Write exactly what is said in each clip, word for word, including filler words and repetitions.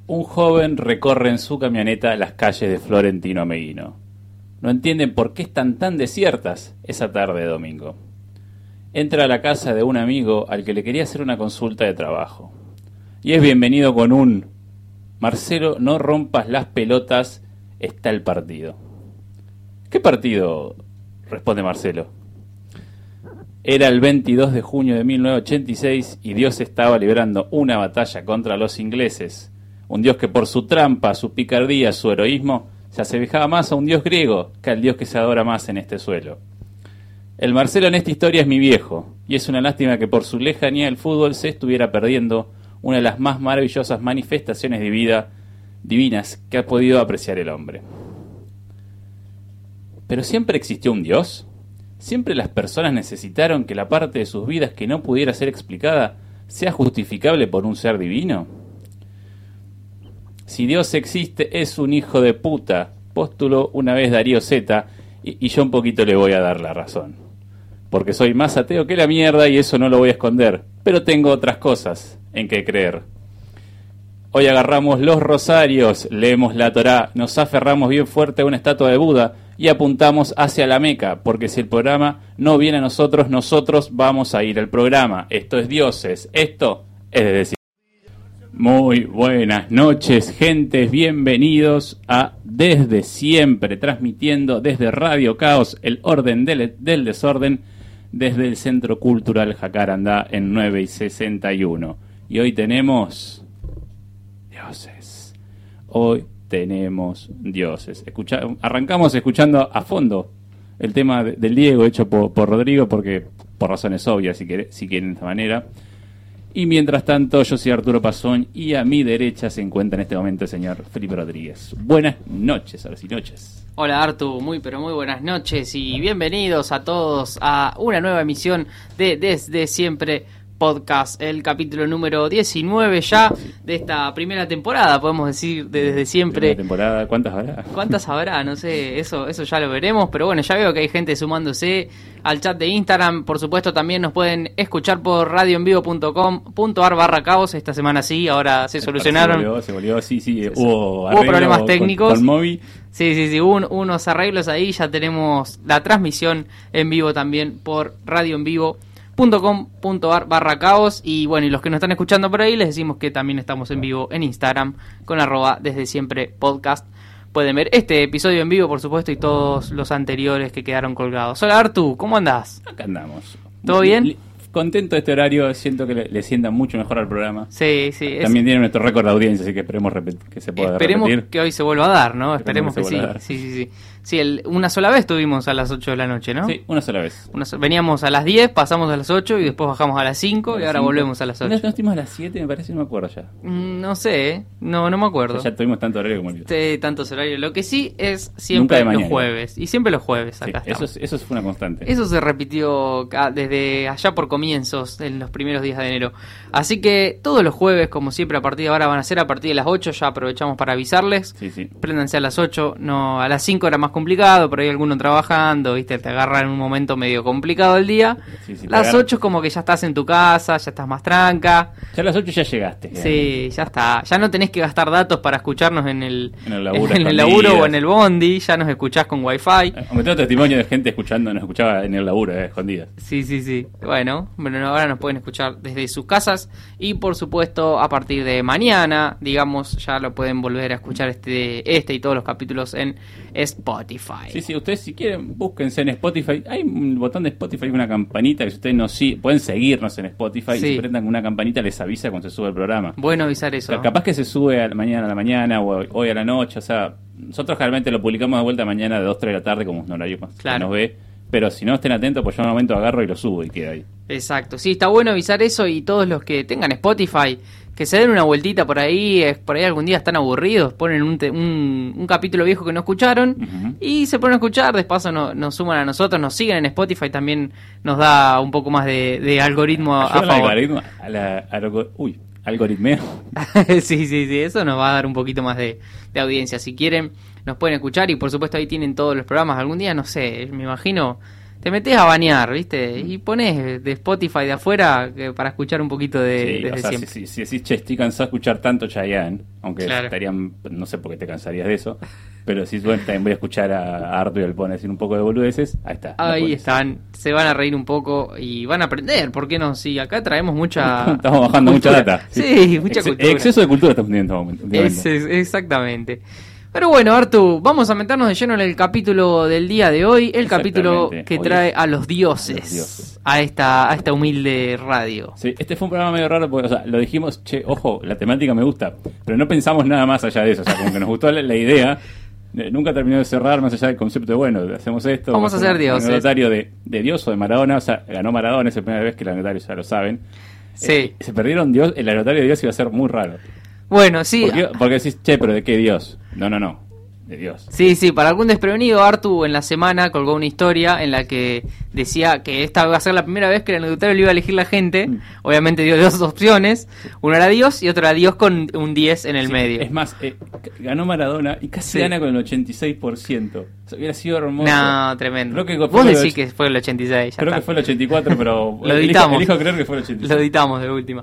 Un joven recorre en su camioneta las calles de Florentino Ameguino. No entienden por qué están tan desiertas esa tarde de domingo. Entra a la casa de un amigo al que le quería hacer una consulta de trabajo. Y es bienvenido con un: Marcelo, no rompas las pelotas, está el partido. ¿Qué partido?, responde Marcelo. Era el veintidós de junio de mil novecientos ochenta y seis y Dios estaba librando una batalla contra los ingleses. Un Dios que por su trampa, su picardía, su heroísmo, se asemejaba más a un Dios griego que al Dios que se adora más en este suelo. El Marcelo en esta historia es mi viejo, y es una lástima que por su lejanía del fútbol se estuviera perdiendo una de las más maravillosas manifestaciones de vida divinas que ha podido apreciar el hombre. ¿Pero siempre existió un Dios? ¿Siempre las personas necesitaron que la parte de sus vidas que no pudiera ser explicada sea justificable por un ser divino? Si Dios existe, es un hijo de puta, postuló una vez Darío Zeta, y, y yo un poquito le voy a dar la razón. Porque soy más ateo que la mierda y eso no lo voy a esconder, pero tengo otras cosas en que creer. Hoy agarramos los rosarios, leemos la Torá, nos aferramos bien fuerte a una estatua de Buda y apuntamos hacia la Meca, porque si el programa no viene a nosotros, nosotros vamos a ir al programa. Esto es Dioses, esto es de decir. Muy buenas noches, gentes, bienvenidos a Desde Siempre, transmitiendo desde Radio Caos, el orden del, del desorden, desde el Centro Cultural Jacarandá en nueve y sesenta y uno. Y hoy tenemos dioses. Hoy tenemos dioses. Escucha, arrancamos escuchando a fondo el tema de, del Diego hecho por, por Rodrigo, porque por razones obvias, si, quiere, si quieren de esta manera. Y mientras tanto, yo soy Arturo Pazón y a mi derecha se encuentra en este momento el señor Felipe Rodríguez. Buenas noches, ahora sí, noches. Hola Artu, muy pero muy buenas noches y bienvenidos a todos a una nueva emisión de Desde Siempre Podcast, el capítulo número diecinueve ya de esta primera temporada, podemos decir, de Desde Siempre. Primera temporada, ¿cuántas habrá? ¿Cuántas habrá? No sé, eso eso ya lo veremos, pero bueno, ya veo que hay gente sumándose al chat de Instagram. Por supuesto, también nos pueden escuchar por radioenvivo punto com punto ar barra caos. Esta semana sí, ahora se solucionaron. Se volvió, se volvió, sí, sí, se, hubo, hubo problemas técnicos. Con, con Movi. Sí, sí, sí, hubo un, unos arreglos ahí, ya tenemos la transmisión en vivo también por radioenvivo punto com punto ar barra caos. Y bueno, y los que nos están escuchando por ahí, les decimos que también estamos en vivo en Instagram con arroba desde siempre podcast. Pueden ver este episodio en vivo, por supuesto, y todos los anteriores que quedaron colgados. Hola Artu, ¿cómo andás? Acá andamos. ¿Todo bien? Contento de este horario, siento que le, le sienta mucho mejor al programa. Sí, sí. También es... tiene nuestro récord de audiencia, así que esperemos repet- que se pueda esperemos repetir. Esperemos que hoy se vuelva a dar, ¿no? Esperemos, esperemos que, que sí. sí. Sí, sí, sí. Sí, el, una sola vez estuvimos a las ocho de la noche, ¿no? Sí, una sola vez. Una so- veníamos a las diez, pasamos a las ocho y después bajamos a las cinco a y ahora cinco. Volvemos a las ocho. ¿No, no estuvimos a las siete, me parece? No me acuerdo ya. Mm, no sé, ¿eh? no, no me acuerdo. O sea, ya tuvimos tanto horario como el sí, tantos horarios. Lo que sí es siempre los jueves. Y siempre los jueves acá sí, eso, es, eso fue una constante. Eso se repitió desde allá por comienzos, en los primeros días de enero. Así que todos los jueves, como siempre, a partir de ahora van a ser a partir de las ocho. Ya aprovechamos para avisarles. Sí, sí. Préndanse a las ocho. No, a las cinco era más complicado, por ahí alguno trabajando, ¿viste? Te agarra en un momento medio complicado el día. Sí, sí, las ocho es como que ya estás en tu casa, ya estás más tranca. Ya a las ocho ya llegaste. Ya. Sí, ya está. Ya no tenés que gastar datos para escucharnos en el, en el laburo, en el laburo o en el bondi. Ya nos escuchás con wifi. Aunque tengo testimonio de gente escuchando, nos escuchaba en el laburo, eh, escondidas. Sí, sí, sí. Bueno, bueno, ahora nos pueden escuchar desde sus casas. Y por supuesto, a partir de mañana, digamos, ya lo pueden volver a escuchar este, este y todos los capítulos en Spotify. Sí, sí, ustedes si quieren, búsquense en Spotify. Hay un botón de Spotify y una campanita que si ustedes nos sí, pueden seguirnos en Spotify. Sí. Y si prendan una campanita les avisa cuando se sube el programa. Bueno avisar eso. O sea, capaz que se sube a la mañana a la mañana o hoy a la noche. O sea, nosotros generalmente lo publicamos de vuelta mañana de dos, tres de la tarde como un horario más claro. Que nos ve. Pero si no estén atentos, pues yo en un momento agarro y lo subo y queda ahí. Exacto, sí, está bueno avisar eso. Y todos los que tengan Spotify, que se den una vueltita por ahí, por ahí algún día están aburridos, ponen un, te, un, un capítulo viejo que no escucharon uh-huh. y se ponen a escuchar, de paso no, nos suman a nosotros, nos siguen en Spotify, también nos da un poco más de, de algoritmo a, a favor. Algoritmo, a la, a lo, uy, algoritmeo. sí, sí, sí, eso nos va a dar un poquito más de, de audiencia. Si quieren, nos pueden escuchar y por supuesto ahí tienen todos los programas. Algún día, no sé, me imagino te metés a bañar, ¿viste? Y pones de Spotify de afuera que, para escuchar un poquito de Sí, desde o sea, siempre. si, si, si decís, che, estoy cansado de escuchar tanto Chayanne, aunque Claro. estarían, no sé por qué te cansarías de eso, pero si bueno, también voy a escuchar a, a Artu y al Pone decir un poco de boludeces, ahí está. lo Ahí pones. están, se van a reír un poco y van a aprender, ¿por qué no? Sí, acá traemos mucha... Estamos bajando mucha cultura. data. Sí, mucha Ex- cultura. Exceso de cultura estamos teniendo últimamente. Es, es- exactamente. Pero bueno, Artu, vamos a meternos de lleno en el capítulo del día de hoy, el capítulo Exactamente. que Hoy trae es- a los dioses, a los dioses. a esta a esta humilde radio. Sí, este fue un programa medio raro porque, o sea, lo dijimos, che, ojo, la temática me gusta, pero no pensamos nada más allá de eso, o sea, como que nos gustó la, la idea, eh, nunca terminó de cerrar más allá del concepto de, bueno, hacemos esto. Vamos a hacemos hacer dioses. Un anecdotario de, de Dios o de Maradona, o sea, ganó Maradona, es la primera vez que el anecdotario ya lo saben. Sí. Eh, se perdieron Dios, el anecdotario de Dios iba a ser muy raro. Bueno, sí, ¿Por qué? Porque decís, che, pero ¿de qué Dios? No, no, no, de Dios. sí, sí, para algún desprevenido, Artu en la semana colgó una historia en la que decía que esta va a ser la primera vez que el anecdotario lo iba a elegir la gente. Mm. Obviamente dio dos opciones, uno era Dios y otro era Dios con un diez en el Sí, medio. Es más, eh, ganó Maradona y casi Sí. gana con el ochenta y seis por ciento. O sea, hubiera sido hermoso. No, tremendo. Creo que Vos fue decís el- que fue el ochenta y seis, ya Creo está. que fue el ochenta y cuatro, pero Lo elijo- editamos. elijo creer que fue el ochenta y seis. Lo editamos de última.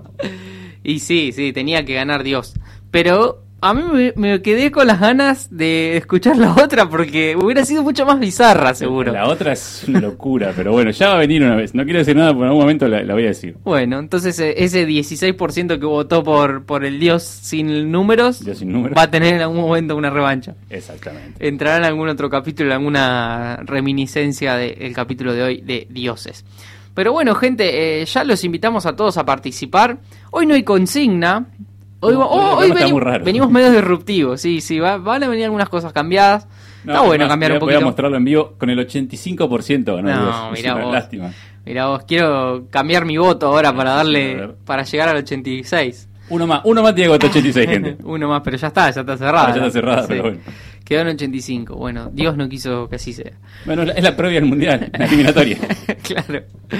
Y sí, sí, tenía que ganar Dios. Pero a mí me, me quedé con las ganas de escuchar la otra porque hubiera sido mucho más bizarra, seguro. La otra es una locura, pero bueno, ya va a venir una vez. No quiero decir nada, pero en algún momento la, la voy a decir. Bueno, entonces eh, ese dieciséis por ciento que votó por, por el Dios sin números Dios sin números. va a tener en algún momento una revancha. Exactamente. Entrará en algún otro capítulo, en alguna reminiscencia del capítulo de hoy de dioses. Pero bueno, gente, eh, ya los invitamos a todos a participar. Hoy no hay consigna. Hoy, No, va- hoy el oh, hoy programa está venim- muy raro. venimos medio disruptivos, sí, sí, va- van a venir algunas cosas cambiadas. No, Está bueno además, cambiar voy un a- Voy poquito. a mostrarlo en vivo con el ochenta y cinco por ciento ganó No, Dios. Es mirá una vos. lástima. Mira vos, quiero cambiar mi voto ahora para Sí, a darle, ver. para llegar al ochenta y seis. Uno más, uno más tiene que votar ochenta y seis, gente. Uno más, pero ya está, ya está cerrada. Ah, ya está cerrada, Sí. pero bueno. Quedó en ochenta y cinco. Bueno, Dios no quiso que así sea. Bueno, es la- es la previa del mundial, la eliminatoria. Claro.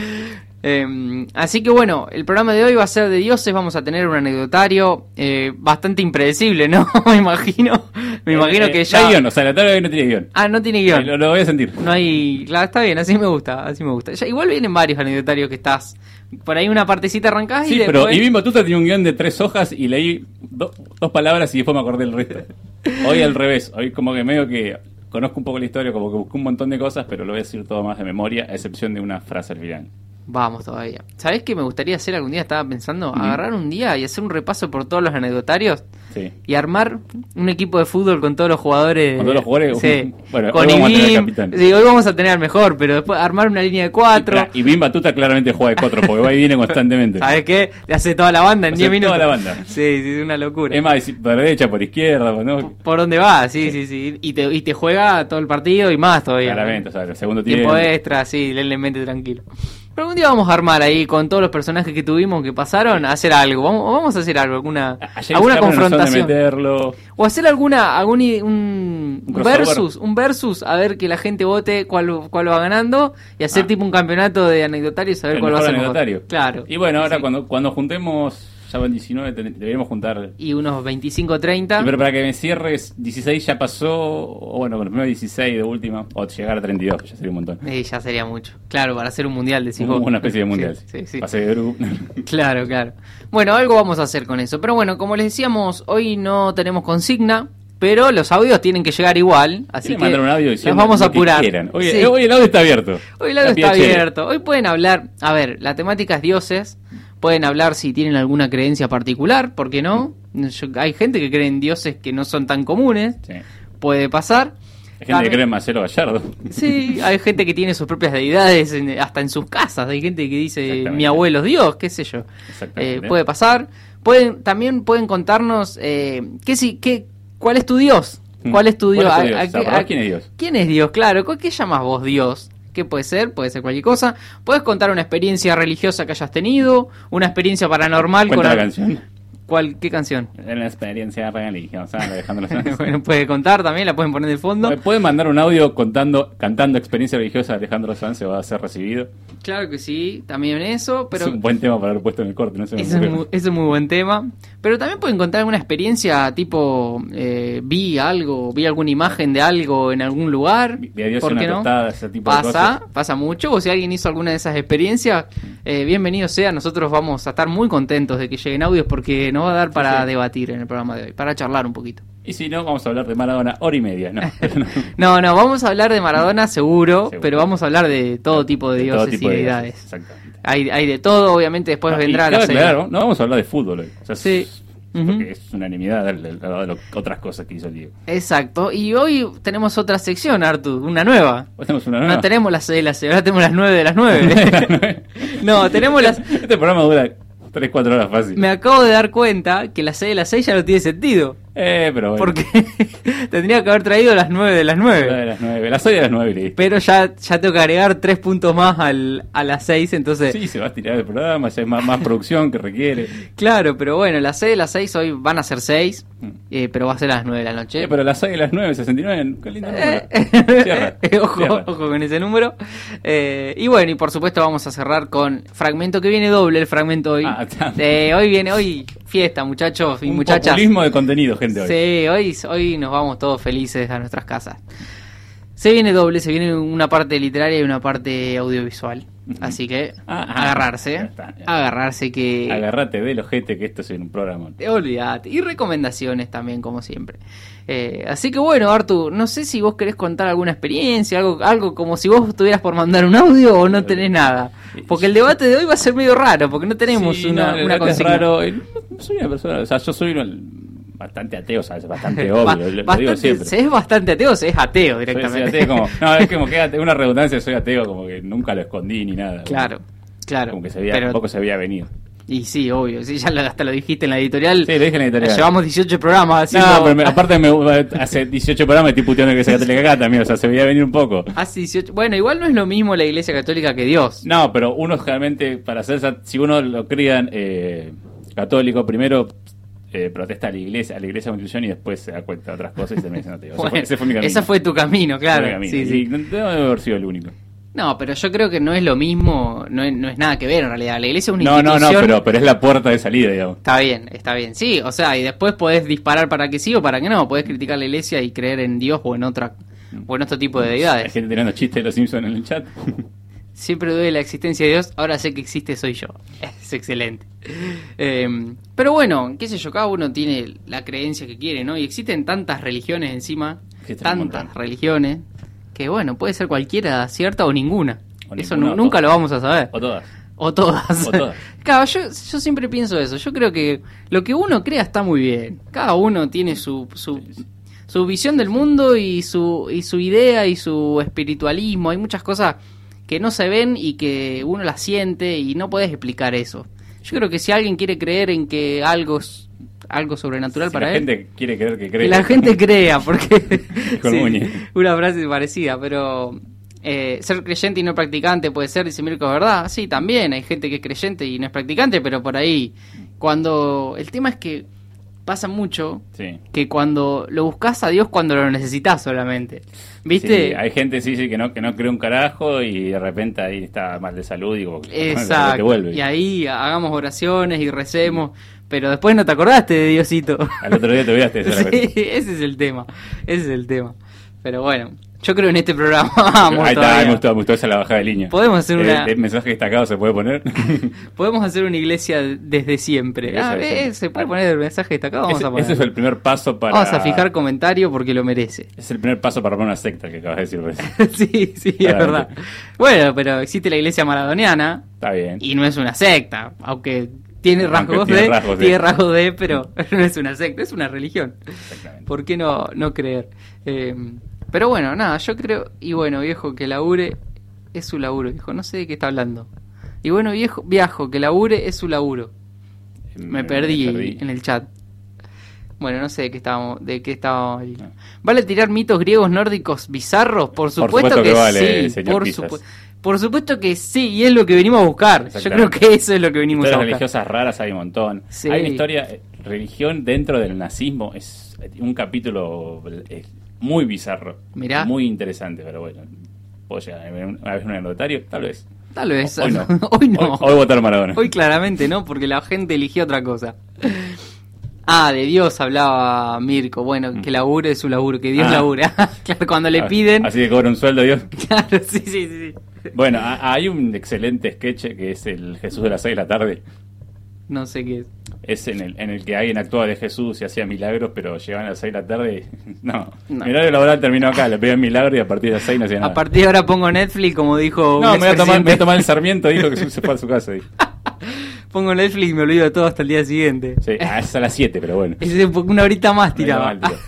Eh, así que bueno, el programa de hoy va a ser de dioses. Vamos a tener un anecdotario eh, bastante impredecible, ¿no? Me imagino. Me imagino Eh, que eh, ya. No hay guión, o sea, la tarde de hoy no tiene guión. Ah, no tiene Eh, guión. Lo, lo voy a sentir. No hay. Claro, está bien, así me gusta. Así me gusta. Ya, igual vienen varios anecdotarios que estás. Por ahí una partecita arrancás Sí, y pero después. Ibim Batuta tenía un guión de tres hojas y leí do- dos palabras y después me acordé del resto. Hoy al revés, hoy como que medio que conozco un poco la historia, como que busqué un montón de cosas, pero lo voy a decir todo más de memoria, a excepción de una frase al final. Vamos todavía. ¿Sabés qué me gustaría hacer algún día? Estaba pensando, Ujú. agarrar un día y hacer un repaso por todos los anecdotarios Sí. y armar un equipo de fútbol con todos los jugadores. Con todos los jugadores, Sí. bueno, Con hoy vamos a tener Ibim. capitán. Sí, hoy vamos a tener al mejor, pero después armar una línea de cuatro. Y Ibim Batuta claramente juega de cuatro, porque va y viene constantemente. ¿Sabes qué? Le hace toda la banda en Hace diez minutos. toda la banda. Sí, sí, es una locura. Es más, si por derecha, por izquierda, ¿no? ¿Por dónde va? Sí, sí, sí. Y, te, y te juega todo el partido y más todavía. Claramente, o sea, el segundo Tiempo tiempo. extra, sí, lentamente tranquilo. Pero un día vamos a armar ahí con todos los personajes que tuvimos que pasaron a hacer algo. Vamos, vamos a hacer algo, alguna, A James alguna Cameron no son de confrontación. meterlo. O hacer alguna, algún i- un, Un crossover. versus, un versus, a ver que la gente vote cuál, cuál va ganando y hacer Ah. tipo un campeonato de anecdotarios a ver El cuál va a mejor ser mejor. anecdotario. Claro. Y bueno, ahora Sí. cuando, cuando juntemos, ya van diecinueve, ten- deberíamos juntar. Y unos veinticinco treinta. Y pero para que me cierres, dieciséis ya pasó, o bueno, con el primero dieciséis de última, o llegar a treinta y dos, que ya sería un montón. Eh, ya sería mucho. Claro, para hacer un mundial decís Como vos. una especie de mundial. Sí, sí, sí. Pase de grupo. Claro, claro. Bueno, algo vamos a hacer con eso. Pero bueno, como les decíamos, hoy no tenemos consigna, pero los audios tienen que llegar igual. Así Quieren que mandar un audio nos diciendo vamos a lo que apurar. quieran. Hoy, Sí. eh, hoy el audio está abierto. Hoy el audio La está piachere. abierto. Hoy pueden hablar, a ver, la temática es dioses. Pueden hablar si tienen alguna creencia particular, ¿por qué no? Yo- hay gente que cree en dioses que no son tan comunes. Sí. Puede pasar. Hay gente También- que cree en Marcelo Gallardo. Sí, hay gente que tiene sus propias deidades en- hasta en sus casas. Hay gente que dice Exactamente. mi abuelo es Dios, qué sé yo. Exactamente. Eh, puede pasar. Pueden, también pueden contarnos eh, qué, si- qué, cuál es tu Dios. ¿Cuál es tu ¿Cuál Dios? es tu ¿A- Dios? a qué- ¿Sabrás a- quién es Dios? ¿Quién es Dios? Claro, ¿qué llamas vos Dios? ¿Qué puede ser? Puede ser cualquier cosa. Puedes contar una experiencia religiosa que hayas tenido, una experiencia paranormal Cuenta con la al- canción. ¿Cuál, qué canción? En la experiencia religiosa, Alejandro Sanz. Bueno, puede contar también, la pueden poner de fondo. Pueden mandar un audio contando, cantando experiencia religiosa de Alejandro Sanz, se va a ser recibido. Claro que sí, también eso, pero... Es un buen tema para haber puesto en el corte, no sé. Eso es, muy, eso es muy buen tema. Pero también pueden contar alguna experiencia, tipo, eh, vi algo, vi alguna imagen de algo en algún lugar. Vi a Dios ¿Por en qué una no? tostada, ese tipo de Pasa, cosas. pasa mucho. O si alguien hizo alguna de esas experiencias, eh, bienvenido sea. Nosotros vamos a estar muy contentos de que lleguen audios porque nos va a dar para Sí, sí. debatir en el programa de hoy, para charlar un poquito. Y si no, vamos a hablar de Maradona hora y media, ¿no? No, no, vamos a hablar de Maradona seguro, Seguro. pero vamos a hablar de todo tipo de, De todo dioses tipo y de deidades. dioses, exactamente. Hay, hay de todo, obviamente después Ah, vendrá y la cabe serie. aclarar, no vamos a hablar de fútbol hoy. O sea, Sí. es, porque Ujú. es unanimidad de, de- de lo- otras cosas que hizo el Diego. Exacto, y hoy tenemos otra sección, Artur, una nueva. Hoy tenemos una nueva. No tenemos las seis de las seis, ahora tenemos las nueve de las nueve. No, tenemos las... Este programa dura tres cuatro horas fácil. Me acabo de dar cuenta que las seis de las seis ya no tiene sentido. Eh, pero bueno. Porque tendría que haber traído las nueve de las La nueve. de las nueve. Las seis de las nueve, listo. Pero ya, ya tengo que agregar tres puntos más al, a las seis, entonces... Sí, se va a tirar el programa, ya es más, más producción que requiere. Claro, pero bueno, las seis de las seis hoy van a ser seis, Mm. eh, pero va a ser a las nueve de la noche. Eh, pero las seis de las nueve, sesenta y nueve, qué lindo número. Eh, Cierra, eh, ojo, cierra. ojo con ese número. Eh, y bueno, y por supuesto vamos a cerrar con fragmento que viene doble, el fragmento hoy. Ah, está. Eh, hoy viene, hoy fiesta, muchachos y Un muchachas. populismo de contenido, gente, hoy. Sí, hoy, hoy nos vamos todos felices a nuestras casas. Se viene doble, se viene una parte literaria y una parte audiovisual. Ujú. Así que Ah, ah, agarrarse, ya está, ya está. agarrarse que... Agarrate del ojete que esto es un programa. Eh, Olvídate. Y recomendaciones también, como siempre. Eh, así que bueno, Artu, no sé si vos querés contar alguna experiencia, algo, algo como si vos estuvieras por mandar un audio o no tenés nada. Porque el debate de hoy va a ser medio raro, porque no tenemos Sí, una, no, el una debate es consigna. raro. Eh, no soy una persona, o sea, yo soy un- bastante ateo, ¿sabes? Bastante obvio, Ba- lo, lo digo bastante- siempre. ¿Se es bastante ateo o se es ateo Soy- soy directamente? ateo como, no, es como que ate- una redundancia, soy ateo, como que nunca lo escondí ni nada. Claro, claro. Como que se veía, Pero- tampoco se veía venir. Y sí, obvio. Sí, ya lo- hasta lo dijiste en la editorial. Sí, lo dije en la editorial. Llevamos dieciocho programas haciendo... No, pero me- aparte me, hace dieciocho programas estoy puteando que sea católica acá también, o sea, se veía venir un poco. Hace dieciocho... Bueno, igual no es lo mismo la Iglesia Católica que Dios. No, pero uno realmente, para hacer esa- si uno lo crían eh, católico, primero eh, protesta a la iglesia, a la iglesia de constitución y después se da cuenta de otras cosas y termina siendo ateo. Ese Bueno, fue- ese fue mi camino. ese fue tu camino, Ese claro. fue mi camino. Sí, Y sí. no no debe haber sido el único. No, pero yo creo que no es lo mismo, no es, no es nada que ver en realidad. La iglesia es una No, no, institución... no, pero, pero es la puerta de salida, digamos. Está bien, está bien. Sí, o sea, y después podés disparar para que sí o para que no. Podés criticar la iglesia y creer en Dios o en otra o en otro tipo de Hay deidades. gente tirando chistes de los Simpsons en el chat. Siempre duele la existencia de Dios, ahora sé que existe, soy yo. Es excelente. Eh, pero bueno, qué sé yo, cada uno tiene la creencia que quiere, ¿no? Y existen tantas religiones encima, Existen un tantas montón. religiones, que bueno, puede ser cualquiera cierta o ninguna. O Eso ninguna, nu- nunca o- lo vamos a saber. O todas. O todas. O todas. Claro, yo, yo siempre pienso eso. Yo creo que lo que uno crea está muy bien. Cada uno tiene su, su, su visión del mundo y su, y su idea y su espiritualismo. Hay muchas cosas que no se ven y que uno las siente y no puedes explicar eso. Yo creo que si alguien quiere creer en que algo es algo sobrenatural Si para la él, gente quiere creer que cree. que la gente crea, porque Con sí, Muñe. una frase parecida, pero eh, ser creyente y no practicante puede ser, dice Mirko, ¿verdad? Sí, también hay gente que es creyente y no es practicante, pero por ahí, cuando el tema es que pasa mucho Sí. que cuando lo buscas a Dios cuando lo necesitas solamente, ¿viste? Sí, hay gente sí, sí que no que no cree un carajo y de repente ahí está mal de salud y como que te Exacto, vuelve. y ahí hagamos oraciones y recemos, pero después no te acordaste de Diosito. Al otro día te olvidaste de eso. Sí, ese es el tema, ese es el tema. Pero bueno, yo creo en este programa vamos Ahí está, todavía. me gustó, me gustó esa la bajada de línea. Podemos hacer Eh, una- ¿El mensaje destacado se puede poner? Podemos hacer una iglesia desde siempre. Iglesia Ah, de eh, siempre. se puede poner el mensaje destacado, vamos ese, a poner. ese es el primer paso para... Vamos a fijar comentario porque lo merece. Es el primer paso para armar una secta que acabas de decir. pues. Sí, sí, es Claramente. verdad. Bueno, pero existe la iglesia maradoniana Está bien. y no es una secta, aunque tiene Aunque rasgos tiene de, rasgos de. tiene rasgos de, pero no es una secta, es una religión. Exactamente. ¿Por qué no, no creer? Eh, pero bueno, nada, yo creo, y bueno, viejo, que labure es su laburo, viejo, no sé de qué está hablando. Y bueno, viejo, viajo, que labure es su laburo. Me perdí, en el chat. Bueno, no sé de qué estábamos, de qué estábamos ahí. No. ¿Vale tirar mitos griegos nórdicos bizarros? Por supuesto, supuesto que que, vale, sí, señor por Pisas. supuesto. Por supuesto que sí, y es lo que venimos a buscar. Yo creo que eso es lo que venimos Historias a buscar. religiosas raras hay un montón. Sí. Hay una historia, eh, religión dentro del nazismo, es un capítulo eh, muy bizarro. Mirá. Muy interesante, pero bueno. ¿Puedo llegar a ver una vez un anecdotario? Tal vez. Tal vez. Hoy no. Hoy no. Hoy, hoy votar Maradona. Hoy claramente no, porque la gente eligió otra cosa. Ah, de Dios hablaba Mirko. Bueno, que labure su laburo, que Dios Ah. labura. Claro, cuando le piden. Así que cobra un sueldo Dios. Claro, sí, sí, sí. sí. Bueno, a- hay un excelente sketch que es el Jesús de las seis de la tarde. No sé qué es. Es en el, en el que alguien actuaba de Jesús y hacía milagros, pero llegaban a las seis de la tarde y... No, No. mi horario laboral terminó acá, le pedían milagro y a partir de las seis no hacía nada. A partir de ahora pongo Netflix, como dijo. No, un me voy, a tomar, me voy a expresidente. tomar el Sarmiento, dijo que se fue a su casa. Dijo. Pongo Netflix y me olvido de todo hasta el día siguiente. Sí, ah, es a las siete, pero bueno. Es un poco- una horita más No tiraba. iba mal,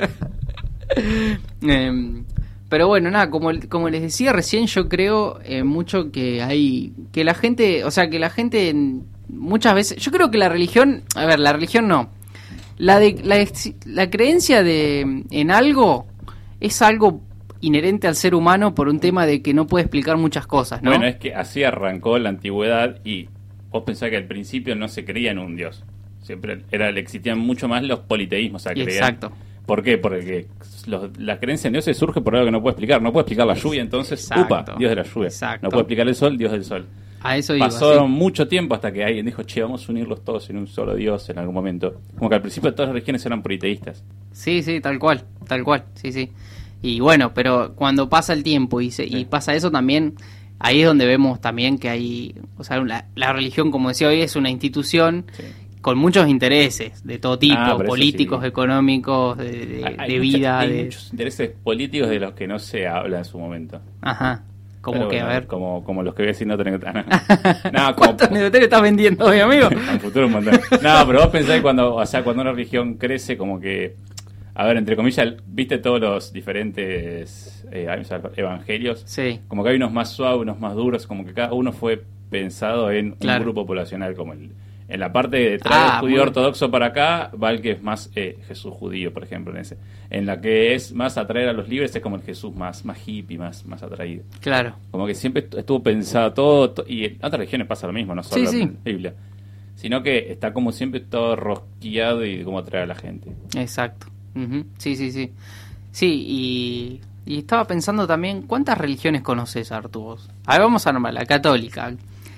Em, pero bueno, nada, como, como les decía recién, yo creo eh, mucho que hay. Que la gente. O sea, que la gente en- muchas veces. Yo creo que la religión. A ver, la religión no. La, de, la, ex- la creencia de en algo es algo inherente al ser humano por un tema de que no puede explicar muchas cosas, ¿no? Bueno, es que así arrancó la antigüedad y vos pensás que al principio no se creía en un dios. Siempre era, le existían mucho más los politeísmos. O sea, creían- Exacto. ¿Por qué? Porque los- la creencia en dioses surge por algo que no puede explicar. No puede explicar la lluvia, entonces, Exacto. upa, dios de la lluvia. Exacto. No puede explicar el sol, dios del sol. A eso iba. Pasó sí. mucho tiempo hasta que alguien dijo, che, vamos a unirlos todos en un solo dios en algún momento. Como que al principio todas las religiones eran politeístas. Sí, sí, tal cual, tal cual, sí, sí. Y bueno, pero cuando pasa el tiempo y, se, Sí. y pasa eso también, ahí es donde vemos también que hay, o sea, la, la religión, como decía hoy, es una institución Sí. con muchos intereses de todo tipo, Ah, pero eso políticos, sí. económicos, de, de- Hay- hay de mucha- vida, hay de... muchos intereses políticos de los que no se habla en su momento. Ajá, como Pero que, bueno, a ver... Como, como los que voy a decir no tenés que... No, como... ¿Cuántos anecdotarios estás vendiendo hoy, amigo? En futuro un montón. No, pero vos pensás que cuando, o sea, cuando una religión crece, como que, a ver, entre comillas, viste todos los diferentes eh, evangelios, Sí, como que hay unos más suaves, unos más duros, como que cada uno fue pensado en Claro. un grupo poblacional, como el, en la parte de traer Ah, el judío muy- ortodoxo para acá, va el que es más eh, Jesús judío, por ejemplo, en ese. En la que es más atraer a los libres, es como el Jesús más, más hippie, más, más atraído. claro. Como que siempre estu- estuvo pensado todo, to- y en otras religiones pasa lo mismo, no solo Sí, sí. en la Biblia, sino que está como siempre todo rosqueado y cómo atraer a la gente. Exacto. Ujú. Sí, sí, sí. Sí, y, y estaba pensando también, ¿cuántas religiones conoces, Artu, vos? A ver, vamos a nombrar, la católica,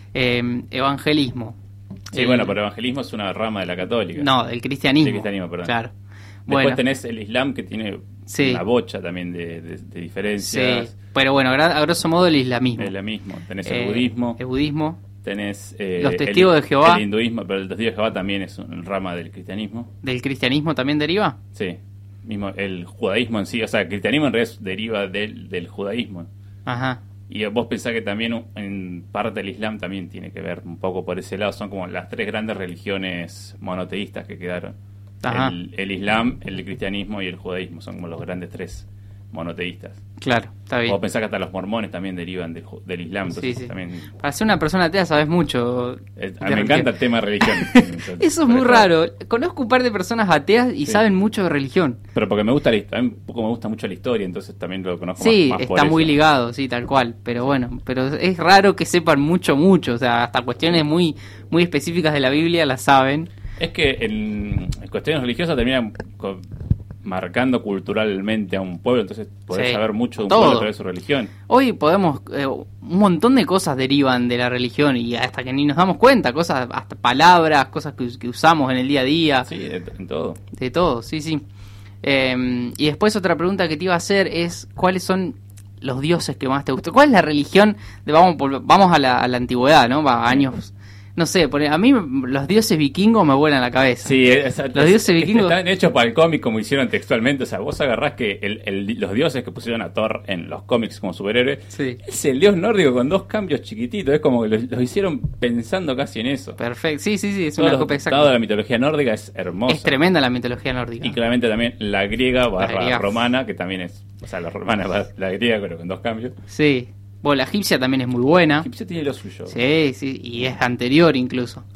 eh, evangelismo. Sí, El- bueno, pero el evangelismo es una rama de la católica. No, del cristianismo. Del cristianismo, perdón. Claro. Después Bueno, tenés el Islam, que tiene Sí. una bocha también de, de- de sí, diferencias. pero bueno, gra- a grosso modo el islamismo. Es lo mismo. Tenés Eh, el budismo, El budismo, tenés eh, Los testigos el, de Jehová. el hinduismo, pero el testigo de Jehová también es una rama del cristianismo. ¿del cristianismo también deriva? Sí, mismo el judaísmo en sí, o sea, el cristianismo en realidad deriva del, del judaísmo. Ajá, Y vos pensás que también un- en parte el Islam también tiene que ver un poco por ese lado, son como las tres grandes religiones monoteístas que quedaron. Ajá. El, el Islam, el cristianismo y el judaísmo son como los grandes tres monoteístas. claro, está bien. Vos pensás que hasta los mormones también derivan del, ju- del Islam, entonces Sí, sí. también... Para ser una persona atea sabes mucho. eh, de a mí me religión. encanta el tema de religión. Entonces, Eso es por muy raro. Conozco un par de personas ateas y Sí. saben mucho de religión. Pero porque me gusta la historia, a mí un poco me gusta mucho la historia, entonces también lo conozco Sí, más, más por está muy eso. ligado, sí, tal cual. Pero bueno, pero es raro que sepan mucho, mucho. O sea, hasta cuestiones muy, muy específicas de la Biblia las saben. Es que en, en cuestiones religiosas terminan co- marcando culturalmente a un pueblo, entonces podés Sí, saber mucho de un todo. pueblo a través de su religión. Hoy podemos, eh, un montón de cosas derivan de la religión y hasta que ni nos damos cuenta, cosas, hasta palabras, cosas que, us- que usamos en el día a día, Sí, de- en todo. de todo, sí, sí. Eh, y después otra pregunta que te iba a hacer es, ¿cuáles son los dioses que más te gustan? ¿Cuál es la religión? De, vamos por- vamos a la, a la antigüedad, ¿no? Va, años... No sé, por- a mí los dioses vikingos me vuelan la cabeza. Sí, es- Los dioses es- vikingos- están hechos para el cómic como hicieron textualmente. O sea, vos agarrás que el, el- los dioses que pusieron a Thor en los cómics como superhéroe Sí. es el dios nórdico con dos cambios chiquititos. Es como que los, los hicieron pensando casi en eso. Perfecto, sí, sí, sí, es Todo una lo- copia exacta. toda la mitología nórdica es hermosa. Es tremenda la mitología nórdica. Y claramente también la griega barra griega. romana, que también es, o sea, la romana va- la griega, pero con dos cambios. Sí. Bueno, la egipcia también es muy buena. Egipcio tiene lo suyo. Sí, sí, y es anterior incluso. Sí.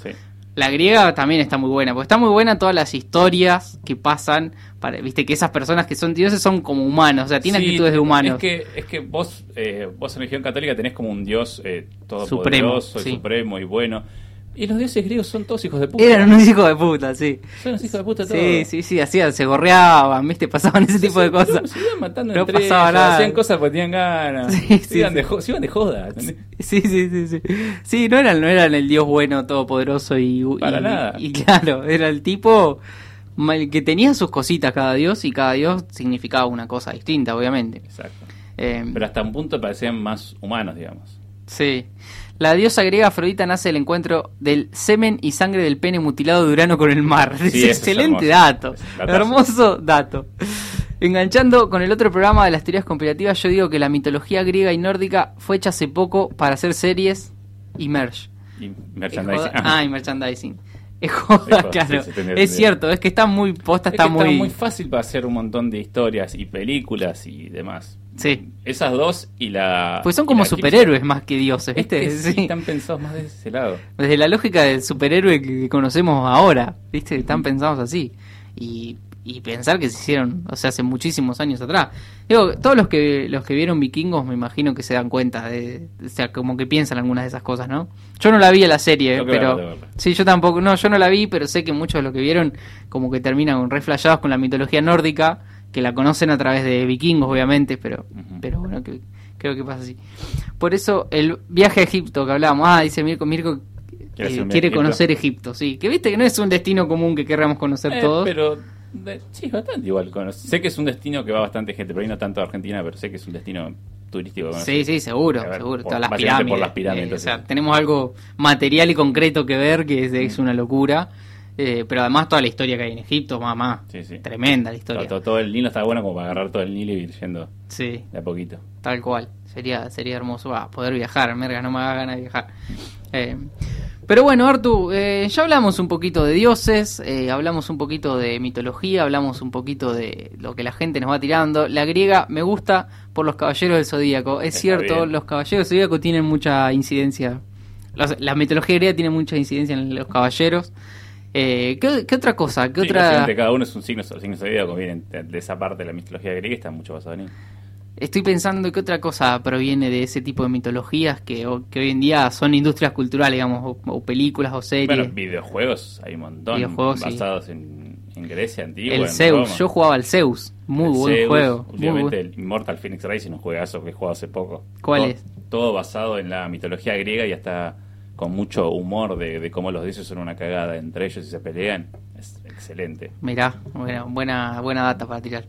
La griega también está muy buena, porque está muy buena todas las historias que pasan, para, viste que esas personas que son dioses son como humanos, o sea, tienen Sí, actitudes de humanos. Es que, es que vos, eh, vos en religión católica tenés como un dios eh, Supremo, todopoderoso, sí. supremo y bueno. Y los dioses griegos son todos hijos de puta. Eran unos hijos de puta, sí. Son los hijos de puta todos. Sí, sí, sí, hacían, se gorreaban, viste, pasaban ese Sí, tipo de sí, cosas. Se iban matando No entre pasaba ellos, nada. hacían cosas porque tenían ganas. Sí, se, sí, iban sí. De jo- se iban de joda. ¿entendés? Sí, sí, sí, sí. Sí, no eran, no eran el dios bueno, todopoderoso y... Para y, nada. Y claro, era el tipo mal- que tenía sus cositas cada dios y cada dios significaba una cosa distinta, obviamente. Exacto. Eh, Pero hasta un punto parecían más humanos, digamos. Sí. La diosa griega Afrodita nace del encuentro del semen y sangre del pene mutilado de Urano con el mar. Sí, Es eso es excelente hermoso. dato. Es datazo. Hermoso dato. Enganchando con el otro programa de las teorías conspirativas, yo digo que la mitología griega y nórdica fue hecha hace poco para hacer series y merch. Y Es merchandising. joda- Ah, Ah, y merchandising. Es joda, Es joda, claro. sí, se entendió, es se cierto, es que está muy posta, es está que muy... está muy fácil para hacer un montón de historias y películas y demás. Sí. Esas dos y la... Pues son y como la superhéroes más que dioses, Es ¿viste? que sí, Sí. están pensados más de ese lado. Desde la lógica del superhéroe que conocemos ahora, ¿viste? Están pensados así. Y, y pensar que se hicieron, o sea, hace muchísimos años atrás. Digo, todos los que los que vieron Vikingos me imagino que se dan cuenta de, o sea, como que piensan algunas de esas cosas, ¿no? Yo no la vi a la serie, Tengo que pero verla, tengo que verla. sí, yo tampoco, no, yo no la vi, pero sé que muchos de los que vieron como que terminan re flashados con la mitología nórdica, que la conocen a través de Vikingos, obviamente, pero Ujú. pero bueno, que, creo que pasa así. Por eso el viaje a Egipto que hablábamos, ah, dice Mirko, Mirko ¿Quiere eh, hacer un quiere Egipto? conocer Egipto, sí. Que viste que no es un destino común que querramos conocer Eh, todos. Pero de- sí, es bastante igual. cono- Sé que es un destino que va bastante gente, pero ahí no tanto a Argentina, pero sé que es un destino turístico. que conocer. Sí, sí, seguro, A ver, seguro. por- Todas las básicamente pirámides. por las pirámides, eh, o sea, entonces. tenemos algo material y concreto que ver que es, es una locura. Eh, pero además toda la historia que hay en Egipto, mamá. Sí, sí. Tremenda la historia. Todo, todo el Nilo está bueno como para agarrar todo el Nilo y ir yendo Sí, de a poquito. tal cual. Sería sería hermoso ah, poder viajar. Merga, no me haga ganas de viajar. Eh, pero bueno, Artu, eh, ya hablamos un poquito de dioses, eh, hablamos un poquito de mitología, hablamos un poquito de lo que la gente nos va tirando. La griega me gusta por los caballeros del zodíaco. Es Está cierto, bien. los caballeros del zodíaco tienen mucha incidencia. Los- la mitología griega tiene mucha incidencia en los caballeros. Eh, ¿qué, qué otra cosa? ¿Qué Sí, otra? básicamente cada uno es un signo, signo zodíaco, vienen de, de esa parte de la mitología griega, está mucho basado en él. Estoy pensando qué otra cosa proviene de ese tipo de mitologías que, o- que hoy en día son industrias culturales, digamos, o, o películas o series. Bueno, videojuegos hay un montón Videojuegos, sí. basados en, en Grecia antigua. el en Zeus, Roma. yo jugaba al Zeus, muy El buen Zeus, juego. muy Últimamente buen- el Immortal Phoenix Rising, un juegazo que he jugado hace poco. ¿Cuál todo, es? Todo basado en la mitología griega y hasta con mucho humor de, de cómo los dioses son una cagada entre ellos y se pelean. Es excelente. Mirá, bueno, buena, buena data para tirar.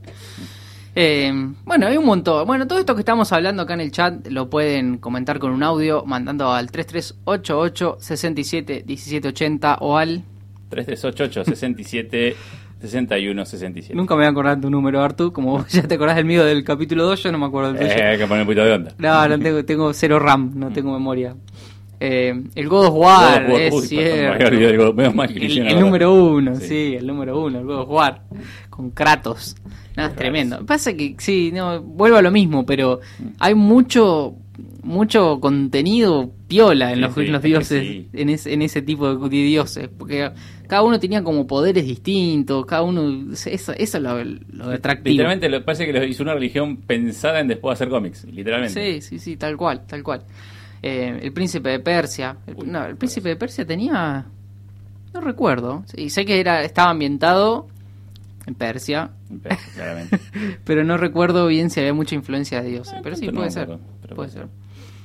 Eh, bueno, hay un montón. Bueno, todo esto que estamos hablando acá en el chat lo pueden comentar con un audio mandando al tres tres ocho ocho, seis siete, uno siete ocho cero o al... tres tres ocho ocho, seis siete, seis uno, seis siete. Nunca me voy a acordar tu número, Artu. Como vos ya te acordás del mío del capítulo dos, yo no me acuerdo del tuyo. Eh, hay que poner un poquito de onda. No, no tengo, tengo cero RAM, no tengo memoria. Eh, el God of War, God of War, es uy, cierto. me había olvidado del God- menos mal que El, quisieron el ahora. número uno, sí. Sí. el número uno, el God of War, con Kratos. Nada, es tremendo. Pasa que, sí, no, vuelvo a lo mismo, pero hay mucho mucho contenido piola en Sí, los, sí, en los es que dioses, sí. en, ese, en ese tipo de, de dioses, porque cada uno tenía como poderes distintos, cada uno, eso, eso es lo, lo atractivo. Literalmente lo- parece que lo hizo una religión pensada en después hacer cómics, literalmente. Sí, sí, sí, tal cual, tal cual. Eh, el príncipe de Persia. El, Uy, no, el príncipe de Persia tenía... No recuerdo. Sí, sé que era estaba ambientado en Persia, Claramente. pero no recuerdo bien si había mucha influencia de dioses. Ah, pero sí, tanto puede no, ser. pero- pero puede puede ser.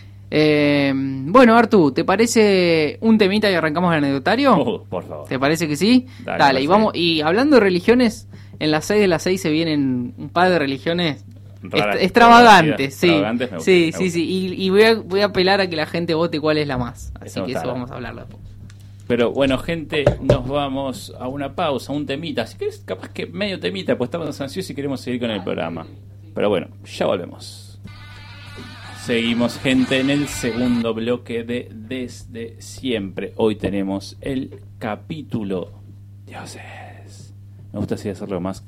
Eh, bueno, Artu, ¿te parece un temita y arrancamos el anecdotario? Oh, por favor. ¿Te parece que sí? Dale, Dale, y parece vamos. bien. Y hablando de religiones, en las seis de las seis se vienen un par de religiones Raras, est- extravagantes, sí. extravagantes, me gusta, sí, me sí, gusta. sí. Y, y voy, a, voy a apelar a que la gente vote cuál es la más. Así Eso que está eso bien. vamos a hablarlo después. Pero bueno, gente, nos vamos a una pausa, a un temita. Si querés, capaz que medio temita, pues estamos ansiosos y queremos seguir con el programa. Pero bueno, ya volvemos. Seguimos, gente, en el segundo bloque de Desde Siempre. Hoy tenemos el capítulo Dioses. Me gusta así hacerlo más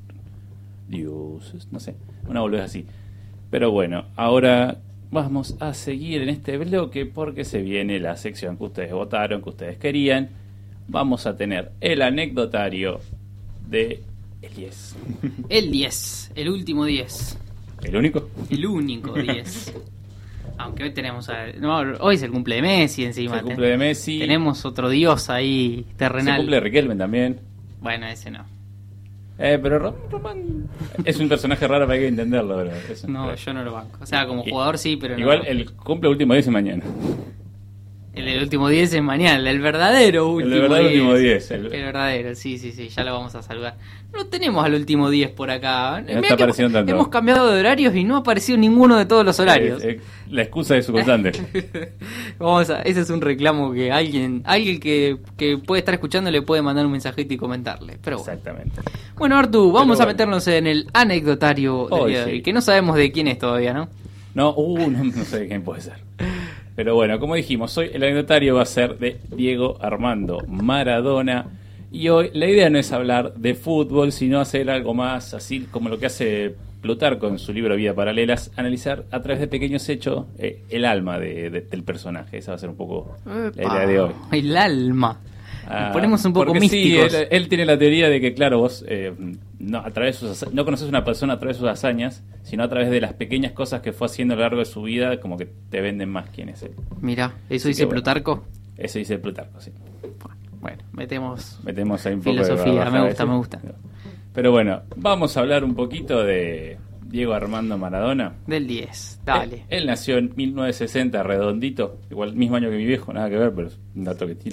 Dioses, no sé, una boludez así. Pero bueno, ahora vamos a seguir en este bloque porque se viene la sección que ustedes votaron, que ustedes querían. vamos a tener el anecdotario de el diez. El diez, el último diez. ¿El único? El único diez. Aunque hoy tenemos a, no, hoy es el cumple de Messi encima. Es el cumple de Messi. Tenemos otro dios ahí terrenal. Se cumple de Riquelme también. Bueno, ese no. Eh, pero Rom- Román es un personaje raro para que entenderlo. Pero eso, No, pero... yo no lo banco. O sea, como Y, jugador sí, pero igual no. el cumple último diez es mañana. El, el último diez es mañana, el verdadero último El verdadero diez. último diez. El... el verdadero, sí, sí, sí, ya lo vamos a saludar. No tenemos al último diez por acá. No Mirá está que apareciendo tanto. hemos cambiado de horarios y no ha aparecido ninguno de todos los horarios. Eh, eh, la excusa de su constante. Vamos a, ese es un reclamo que alguien, alguien que, que puede estar escuchando le puede mandar un mensajito y comentarle. Pero bueno. Exactamente. Bueno, Artu, vamos Pero a bueno. meternos en el anecdotario del Hoy día de sí. hoy, que no sabemos de quién es todavía, ¿no? No, uh, no, no sé quién puede ser. Pero bueno, como dijimos, hoy el anecdotario va a ser de Diego Armando Maradona. Y hoy la idea no es hablar de fútbol, sino hacer algo más así como lo que hace Plutarco en su libro Vida Paralelas, analizar a través de pequeños hechos eh, el alma de, de- del personaje. Esa va a ser un poco la idea de hoy. El alma. Ah, Nos ponemos un poco porque sí, místicos. él, él tiene la teoría de que, claro, vos eh, no, a través de sus haza- no conoces a una persona a través de sus hazañas, sino a través de las pequeñas cosas que fue haciendo a lo largo de su vida, como que te venden más quién es él. Mirá, eso Así dice que bueno. Plutarco. Eso dice Plutarco, sí. Bueno, metemos... Metemos ahí un poco Filosofía, de barbaja me a gusta, veces. me gusta. Pero bueno, vamos a hablar un poquito de Diego Armando Maradona. Del diez, dale. Él, él nació en mil novecientos sesenta, redondito, igual mismo año que mi viejo, nada que ver, pero es un dato que tiene.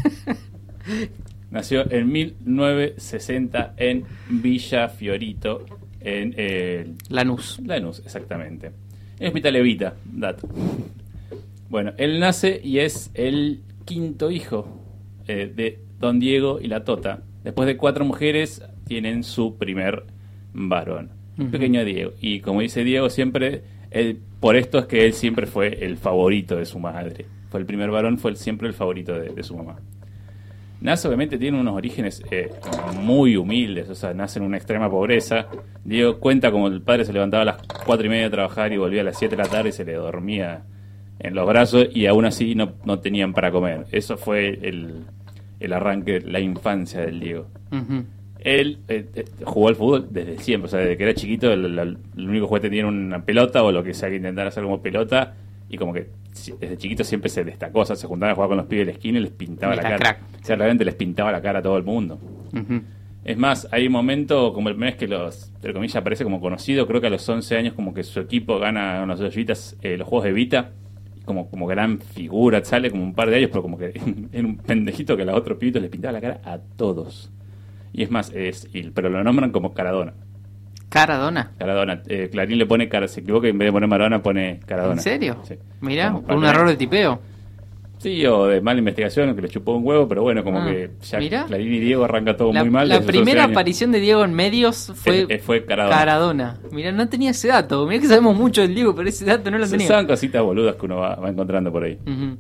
Nació en mil novecientos sesenta en Villa Fiorito, en eh, Lanús. Lanús, exactamente. En Hospital Evita, dato. Bueno, él nace y es el quinto hijo eh, de Don Diego y la Tota. Después de cuatro mujeres, tienen su primer varón, un Ujú. pequeño Diego. Y como dice Diego, siempre, él, por esto es que él siempre fue el favorito de su madre. Fue el primer varón, fue el- siempre el favorito de, de su mamá. Nace, obviamente, tiene unos orígenes eh, muy humildes, o sea, nace en una extrema pobreza. Diego cuenta como el padre se levantaba a las cuatro y media a trabajar y volvía a las siete de la tarde y se le dormía en los brazos y aún así no, no tenían para comer. Eso fue el, el arranque, la infancia del Diego. Ujú. Él eh, eh, jugó al fútbol desde siempre, o sea, desde que era chiquito, el, el- el único juguete tenía una pelota o lo que sea que intentara hacer como pelota, y como que si- desde chiquito siempre se destacó, o sea, se juntaba a jugar con los pibes de la esquina y les pintaba la Era cara. crack. O sea, realmente les pintaba la cara a todo el mundo. Ujú. Es más, hay un momento como el primer vez que los, entre comillas, aparece como conocido, creo que a los once años como que su equipo gana unas ollitas, eh, los juegos de Vita, como, como gran figura, sale como un par de años, pero como que era un pendejito que a los otros pibitos les pintaba la cara a todos. Y es más, es, y- pero lo nombran como Caradona. Caradona. Caradona. Eh, Clarín le pone, cara, se equivoca y en vez de poner Maradona pone Caradona. ¿En serio? Sí. Mirá, Como por para un que- error de tipeo. Sí, o de mala investigación, que le chupó un huevo, pero bueno, como Ah, que ya mirá. Clarín y Diego arranca todo La, muy mal. la desde sus once primera años. aparición de Diego en medios fue, Eh, eh, fue Caradona. Caradona. Mirá, no tenía ese dato. Mirá que sabemos mucho del Diego, pero ese dato no lo Se tenía. Son cositas boludas que uno va, va encontrando por ahí. Ujú.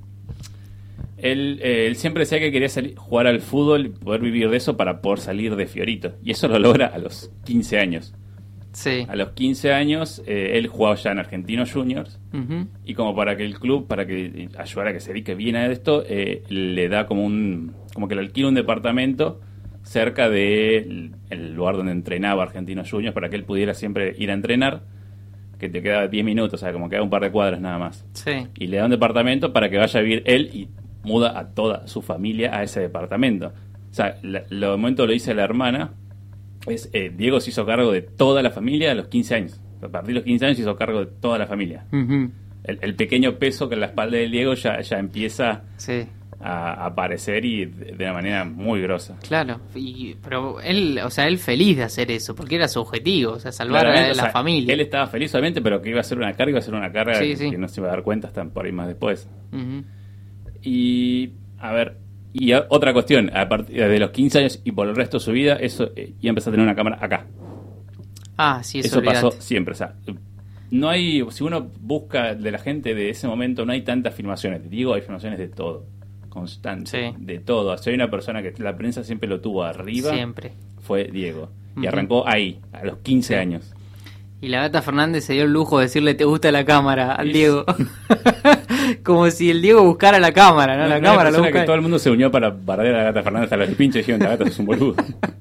Él, eh, él siempre decía que quería salir, jugar al fútbol y poder vivir de eso para poder salir de Fiorito. Y eso lo logra a los quince años. Sí. A los quince años, eh, él jugaba ya en Argentinos Juniors. Ujú. Y como para que el club, para que ayudara a que se dedique bien a esto, eh, le da como un, como que le alquila un departamento cerca del el lugar donde entrenaba Argentinos Juniors para que él pudiera siempre ir a entrenar, que te quedaba diez minutos, o sea, como queda un par de cuadras nada más. Sí. Y le da un departamento para que vaya a vivir él y muda a toda su familia a ese departamento. O sea, la- lo momento lo dice la hermana, es eh, Diego se hizo cargo de toda la familia a los quince años. A partir de los quince años se hizo cargo de toda la familia. Ujú. El, el pequeño peso que en la espalda de Diego ya, ya empieza Sí. a, a aparecer y de, de una manera muy grosa. Claro, y, pero él, o sea, él feliz de hacer eso, porque era su objetivo, o sea, salvar a Claramente, la, o sea, familia. Él estaba feliz obviamente, pero que iba a ser una carga, iba a ser una carga Sí, que, sí. que no se iba a dar cuenta hasta por ahí más después. Ujú. Y, a ver, y a- otra cuestión, a partir de los quince años y por el resto de su vida, eso eh, iba a empezar a tener una cámara acá. Ah, sí, eso, Eso pasó olvidate. siempre, o sea, no hay, si uno busca de la gente de ese momento, no hay tantas filmaciones. Digo, hay filmaciones de todo, constante, Sí. de todo. Si hay una persona que la prensa siempre lo tuvo arriba, Siempre. fue Diego. Y Ujú. arrancó ahí, a los quince Sí. años. Y la Gata Fernández se dio el lujo de decirle te gusta la cámara al Y- Diego. Como si el Diego buscara la cámara, ¿no? No, La no cámara es lo que busca. todo el mundo se unió para bardear a la Gata Fernández hasta los pinches y dijeron, la Gata es un boludo.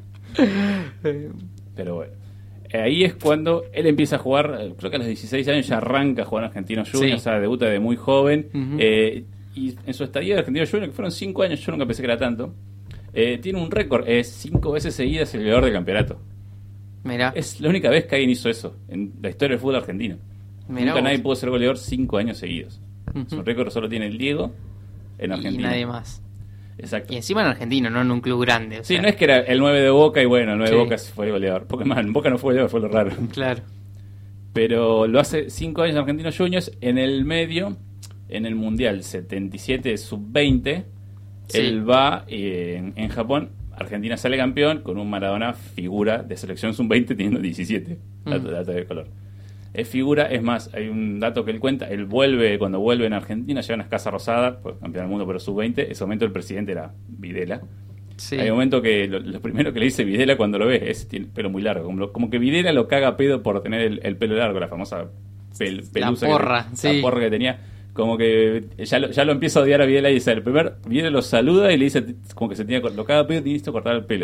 Pero bueno. Ahí es cuando él empieza a jugar, creo que a los dieciséis años ya arranca a jugar en Argentinos Juniors, Sí. o sea, debuta de muy joven. Uh-huh. eh, y en su estadía de Argentinos Juniors, que fueron cinco años, yo nunca pensé que era tanto, eh, tiene un récord, es cinco veces seguidas el goleador del campeonato. Mirá. Es la única vez que alguien hizo eso en la historia del fútbol argentino. Mirá Nunca vos. nadie pudo ser goleador cinco años seguidos. Uh-huh. Es un récord solo tiene el Diego en Y Argentina. nadie más. Exacto. Y encima en Argentino, no en un club grande. O Sí, sea, no es que era el nueve de Boca y bueno, el nueve Sí. de Boca fue goleador. Porque más, en Boca no fue goleador, fue lo raro. Claro. Pero lo hace cinco años en Argentinos Juniors. En el medio, en el Mundial setenta y siete sub veinte, Sí. él va eh, en, en Japón. Argentina sale campeón con un Maradona figura de selección sub veinte teniendo diecisiete. Dato, Mm. dato de color. Es figura, es más, hay un dato que él cuenta. Él vuelve, cuando vuelve en Argentina, llega a una Casa Rosada, pues, campeón del mundo, pero sub veinte. En ese momento el presidente era Videla. Sí. Hay un momento que lo, lo primero que le dice Videla cuando lo ve es tiene el pelo muy largo. Como, lo- como que Videla lo caga a pedo por tener el, el pelo largo, la famosa pel- La pelusa. porra, que, sí. La porra que tenía. Como que ya lo, ya lo empieza a odiar a Videla y dice, el primer Videla lo saluda y le dice como que se tenía lo caga a pedo y tiene que cortar el pelo.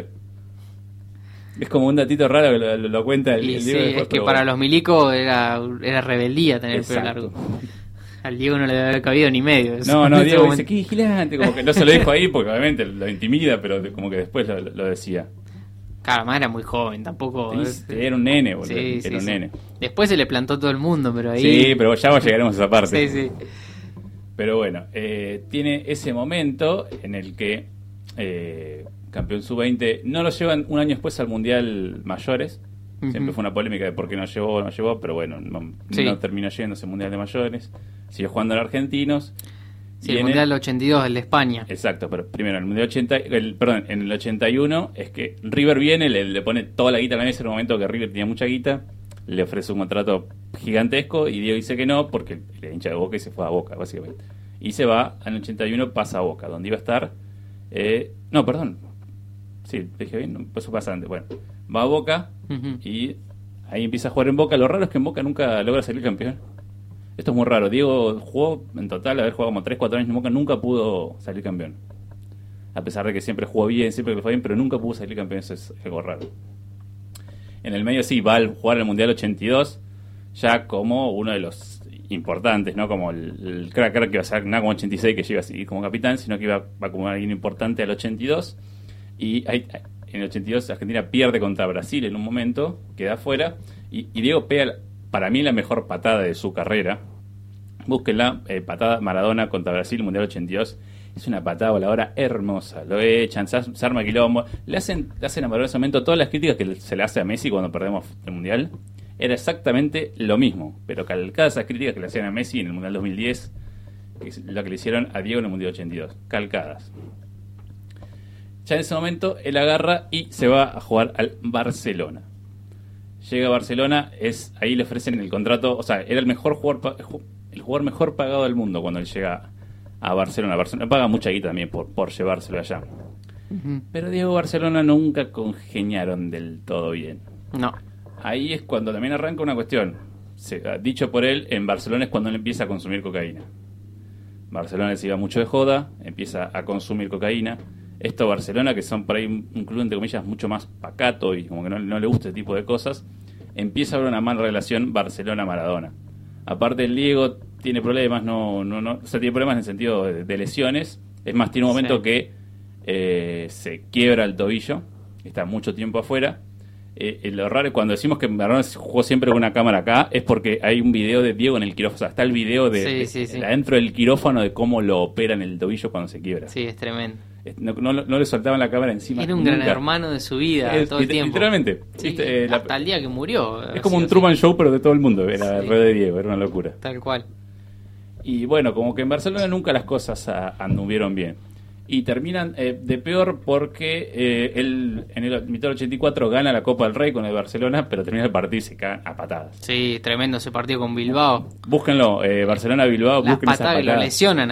Es como un datito raro que lo, lo- lo cuenta el, Y el sí, Diego es después, que pero para bueno. los milicos era, era rebeldía tener el pelo Exacto. largo. Al Diego no le debe haber cabido ni medio. eso. No, no, En ese Diego momento. dice, qué vigilante, como que no se lo dijo ahí porque obviamente lo intimida, pero de- como que después lo, lo decía. Claro, además era muy joven, tampoco. Sí, era un nene, boludo. Sí, era sí, un sí. nene. Después se le plantó todo el mundo, pero ahí. Sí, pero ya llegaremos a esa parte. Sí, sí. Pero bueno, eh, tiene ese momento en el que eh, campeón sub veinte no lo llevan un año después al Mundial Mayores. Ujú. Siempre fue una polémica de por qué no llevó o no llevó, pero bueno, no, Sí. no terminó yéndose al Mundial de Mayores. Siguió jugando a los argentinos. Sí, Y el en Mundial ochenta y dos, el de España. Exacto, pero primero en el Mundial ochenta, el, perdón, en el ochenta y uno es que River viene, le, le pone toda la guita a la mesa en un momento que River tenía mucha guita, le ofrece un contrato gigantesco y Diego dice que no porque le hincha de Boca y se fue a Boca, básicamente. Y se va, en el ochenta y uno pasa a Boca, donde iba a estar... Eh, no, perdón. Sí, dije bien, no, eso pasa antes. Bueno, va a Boca Ujú. y ahí empieza a jugar en Boca. Lo raro es que en Boca nunca logra salir campeón. Esto es muy raro. Diego jugó en total, haber jugado como tres cuatro años en Boca, nunca pudo salir campeón. A pesar de que siempre jugó bien, siempre que le fue bien, pero nunca pudo salir campeón. Eso es algo raro. En el medio sí, va a jugar el Mundial ochenta y dos, ya como uno de los importantes, no como el, el crack, crack que va a ser nada como ochenta y seis que llega a seguir como capitán, sino que iba, va como alguien importante al ochenta y dos. Y ahí, en el ochenta y dos Argentina pierde contra Brasil en un momento, queda afuera, y, y Diego pega, para mí, la mejor patada de su carrera. Búsquenla, eh, patada Maradona contra Brasil, Mundial ochenta y dos. Es una patada voladora hermosa. Lo echan, se, se arma quilombo. Le hacen, le hacen a Maradona en ese momento todas las críticas que se le hace a Messi cuando perdemos el Mundial. Era exactamente lo mismo, pero calcadas esas críticas que le hacían a Messi en el Mundial dos mil diez, que es lo que le hicieron a Diego en el Mundial ochenta y dos. Calcadas. Ya en ese momento él agarra y se va a jugar al Barcelona. Llega a Barcelona, es ahí le ofrecen el contrato, o sea, era el mejor jugador, el jugador mejor pagado del mundo cuando él llega a Barcelona. Barcelona paga mucha guita también por, por llevárselo allá. Ujú. Pero Diego y Barcelona nunca congeniaron del todo bien. No. Ahí es cuando también arranca una cuestión. Se, dicho por él, en Barcelona es cuando él empieza a consumir cocaína. Barcelona se iba mucho de joda, empieza a consumir cocaína. Esto Barcelona, que son por ahí un club entre comillas mucho más pacato y como que no, no le gusta este tipo de cosas, empieza a haber una mala relación Barcelona-Maradona. Aparte el Diego tiene problemas, no, no, no, o sea, tiene problemas en el sentido de, de lesiones. Es más, tiene un momento Sí. que eh, se quiebra el tobillo, está mucho tiempo afuera. Eh, lo raro es cuando decimos que Maradona jugó siempre con una cámara acá, es porque hay un video de Diego en el quirófano. O sea, está el video de, Sí, de- sí, sí. de adentro del quirófano de cómo lo operan el tobillo cuando se quiebra. Sí, es tremendo. No, no, no le soltaban la cámara encima. Era un nunca. gran hermano de su vida Es- todo el lit- tiempo. Literalmente. Sí, ¿Viste? Eh, la- hasta el día que murió. es como un Truman Show, pero de todo el mundo. Era Sí. alrededor de Diego, era una locura. Tal cual. Y bueno, como que en Barcelona nunca las cosas a- anduvieron bien. Y terminan eh, de peor porque eh, él en el mitad del ochenta y cuatro gana la Copa del Rey con el Barcelona, pero termina el partido y se cagan a patadas. Sí, tremendo ese partido con Bilbao. Búsquenlo, eh, Barcelona-Bilbao, Las busquen esas patadas que lo patadas. lesionan ahí.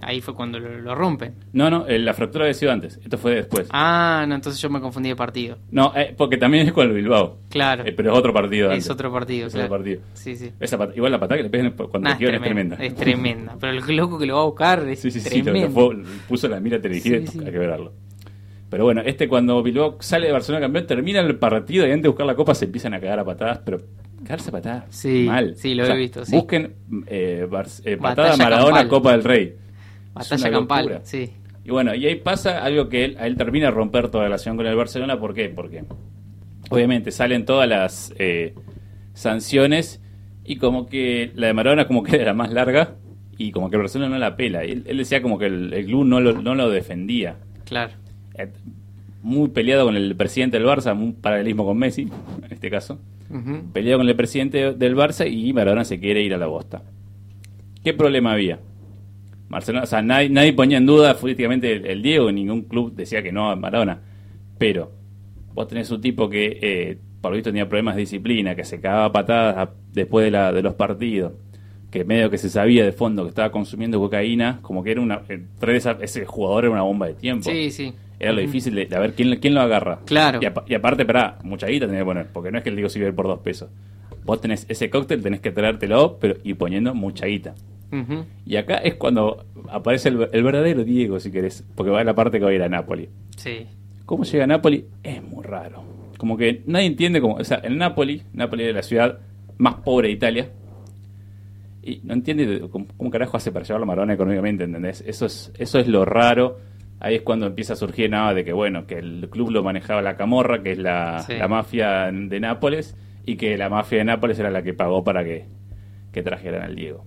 ahí fue cuando lo, lo rompen. No, no, eh, la fractura había sido antes. Esto fue después. Ah, no, entonces yo me confundí de partido. No, eh, porque también es con el Bilbao. Claro. Eh, pero es otro partido. Es antes. otro partido, Es claro. otro partido. Sí, sí. Esa pat- igual la patada que le pegan cuando Nah, te quiebran es tremenda. Es tremenda. Pero el loco que lo va a buscar es Sí, sí, sí. Lo, tremendo. lo fue- puso la mira dirigida, Sí, sí. hay que verlo. Pero bueno, este cuando Bilbao sale de Barcelona campeón, termina el partido y antes de buscar la copa se empiezan a cagar a patadas, pero cagarse a patadas Sí, mal. sí, lo O sea, he visto, sí. Busquen eh, Bar- eh, patada Batalla Maradona, campal. Copa del Rey. Es Batalla una campal, locura. sí. Y bueno, y ahí pasa algo que él, a él termina de romper toda relación con el Barcelona. ¿Por qué? Porque obviamente salen todas las eh, sanciones y como que la de Maradona como que era la más larga y como que el Barcelona no la pela. Él, él decía como que el, el club no lo, no lo defendía. Claro. Eh, Muy peleado con el presidente del Barça, un paralelismo con Messi, en este caso. Ujú. Peleado con el presidente del Barça y Maradona se quiere ir a la bosta. ¿Qué problema había? Barcelona, o sea, nadie, nadie ponía en duda políticamente el, el Diego, ningún club decía que no a Maradona. Pero vos tenés un tipo que, eh, por lo visto, tenía problemas de disciplina, que se cagaba a patadas a- después de, la, de los partidos, que medio que se sabía de fondo que estaba consumiendo cocaína, como que era una. eh, traer esa- ese jugador era una bomba de tiempo. Sí, sí. Era lo difícil de, de ver quién, quién lo agarra. Claro. Y, apa- y aparte, pará, mucha guita tenés que poner, porque no es que el Diego se iba a ir por dos pesos. Vos tenés ese cóctel, tenés que traértelo, pero y poniendo mucha guita. Ujú. Y acá es cuando aparece el, el verdadero Diego, si querés, porque va a la parte que va a ir a Napoli. Sí. ¿Cómo llega a Napoli? Es muy raro. Como que nadie entiende cómo. O sea, el Napoli, Napoli es la ciudad más pobre de Italia. Y no entiende cómo, cómo carajo hace para llevarlo a Maradona económicamente, ¿entendés? Eso es, eso es lo raro. Ahí es cuando empieza a surgir nada de que, bueno, que el club lo manejaba la Camorra, que es la, Sí. la mafia de Nápoles, y que la mafia de Nápoles era la que pagó para que, que trajeran al Diego.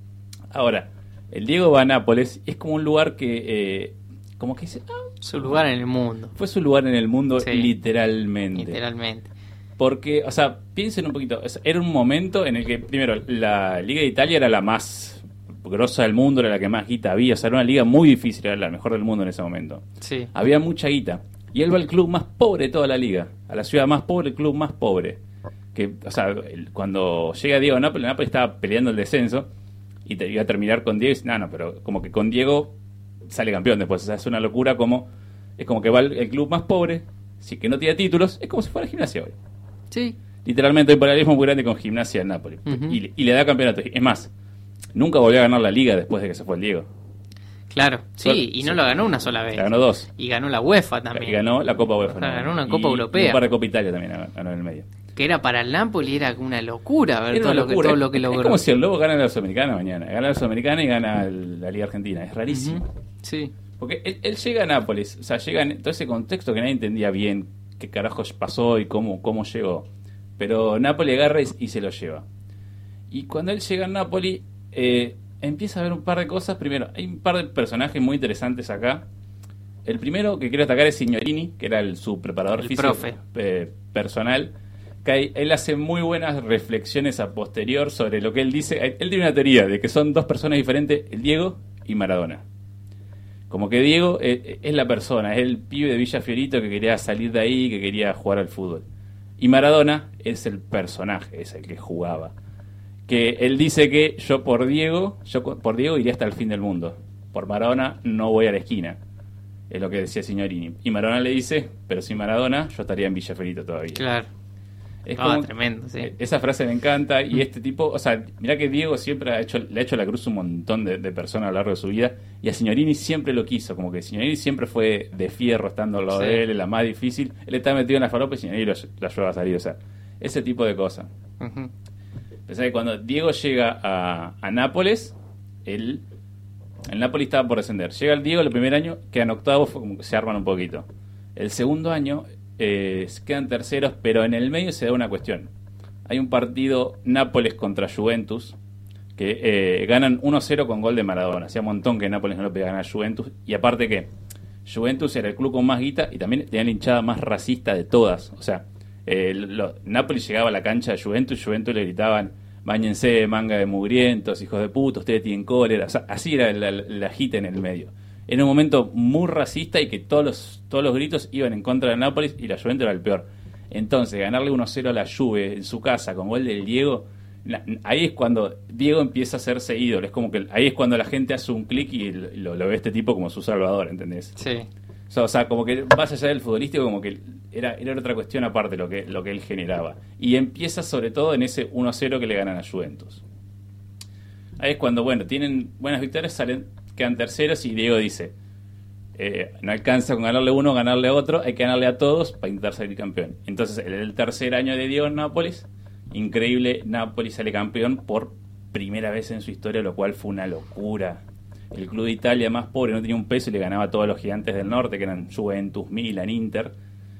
Ahora, el Diego va a Nápoles y es como un lugar que, eh, como que dice, ah, Su lugar en el mundo. fue su lugar en el mundo Sí. literalmente. Literalmente. Porque, o sea, piensen un poquito, o sea, era un momento en el que, primero, la Liga de Italia era la más grosa del mundo, era la que más guita había, o sea, era una liga muy difícil, era la mejor del mundo en ese momento. Sí. Había mucha guita. Y él va al club más pobre de toda la liga, a la ciudad más pobre, el club más pobre. Que, o sea, el- cuando llega Diego a Nápoles, Nápoles estaba peleando el descenso y te iba a terminar con Diego y dice, no, no, pero como que con Diego sale campeón después. O sea, es una locura como, es como que va el, el club más pobre, si que no tiene títulos, es como si fuera Gimnasia hoy. Sí. Literalmente hay paralelismo muy grande con Gimnasia en Nápoles. Ujú. y, y le da campeonato. Es más, nunca volvió a ganar la liga después de que se fue el Diego. Claro. Sí, Sol- y no sí. lo ganó una sola vez. La ganó dos. Y ganó la UEFA también. Y ganó la Copa UEFA. O sea, ¿no? ganó una Y- Copa y Europea. un par de Copa Italia también ganó en el medio. Que era para el Napoli, era una locura ver Era todo, una lo que, locura. todo lo que Es- logró. Es como si el Lobo gana la Sudamericana mañana. Gana la Sudamericana y gana el- la Liga Argentina. Es rarísimo. Ujú. Sí. Porque él, él llega a Nápoles. O sea, llega en todo ese contexto que nadie entendía bien qué carajos pasó y cómo, cómo llegó. Pero Nápoles agarra y, y se lo lleva. Y cuando él llega a Nápoles, eh, empieza a ver un par de cosas. Primero, hay un par de personajes muy interesantes acá. El primero que quiero destacar es Signorini, que era el, su preparador El físico profe. eh, personal. Que ahí- él hace muy buenas reflexiones a posterior sobre lo que él dice. Él tiene una teoría de que son dos personas diferentes, el Diego y Maradona. Como que Diego eh, es la persona, es el pibe de Villa Fiorito que quería salir de ahí, que quería jugar al fútbol. Y Maradona es el personaje, es el que jugaba. Que él dice que yo por Diego, yo co- por Diego iría hasta el fin del mundo. Por Maradona no voy a la esquina. Es lo que decía Signorini. Y Maradona le dice, pero sin Maradona yo estaría en Villa Fiorito todavía. Claro. Es Ah, como- tremendo, sí. eh, Esa frase me encanta. Y este tipo, o sea, mirá que Diego siempre ha hecho, le ha hecho la cruz a un montón de, de personas a lo largo de su vida. Y a Signorini siempre lo quiso. Como que Signorini siempre fue de fierro estando al lado Sí. de él, en la más difícil. Él estaba metido en la faropa y Signorini lo, lo ayudaba a salir. O sea, ese tipo de cosas. Ujú. Pensá que cuando Diego llega a, a Nápoles, él, el Nápoles estaba por descender. Llega el Diego el primer año, quedan octavos, fue como que se arman un poquito. El segundo año eh, quedan terceros, pero en el medio se da una cuestión. Hay un partido Nápoles contra Juventus que eh, ganan uno cero con gol de Maradona. Hacía un montón que Nápoles no lo podía ganar a Juventus. Y aparte que Juventus era el club con más guita y también tenía la hinchada más racista de todas. O sea, eh, lo- Nápoles llegaba a la cancha de Juventus y Juventus le gritaban: báñense, manga de mugrientos, hijos de puta, ustedes tienen cólera. O sea, así era la, la gita en el medio. Era un momento muy racista y que todos los, todos los gritos iban en contra de Nápoles y la Juventus era el peor. Entonces, ganarle uno cero a la Juve en su casa con gol del Diego Na- Ahí es cuando Diego empieza a hacerse ídolo. Es como que ahí es cuando la gente hace un clic y lo, lo ve este tipo como su salvador, ¿entendés? Sí. O sea, o sea, como que más allá del futbolístico, como que era, era otra cuestión aparte lo que, lo que él generaba. Y empieza sobre todo en ese uno a cero que le ganan a Juventus. Ahí es cuando, bueno, tienen buenas victorias, salen, quedan terceros y Diego dice, eh, no alcanza con ganarle uno, ganarle a otro, hay que ganarle a todos para intentar salir campeón. Entonces, el, el tercer año de Diego en Nápoles, increíble, Nápoles sale campeón por primera vez en su historia, lo cual fue una locura. El club de Italia más pobre no tenía un peso y le ganaba a todos los gigantes del norte, que eran Juventus, Milan, Inter.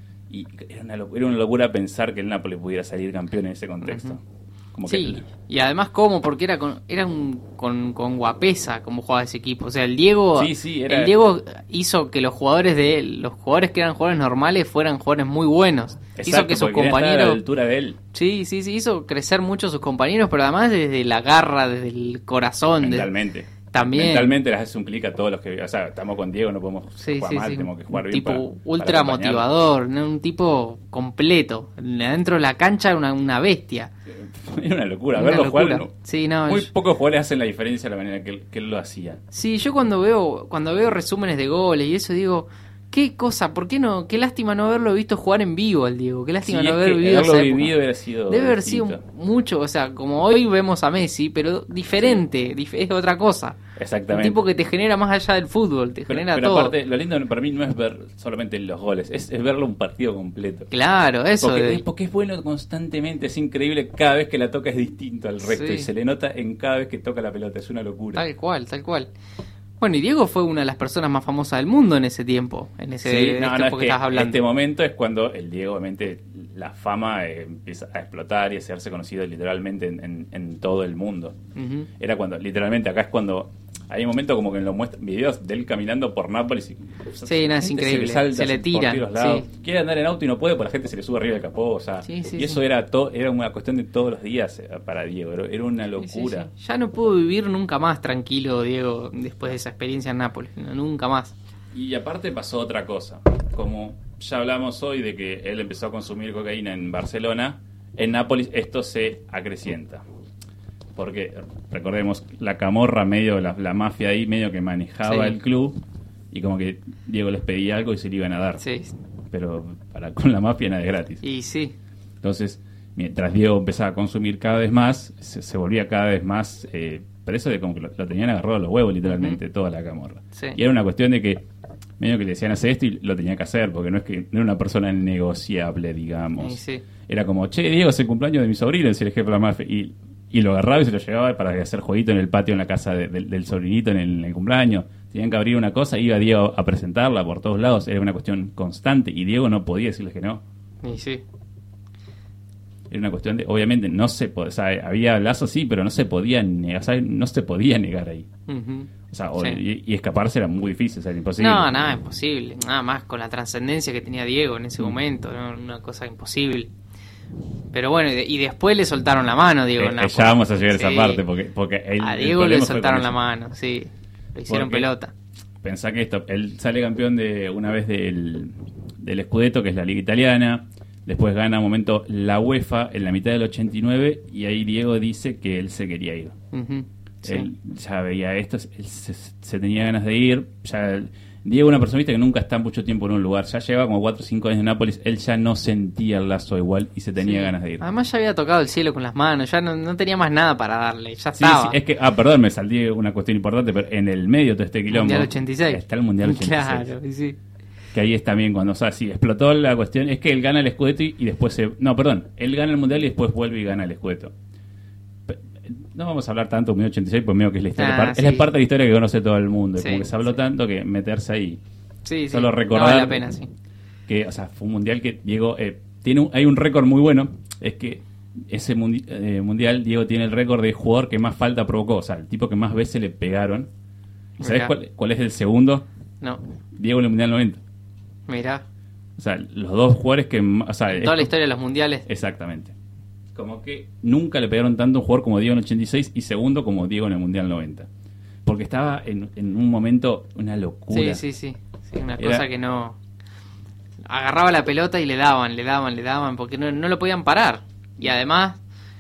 Y era una, lo- era una locura pensar que el Nápoles pudiera salir campeón en ese contexto. Ujú. Como que Sí, el- y además cómo, porque era con, era un, con, con guapesa como jugaba ese equipo. O sea, el Diego, Sí, sí, era- el Diego hizo que los jugadores de él, los jugadores que eran jugadores normales fueran jugadores muy buenos. Exacto, hizo que sus porque quería estar a la compañeros, altura de él. sí, sí, sí, hizo crecer mucho a sus compañeros, pero además desde la garra, desde el corazón, de- Mentalmente. también. Mentalmente les hace un clic a todos los que... O sea, estamos con Diego, no podemos Sí, jugar sí, mal, sí. tenemos que jugar Un bien tipo para- ultra para acompañarlo. motivador, ¿no? Un tipo completo. Adentro de la cancha era una, una bestia. Era una locura. Una Verlo locura. jugar... no- Sí, no, Muy yo- pocos jugadores hacen la diferencia de la manera que él, que él lo hacía. Sí, yo cuando veo cuando veo resúmenes de goles y eso digo, qué cosa, ¿por qué no? Qué lástima no haberlo visto jugar en vivo al Diego, qué lástima Sí, no es haber que vivido haberlo esa época. vivido hubiera sido Debe haber distinto. sido mucho, o sea, como hoy vemos a Messi, pero diferente, dif- es otra cosa. Un Exactamente. tipo que te genera más allá del fútbol, te Pero, genera pero todo. aparte, lo lindo para mí no es ver solamente los goles, es, es verlo un partido completo. Claro, eso. Porque, de- es, porque es bueno constantemente, es increíble, cada vez que la toca es distinto al resto Sí. y se le nota en cada vez que toca la pelota, es una locura. Tal cual, tal cual. Bueno, y Diego fue una de las personas más famosas del mundo en ese tiempo, en ese Sí, en no, este no, es tiempo que que estabas hablando. este momento es cuando el Diego, obviamente, la fama eh, empieza a explotar y a hacerse conocido literalmente en, en- en todo el mundo. Ujú. Era cuando, literalmente, acá es cuando hay un momento como que lo muestran videos de él caminando por Nápoles y Sí, no, es gente increíble. se le, salta Se le por tiran, todos lados. sí. Quiere andar en auto y no puede, porque la gente se le sube arriba del capó, o sea, Sí, sí, y eso sí. era to- era una cuestión de todos los días eh, para Diego, era, era una Sí, sí, locura. sí. Ya no pudo vivir nunca más tranquilo, Diego, después de esa experiencia en Nápoles. No, nunca más. Y aparte pasó otra cosa, como ya hablamos hoy de que él empezó a consumir cocaína en Barcelona, en Nápoles esto se acrecienta. Porque, recordemos, la camorra, medio la, la mafia ahí, medio que manejaba Sí. el club, y como que Diego les pedía algo y se le iban a dar. Sí. Pero para con la mafia nada es gratis. Y sí. Entonces, mientras Diego empezaba a consumir cada vez más, se, se volvía cada vez más eh, preso de como que lo, lo tenían agarrado a los huevos, literalmente, Ujú. toda la camorra. Sí. Y era una cuestión de que medio que le decían hacer esto y lo tenía que hacer, porque no es que no era una persona negociable, digamos. Y sí. Era como, che, Diego, es el cumpleaños de mi sobrino, es el jefe de la mafia. Y, y lo agarraba y se lo llevaba para hacer jueguito en el patio en la casa de- del- del sobrinito en el, en el cumpleaños. Tenían que abrir una cosa, iba Diego a presentarla por todos lados, era una cuestión constante y Diego no podía decirles que no. Y sí. Era una cuestión de, obviamente, no se podía, o sea, había lazos sí, pero no se podía negar, o sea, no se podía negar ahí. Ujú. O sea, o- Sí. y, y escaparse era muy difícil, o sea, era imposible. No, nada, imposible. Nada más con la trascendencia que tenía Diego en ese Mm. momento. ¿No? Una cosa imposible. Pero bueno, y, de- y después le soltaron la mano, Diego. Eh, en eh, Nápoles. ya vamos a llegar a esa Sí. parte, porque, porque el, A el Diego le problema fue soltaron con la eso. mano, sí. Lo hicieron Porque- pelota. Pensá que esto, él sale campeón de una vez del, del Scudetto, que es la liga italiana, después gana un momento la UEFA en la mitad del ochenta y nueve y ahí Diego dice que él se quería ir. Ujú. Sí. Él ya veía esto, él se, se tenía ganas de ir. Ya, Diego, una persona ¿viste? Que nunca está mucho tiempo en un lugar, ya lleva como cuatro o cinco años en Nápoles, él ya no sentía el lazo igual y se tenía Sí. ganas de ir. Además ya había tocado el cielo con las manos, ya no, no tenía más nada para darle, ya Sí, estaba. sí, es que, ah, perdón, me salí una cuestión importante, pero en el medio de todo este quilombo Mundial ochenta y seis. está el Mundial ochenta y seis. Claro, y sí. Que ahí es también cuando, o sea, sí, explotó la cuestión, es que él gana el Scudetto y, y después se... No, perdón, él gana el Mundial y después vuelve y gana el Scudetto. Pe- No vamos a hablar tanto del ochenta y seis, pues medio que es la historia, Ah, par- sí. es la parte de la historia que conoce todo el mundo, y Sí, como que se habló sí. tanto que meterse ahí. Sí, sí. Solo No recordar vale la pena, sí. que, o sea, fue un Mundial que Diego... Eh, tiene un- hay un récord muy bueno, es que ese mundi- eh, Mundial, Diego tiene el récord de jugador que más falta provocó, o sea, el tipo que más veces le pegaron. ¿Y sabes Mirá. cuál, cuál es el segundo? No, Diego en el Mundial noventa. mirá. O sea, los dos jugadores que... ma- O sea, En es toda la co- historia de los mundiales. Exactamente. Como que nunca le pegaron tanto a un jugador como Diego en el ochenta y seis y segundo como Diego en el Mundial noventa. Porque estaba en, en un momento una locura. Sí, sí, sí. Sí, una Era- cosa que no... Agarraba la pelota y le daban, le daban, le daban, porque no, no lo podían parar. Y además,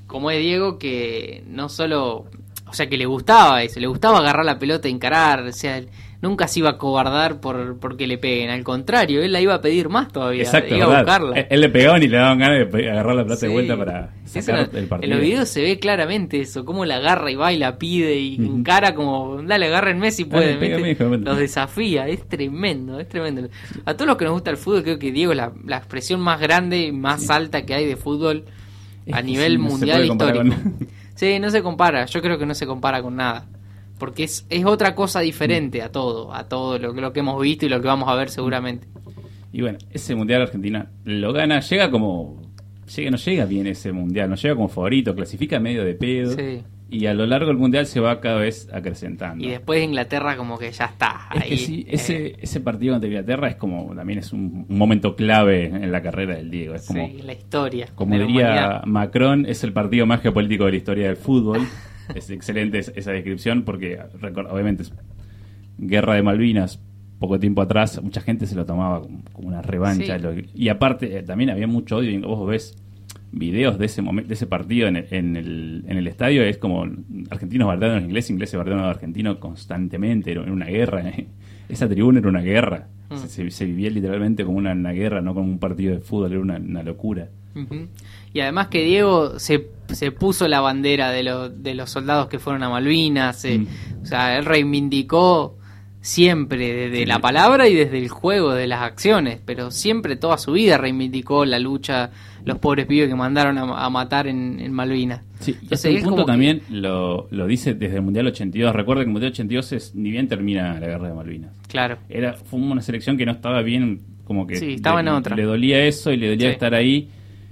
como es Diego, que no solo, o sea, que le gustaba eso, le gustaba agarrar la pelota e encarar, o sea, nunca se iba a cobardar por porque le peguen, al contrario, él la iba a pedir más todavía. Exacto, iba verdad. a buscarla. Él, él le pegaban y le daban ganas de agarrar la pelota sí. de vuelta para sacar una, el partido. En los videos se ve claramente eso, cómo la agarra y va y la pide y uh-huh. encara como, dale, agárrenme si pueden. Dale, pégame, los desafía, es tremendo, es tremendo. A todos los que nos gusta el fútbol, creo que Diego es la, la expresión más grande y más sí. alta que hay de fútbol es a nivel sí, no mundial histórico. Con... Sí, no se compara, yo creo que no se compara con nada. Porque es, es otra cosa diferente a todo, a todo lo, lo que hemos visto y lo que vamos a ver seguramente. Y bueno, ese Mundial Argentina lo gana, llega como... llega no llega bien ese Mundial, no llega como favorito, clasifica medio de pedo. Sí. Y a lo largo del Mundial se va cada vez acrecentando. Y después de Inglaterra como que ya está. Es ahí, que sí, eh. ese, ese partido ante Inglaterra es como, también es un, un momento clave en la carrera del Diego. Es como, sí, la historia. Como de diría humanidad. Macron, es el partido más geopolítico de la historia del fútbol. Es excelente esa descripción porque, obviamente, es Guerra de Malvinas, poco tiempo atrás, mucha gente se lo tomaba como, como una revancha. Sí. Y aparte, también había mucho odio. Vos ves videos de ese momento, de ese partido en el, en el, en el estadio, es como argentinos bardeando a los ingleses, ingleses bardeando a los argentinos constantemente. Era una guerra. ¿eh? Esa tribuna era una guerra. Mm. Se, se vivía literalmente como una, una guerra, no como un partido de fútbol. Era una, una locura. Uh-huh. Y además que Diego se, se puso la bandera de, lo, de los soldados que fueron a Malvinas, se, mm. o sea, él reivindicó siempre desde sí. la palabra y desde el juego de las acciones, pero siempre toda su vida reivindicó la lucha, los pobres pibes que mandaron a, a matar en, en Malvinas. Sí, y ese punto también que... lo, lo dice desde el Mundial ochenta y dos. Recuerda que el Mundial ochenta y dos es, ni bien termina la guerra de Malvinas. Claro. Era, fue una selección que no estaba bien, como que sí, estaba le, en otra. le dolía eso y le dolía sí. estar ahí.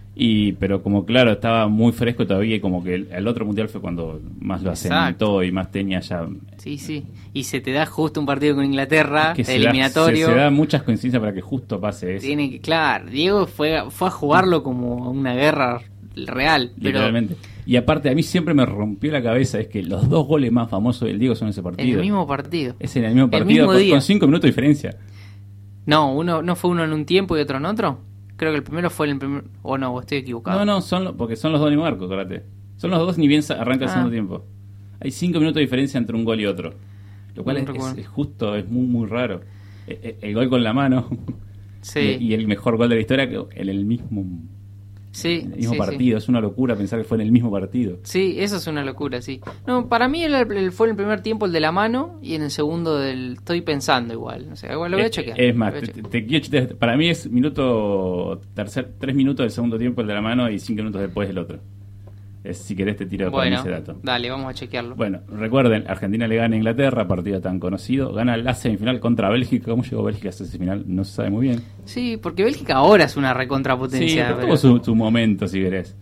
Y pero como claro, estaba muy fresco todavía y como que el, el otro mundial fue cuando más lo asentó y más tenía ya... Sí, sí. Y se te da justo un partido con Inglaterra, es que se eliminatorio. Da, se, se da muchas coincidencias para que justo pase eso. Tiene que, claro, Diego fue, fue a jugarlo como una guerra real. Literalmente. Pero... Y aparte a mí siempre me rompió la cabeza es que los dos goles más famosos del Diego son ese partido. En el mismo partido. Es en el mismo partido, el mismo con, día. con cinco minutos de diferencia. No, uno no fue uno en un tiempo y otro en otro. Creo que el primero fue el primer... O no, estoy equivocado. No, no, son lo... porque son los dos ni marco, acuérdate. Son los dos ni bien arranca el ah. segundo tiempo. Hay cinco minutos de diferencia entre un gol y otro. Lo cual no es, es, es justo, es muy, muy raro. El, el gol con la mano sí. y, y el mejor gol de la historia en el mismo, sí, en el mismo sí, partido. Sí. Es una locura pensar que fue en el mismo partido. Sí, eso es una locura, sí. No, para mí el, el, fue en el primer tiempo el de la mano y en el segundo del... Estoy pensando igual. O sea, igual lo voy a chequear. Es más, te, te, te, para mí es minuto tercer, tres minutos del segundo tiempo el de la mano y cinco minutos después el otro. Es, si querés te tiro bueno, ese dato. Dale, vamos a chequearlo. Bueno, recuerden, Argentina le gana a Inglaterra, partido tan conocido. Gana la semifinal contra Bélgica. ¿Cómo llegó Bélgica a esa semifinal? No se sabe muy bien. Sí, porque Bélgica ahora es una recontrapotencia. Sí, pero tuvo su, su momento, si querés.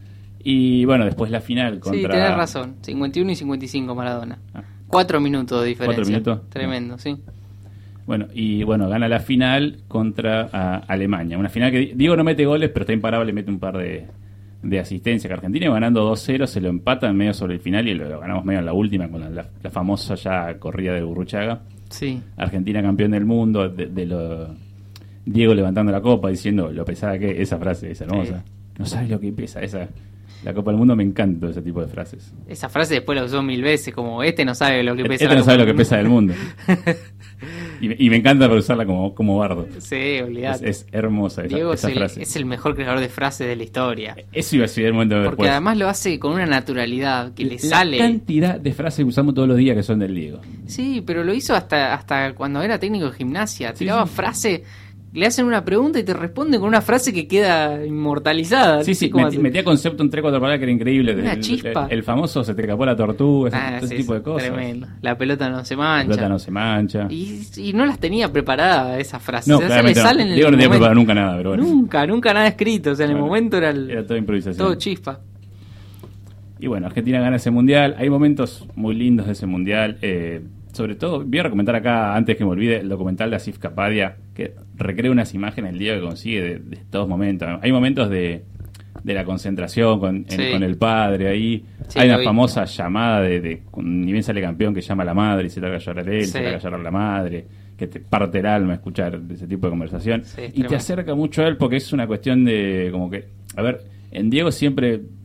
Y bueno, después la final contra... Sí, tenés razón. cincuenta y uno y cincuenta y cinco Maradona. Ah. Cuatro minutos de diferencia. ¿Cuatro minutos? Tremendo, sí. Bueno, y bueno, gana la final contra a Alemania. Una final que Diego no mete goles, pero está imparable, mete un par de... de asistencia, que Argentina iba ganando dos cero, se lo empatan medio sobre el final y lo ganamos medio en la última con la, la, la famosa ya corrida de Burruchaga. Sí. Argentina campeón del mundo, de, de lo Diego levantando la copa diciendo lo pesada que esa frase es hermosa. Sí. No sabes lo que pesa esa. La Copa del Mundo me encanta ese tipo de frases. Esa frase después la usó mil veces, como este no sabe lo que pesa. Este no sabe lo que pesa del mundo. Y, y me encanta por usarla como, como bardo. Sí, olvidate. Es, es hermosa esa, Diego esa es el, frase. Es el mejor creador de frases de la historia. Eso iba a ser el momento de ver. Porque además lo hace con una naturalidad que le la sale. La cantidad de frases que usamos todos los días que son del Diego. Sí, pero lo hizo hasta hasta cuando era técnico de gimnasia. Sí, Tiraba sí. frases... Le hacen una pregunta y te responden con una frase que queda inmortalizada. Sí, sí, met, metía concepto en tres, cuatro palabras que era increíble. Una el, chispa. El, el famoso se te escapó la tortuga, ese, ah, ese sí, tipo sí, de cosas. Tremendo. La pelota no se mancha. La pelota no se mancha. Y, y no las tenía preparadas esas frases. No, o sea, claramente le salen no. en Diego el no tenía momento. preparado nunca nada, pero bueno. Nunca, nunca nada escrito. O sea, en el bueno, momento era, el, era todo improvisación. todo chispa. Y bueno, Argentina gana ese mundial. Hay momentos muy lindos de ese mundial. Eh, sobre todo, voy a recomendar acá, antes que me olvide, el documental de Asif Kapadia, que recrea unas imágenes del Diego que consigue de, de todos momentos. Hay momentos de, de la concentración con, sí. en, con el padre ahí. Sí, hay una vi. famosa llamada de, de ni bien sale campeón, que llama a la madre y se larga a llorar él, sí. se larga a llorar la madre, que te parte el alma escuchar ese tipo de conversación. Sí, y tremendo. te acerca mucho a él porque es una cuestión de, como que, a ver, en Diego siempre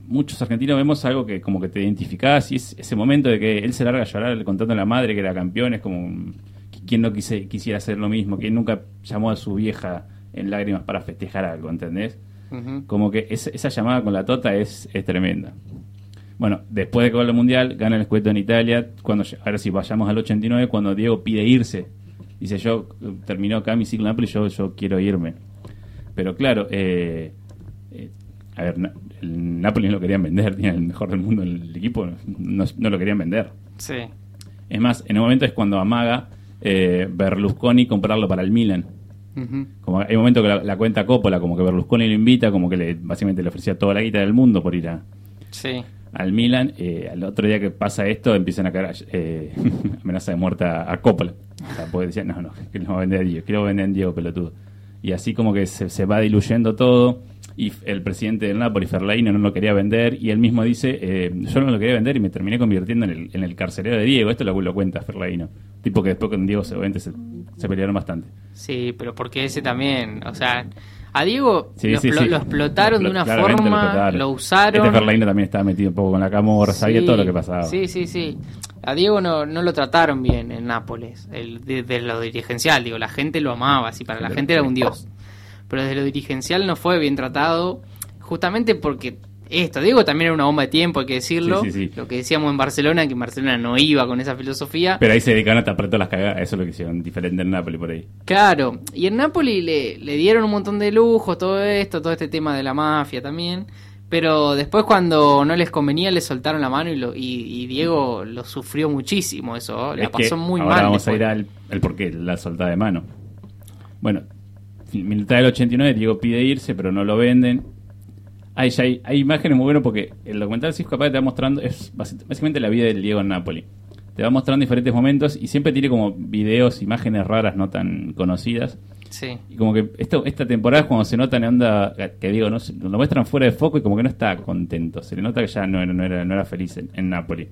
muchos argentinos vemos algo que como que te identificás, y es ese momento de que él se larga a llorar contando a la madre que era campeón. Es como un, quien no quise, quisiera hacer lo mismo, quien nunca llamó a su vieja en lágrimas para festejar algo, ¿entendés? Uh-huh. Como que esa, esa llamada con la tota es, es tremenda. Bueno, después de que gana el Mundial, gana el Scudetto en Italia. Cuando, ahora sí, vayamos al ochenta y nueve, cuando Diego pide irse. Dice, yo terminó acá mi ciclo en Napoli, yo, yo quiero irme. Pero claro, eh, eh, a ver, el Napoli no lo querían vender, tenía el mejor del mundo en el equipo, no, no lo querían vender. Sí. Es más, en un momento es cuando amaga eh, Berlusconi comprarlo para el Milan. Uh-huh. Como hay un momento que la, la cuenta Coppola, como que Berlusconi lo invita, como que le, básicamente le ofrecía toda la guita del mundo por ir a, sí. al Milan. Eh, al otro día que pasa esto, empiezan a caer eh, amenaza de muerte a, a Coppola. O sea, porque decían, no, no, que no va a vender a Diego, que lo vender a Diego, pelotudo. Y así como que se, se va diluyendo todo. Y el presidente del Napoli, Ferlaino, no lo quería vender, y él mismo dice, eh, yo no lo quería vender y me terminé convirtiendo en el, en el carcelero de Diego. Esto lo, lo cuenta Ferlaino, tipo que después con Diego seguramente se, se pelearon bastante. Sí, pero porque ese también, o sea, a Diego sí, lo, sí, lo, sí. lo explotaron lo, de una forma, lo, lo usaron. Este Ferlaino también estaba metido un poco con la camorra, sí, sabía todo lo que pasaba. Sí, sí, sí. A Diego no, no lo trataron bien en Nápoles, el, de, de lo dirigencial, digo, la gente lo amaba, así para la gente era un dios. Pero desde lo dirigencial no fue bien tratado, justamente porque esto, Diego también era una bomba de tiempo, hay que decirlo. Sí, sí, sí. Lo que decíamos en Barcelona, que en Barcelona no iba con esa filosofía. Pero ahí se dedicaron a tapar todas las cagadas, eso es lo que hicieron diferente en Napoli por ahí. Claro, y en Napoli le, le dieron un montón de lujos, todo esto, todo este tema de la mafia también. Pero después cuando no les convenía le soltaron la mano y, lo, y, y Diego lo sufrió muchísimo eso, la pasó muy ahora mal. Vamos después. a ir al el porqué, la soltada de mano. Bueno, mitad del ochenta y nueve, Diego pide irse, pero no lo venden. Hay, ya hay, hay imágenes muy buenas porque el documental, si es capaz, te va mostrando, es básicamente la vida del Diego en Napoli. Te va mostrando diferentes momentos y siempre tiene como videos, imágenes raras, no tan conocidas. Sí. Y como que esto, esta temporada es cuando se nota en onda, que digo, no, lo muestran fuera de foco y como que no está contento. Se le nota que ya no era, no era, no era feliz en, en Napoli.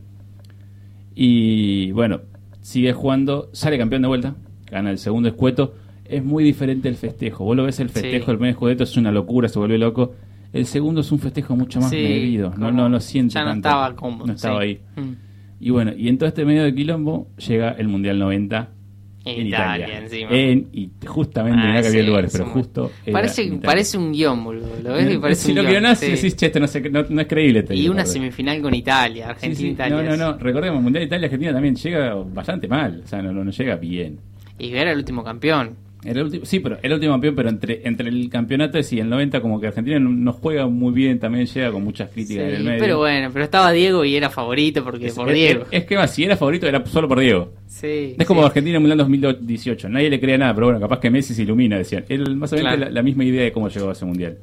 Y bueno, sigue jugando, sale campeón de vuelta, gana el segundo Scudetto. Es muy diferente el festejo. Vos lo ves, el festejo sí. del primer Scudetto es una locura, se vuelve loco. El segundo es un festejo mucho más sí, medido. No, no, no siente ya no tanto. Estaba cómodo, no estaba sí. ahí. Mm. Y bueno, y en todo este medio de quilombo llega el Mundial noventa en Italia. Italia encima. En, y justamente, ah, mirá que sí, había lugares, pero muy... justo. Parece, parece un guión, boludo. Lo ves y parece si un lo guión. guionás, sí. decís, che, esto no, sé, no, no es creíble. Este y video, una por semifinal con Italia, Argentina-Italia. Sí, sí. No, no, no. Recordemos, Mundial de Italia, Argentina también llega bastante mal. O sea, no, no llega bien. Y era el último campeón. Era el último, sí, pero el último campeón, pero entre entre el campeonato y el noventa, como que Argentina no, no juega muy bien, también llega con muchas críticas sí, en el medio. Pero bueno, pero estaba Diego y era favorito porque es, por es, Diego. Es, es que más, si era favorito era solo por Diego. Sí. Es como sí. Argentina en Mundial dos mil dieciocho, nadie le creía nada, pero bueno, capaz que Messi se ilumina, decían. Era más o menos claro. la, la misma idea de cómo llegó a ese Mundial.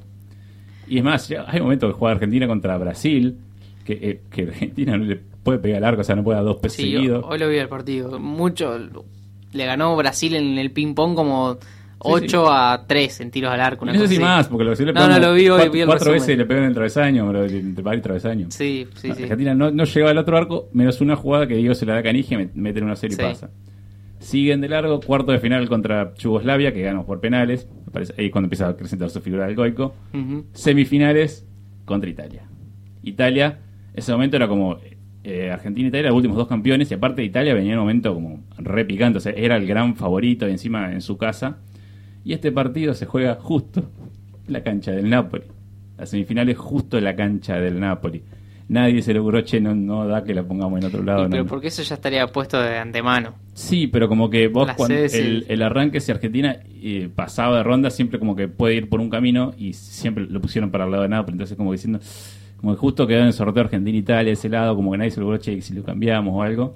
Y es más, ya hay momentos que juega Argentina contra Brasil, que, eh, que Argentina no le puede pegar el arco, o sea, no puede dar dos pesos sí, seguidos. Hoy lo vi el partido. Mucho. Le ganó Brasil en el ping-pong como ocho sí, sí. a tres en tiros al arco. Una no sé si así. más, porque lo que le no, no lo vi hoy. Cuatro, vi el cuatro resumen. veces le pegó en el travesaño, pero entre par y travesaño. Sí, sí, no, sí. Argentina no, no llegaba al otro arco, menos una jugada que Diego se la da a Canigia, meten una serie sí. y pasa. Siguen de largo, cuarto de final contra Yugoslavia, que ganó por penales. Me parece, ahí cuando empieza a acrecentar su figura del Goico. Uh-huh. Semifinales contra Italia. Italia, ese momento era como eh, Argentina e Italia, los últimos dos campeones, y aparte Italia venía en un momento como re picante, o sea, era el gran favorito y encima en su casa. Y este partido se juega justo en la cancha del Napoli. La semifinal es justo en la cancha del Napoli. Nadie se logró, che, no, no da que la pongamos en otro lado. Y pero no. porque eso ya estaría puesto de antemano. Sí, pero como que vos La cuando sede, el, sí. el arranque, si Argentina eh, pasaba de ronda, siempre como que puede ir por un camino y siempre lo pusieron para el lado de Napoli. Entonces como diciendo, como que justo quedó en el sorteo Argentina-Italia ese lado, como que nadie se logró, che, si lo cambiamos o algo.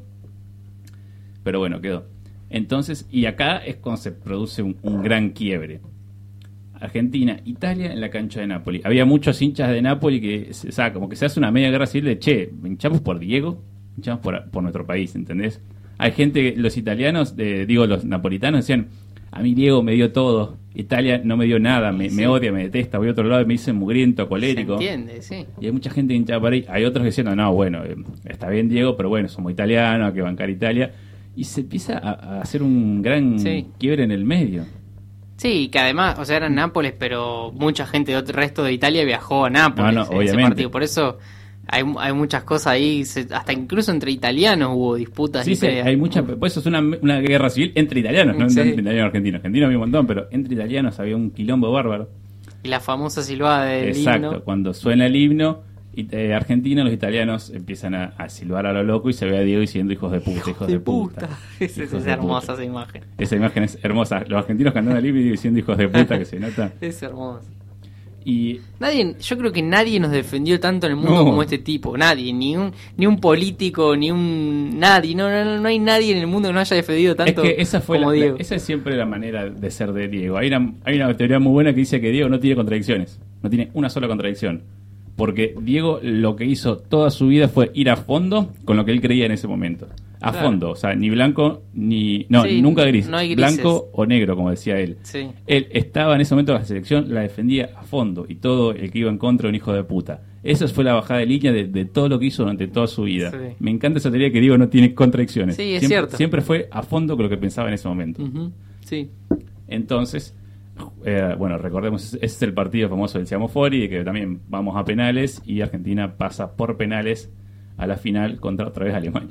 Pero bueno, quedó. Entonces, y acá es cuando se produce un, un gran quiebre. Argentina, Italia en la cancha de Napoli. Había muchos hinchas de Napoli que, o sea, como que se hace una media guerra civil de, che, hinchamos por Diego, hinchamos por, por nuestro país, ¿entendés? Hay gente, los italianos, de, digo, los napolitanos decían, a mí Diego me dio todo, Italia no me dio nada, me, sí. me odia, me detesta, voy a otro lado y me dicen mugriento, colérico. Se entiende, sí. Y hay mucha gente hinchada por ahí. Hay otros que dicen, no, no, bueno, eh, está bien Diego, pero bueno, somos italianos, hay que bancar Italia. Y se empieza a, a hacer un gran sí. quiebre en el medio. Sí, que además, o sea, era en Nápoles, pero mucha gente del resto de Italia viajó a Nápoles No, no, en ese obviamente. partido. Por eso hay, hay muchas cosas ahí, se- hasta incluso entre italianos hubo disputas Sí, y sí, peleas. hay mucha, pues eso es una, una guerra civil entre italianos, no Sí. entre italianos y argentinos. Argentinos había un montón, pero entre italianos había un quilombo bárbaro. Y la famosa silbada del Exacto, himno. cuando suena el himno y- eh, argentino, los italianos empiezan a, a silbar a lo loco y se ve a Diego diciendo hijos de puta, hijos de puta. Es, es Hijos de hermosa puta. esa imagen. Esa imagen es hermosa. Los argentinos cantando el himno y diciendo hijos de puta, que se nota. Es hermosa. Y Nadie, yo creo que nadie nos defendió tanto en el mundo No. como este tipo. Nadie, ni un ni un político, ni un nadie. No, no, no hay nadie en el mundo que nos haya defendido tanto es que esa fue como la, Diego. la- esa es siempre la manera de ser de Diego. Hay una, hay una teoría muy buena que dice que Diego no tiene contradicciones. No tiene una sola contradicción. Porque Diego lo que hizo toda su vida fue ir a fondo con lo que él creía en ese momento. A Claro. fondo, o sea, ni blanco ni... No, Sí, nunca gris. no hay grises. Blanco o negro, como decía él. Sí. Él estaba en ese momento de la selección, la defendía a fondo. Y todo el que iba en contra era un hijo de puta. Esa fue la bajada de línea de, de todo lo que hizo durante toda su vida. Sí. Me encanta esa teoría que Diego no tiene contradicciones. Sí, es siempre, cierto. Siempre fue a fondo con lo que pensaba en ese momento. Ujú, sí. Entonces, eh, bueno, recordemos, ese es el partido famoso del Siamo Fori, que también vamos a penales y Argentina pasa por penales a la final contra otra vez Alemania.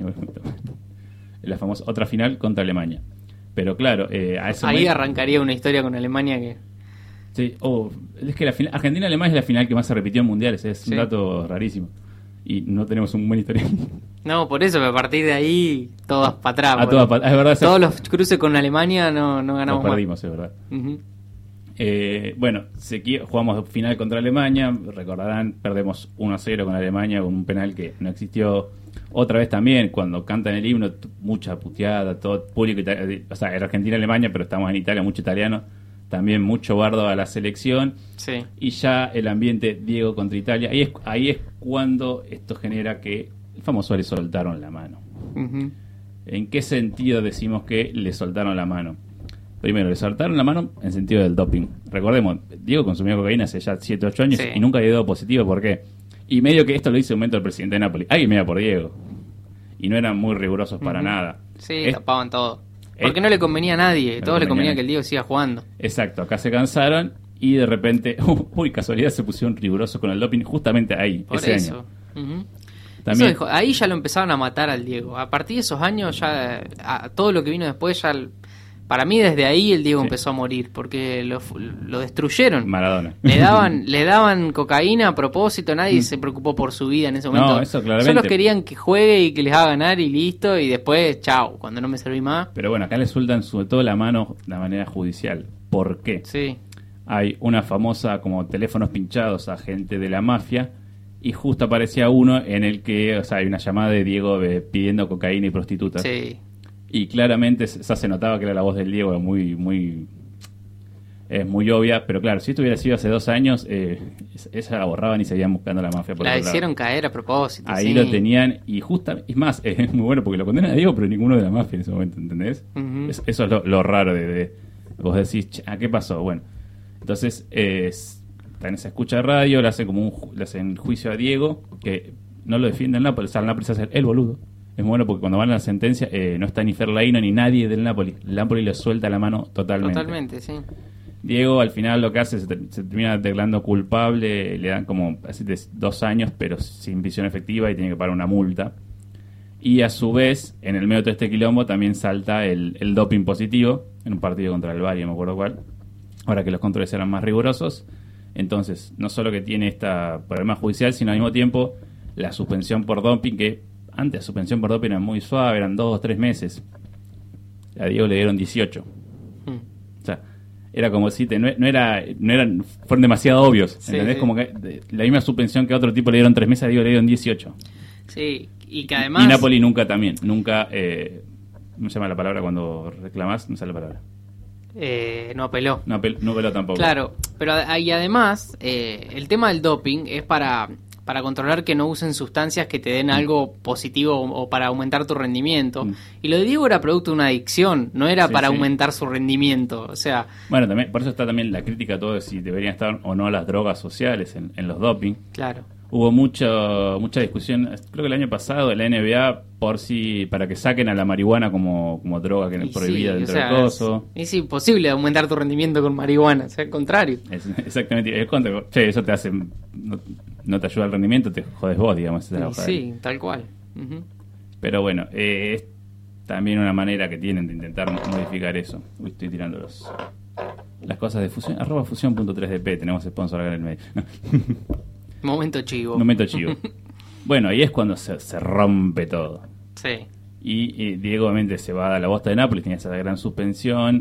La famosa otra final contra Alemania. Pero claro, eh, a ese Ahí momento- arrancaría una historia con Alemania que... Sí, oh, es que la final, Argentina-Alemania es la final que más se repitió en mundiales, es Sí. un dato rarísimo. Y no tenemos un buen historial. No, por eso, pero a partir de ahí, todas para atrás. A porque todas pat- es verdad, esa- Todos los cruces con Alemania no, no Nos ganamos más. perdimos, es verdad. Ujú. Eh, bueno, se qui- jugamos final contra Alemania, recordarán, perdemos uno a cero con Alemania con un penal que no existió. Otra vez también, cuando cantan el himno, t- mucha puteada, todo público, ita- o sea, era Argentina-Alemania, pero estamos en Italia, mucho italiano, también mucho bardo a la selección, Sí. y ya el ambiente Diego contra Italia, ahí es, ahí es cuando esto genera que el famoso le soltaron la mano. Ujú. ¿En qué sentido decimos que le soltaron la mano? Primero, le soltaron la mano en sentido del doping. Recordemos, Diego consumió cocaína hace ya siete ocho años Sí. y nunca dio positivo. ¿Por qué? Y medio que esto lo hizo un momento el presidente de Nápoles. Alguien me iba por Diego. Y no eran muy rigurosos para Ujú. nada. Sí, Es- tapaban todo. es- Porque no le convenía a nadie. No Todos le le convenía convenía a que el Diego siga jugando. Exacto, acá se cansaron y de repente, uy, casualidad, se pusieron rigurosos con el doping justamente ahí, Por ese eso. año. Ujú. También, Eso dijo, ahí ya lo empezaron a matar al Diego. A partir de esos años, ya a, todo lo que vino después, ya el- para mí desde ahí el Diego Sí. empezó a morir porque lo, lo destruyeron. Maradona. Le daban, le daban cocaína a propósito, nadie se preocupó por su vida en ese momento. No, eso claramente. Solo querían que juegue y que les haga ganar y listo, y después, chao, cuando no me serví más. Pero bueno, acá le sueltan sobre todo la mano de manera judicial. ¿Por qué? Sí, Hay una famosa como teléfonos pinchados a gente de la mafia y justo aparecía uno en el que, o sea, hay una llamada de Diego eh, pidiendo cocaína y prostitutas. sí. Y claramente se, se notaba que era la voz del Diego, muy, muy, es muy obvia, pero claro, si esto hubiera sido hace dos años, eh, esa la borraban y seguían buscando a la mafia por La otro lado. hicieron caer a propósito. Ahí sí. lo tenían y justa, es más, es muy bueno porque lo condenan a Diego, pero ninguno de la mafia en ese momento, ¿entendés? Ujú. Es- eso es lo, lo raro de, de- vos decís, "Che, ¿a qué pasó?" Bueno, entonces eh, es- también se escucha radio, le hacen como un ju- le hacen juicio a Diego, que no lo defiende el Napoli, o sea, el Napoli se hace el boludo. Es muy bueno porque cuando van a la sentencia eh, no está ni Ferlaino ni nadie del Napoli. El Napoli le suelta la mano totalmente. Totalmente, sí. Diego al final lo que hace se, ter- se termina declarando culpable, le dan como así de dos años pero sin prisión efectiva y tiene que pagar una multa. Y a su vez, en el medio de todo este quilombo también salta el, el doping positivo en un partido contra el Bari, no me acuerdo cuál. Ahora que los controles eran más rigurosos. Entonces, no solo que tiene este problema judicial, sino al mismo tiempo la suspensión por doping, que antes la suspensión por doping era muy suave, eran dos o tres meses. A Diego le dieron dieciocho. Mm. O sea, era como si te, no, no era, no eran, fueron demasiado obvios. Sí, ¿Entendés? sí. Como que de- la misma suspensión que a otro tipo le dieron tres meses, a Diego le dieron dieciocho. Sí, y que además... Y Napoli nunca también, nunca, eh, ¿cómo se llama la palabra cuando reclamás? No sale la palabra. eh, no apeló. No, pel- no veló tampoco. Claro, pero a- y además eh, el tema del doping es para, para controlar que no usen sustancias que te den algo positivo o, o para aumentar tu rendimiento. Mm. Y lo de Diego era producto de una adicción, no era Sí, para sí. aumentar su rendimiento. O sea, Bueno, también, por eso está también la crítica a todo de si deberían estar o no las drogas sociales en, en los doping. claro. hubo mucho, mucha discusión, creo que el año pasado, de la N B A, por si para que saquen a la marihuana como, como droga que es prohibida sí, dentro o sea, del coso. Es, es imposible aumentar tu rendimiento con marihuana, o sea, al contrario. Es, exactamente, es contra, che, eso te hace, no, no te ayuda al rendimiento, te jodes vos, digamos. Esa es la Y sí, tal cual. Uh-huh. Pero bueno, eh, es también una manera que tienen de intentar modificar eso. Uy, estoy tirando los, las cosas de fusión, arroba fusión punto tres D P, tenemos sponsor acá en el medio. Momento chivo. Momento chivo. Bueno, ahí es cuando se, se rompe todo. Sí. Y, y Diego obviamente se va a la bosta de Nápoles, tenía esa gran suspensión.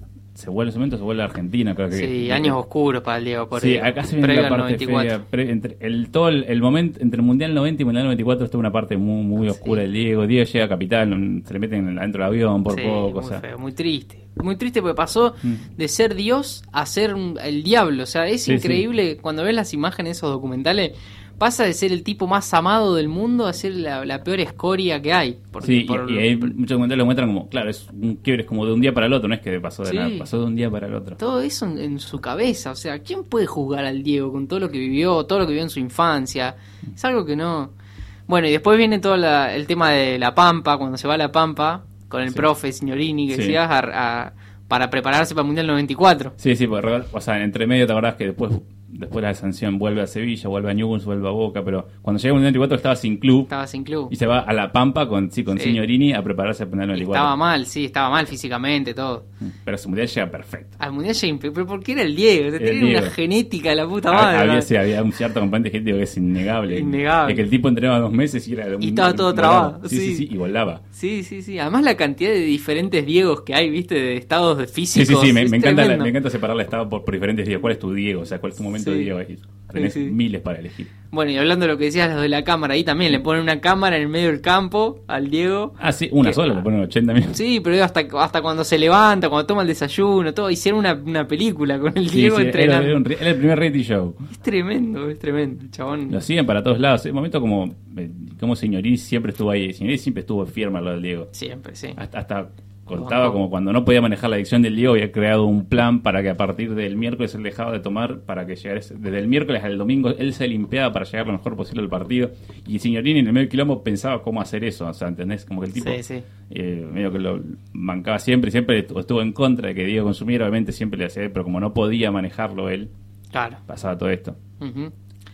Se vuelve en ese momento, se vuelve a Argentina, creo que. Sí, años oscuros para el Diego. Por sí, ahí, acá se viene la parte fea. Pre, entre el todo el, el momento entre el Mundial noventa y Mundial noventa y cuatro está una parte muy muy oscura del sí. Diego. Diego llega a Capital, se le meten adentro del avión por sí, poco. Muy o sea. feo, muy triste. Muy triste porque pasó mm. de ser Dios a ser un, el diablo. O sea, es sí, increíble sí. cuando ves las imágenes de esos documentales. Pasa de ser el tipo más amado del mundo a ser la, la peor escoria que hay. Porque sí, por, y, y ahí muchos documentales lo muestran como, claro, es un quiebre, es como de un día para el otro, no es que pasó de sí, nada, pasó de un día para el otro. Todo eso en, en su cabeza, o sea, ¿quién puede juzgar al Diego con todo lo que vivió, todo lo que vivió en su infancia? Es algo que no... Bueno, y después viene todo la, el tema de La Pampa, cuando se va a La Pampa, con el sí. profe Signorini, que sí. decías, a, a, para prepararse para el Mundial noventa y cuatro. Sí, sí, porque, o sea, entre medio te acordás que después... Después de la sanción vuelve a Sevilla, vuelve a Newell's, vuelve a Boca, pero cuando llega el Mundial noventa y cuatro estaba sin club. Estaba sin club. Y se va a La Pampa con sí, con sí. Signorini a prepararse al Mundial noventa y cuatro. Estaba mal, sí, estaba mal físicamente, todo. Pero ese Mundial llega perfecto. Al Mundial llega, pero porque era el Diego, o sea, tenía Diego. Una genética de la puta madre. Había, sí, había un cierto componente genético que es innegable. Innegable. Es que el tipo entrenaba dos meses y era un, y estaba todo volaba. trabado. Sí, sí, sí, sí, y volaba. Sí, sí, sí. Además la cantidad de diferentes Diegos que hay, viste, de estados de físicos. Sí, sí, sí, me, me encanta, la, me encanta separar el estado por, por diferentes Diegos. ¿Cuál es tu Diego? O sea, ¿cuál es tu momento sí. de Diego ahí? Tenés sí, sí. miles para elegir. Bueno, y hablando de lo que decías, los de la cámara, ahí también le ponen una cámara en el medio del campo al Diego. Ah, sí, una que, sola, le ponen ochenta minutos. Sí, pero hasta, hasta cuando se levanta, cuando toma el desayuno, todo. Hicieron una, una película con el Diego sí, sí, entrenando. Era, era, un, era el primer reality show. Es tremendo, es tremendo, el chabón. Lo siguen para todos lados. En un momento como, como Signorini siempre estuvo ahí. Signorini siempre estuvo firme al lado del Diego. Siempre, sí. Hasta... hasta contaba como cuando no podía manejar la adicción del Diego, había creado un plan para que a partir del miércoles él dejaba de tomar para que llegara desde el miércoles al domingo él se limpiaba para llegar lo mejor posible al partido. Y Signorini en el medio quilombo pensaba cómo hacer eso, o sea, ¿entendés? Como que el tipo sí, sí. Eh, medio que lo bancaba siempre, siempre estuvo en contra de que Diego consumiera, obviamente siempre le hacía, pero como no podía manejarlo él, claro. pasaba todo esto. Uh-huh.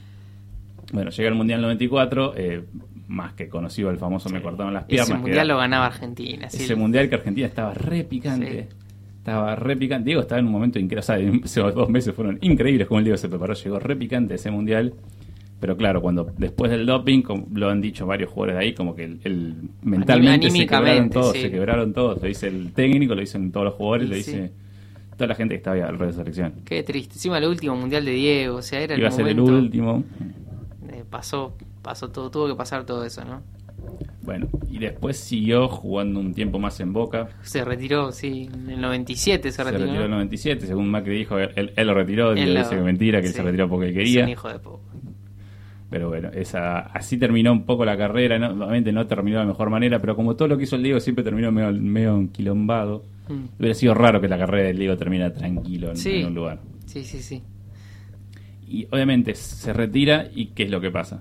Bueno, llega el Mundial noventa y cuatro, eh, más que conocido el famoso sí. me cortaban las piernas. Ese mundial lo ganaba Argentina. Ese sí. mundial que Argentina estaba re picante. Sí. Estaba re picante. Diego estaba en un momento increíble. O sea, esos dos meses fueron increíbles como el Diego se preparó. Llegó re picante ese mundial. Pero claro, cuando después del doping, como lo han dicho varios jugadores de ahí, como que el, el mentalmente se quebraron todos. Sí. Se quebraron todos. Lo dice el técnico, lo dicen todos los jugadores, sí. lo dice toda la gente que estaba alrededor de la selección. Qué triste. Encima el último mundial de Diego. O sea, era Iba el a ser momento, el último. Eh, pasó. Pasó todo, tuvo que pasar todo eso, ¿no? Bueno, y después siguió jugando un tiempo más en Boca. Se retiró, sí, en el noventa y siete se retiró. Se retiró en el noventa y siete, según Macri dijo, él, él lo retiró, él lo, dice que mentira, que sí, él se retiró porque él quería. Es un hijo de poco. Pero bueno, esa, así terminó un poco la carrera, ¿no? Obviamente no terminó de la mejor manera, pero como todo lo que hizo el Diego siempre terminó medio, medio enquilombado. Mm. Hubiera sido raro que la carrera del Diego terminara tranquilo en, sí. en un lugar. Sí, sí, sí. Y obviamente se retira y ¿qué es lo que pasa?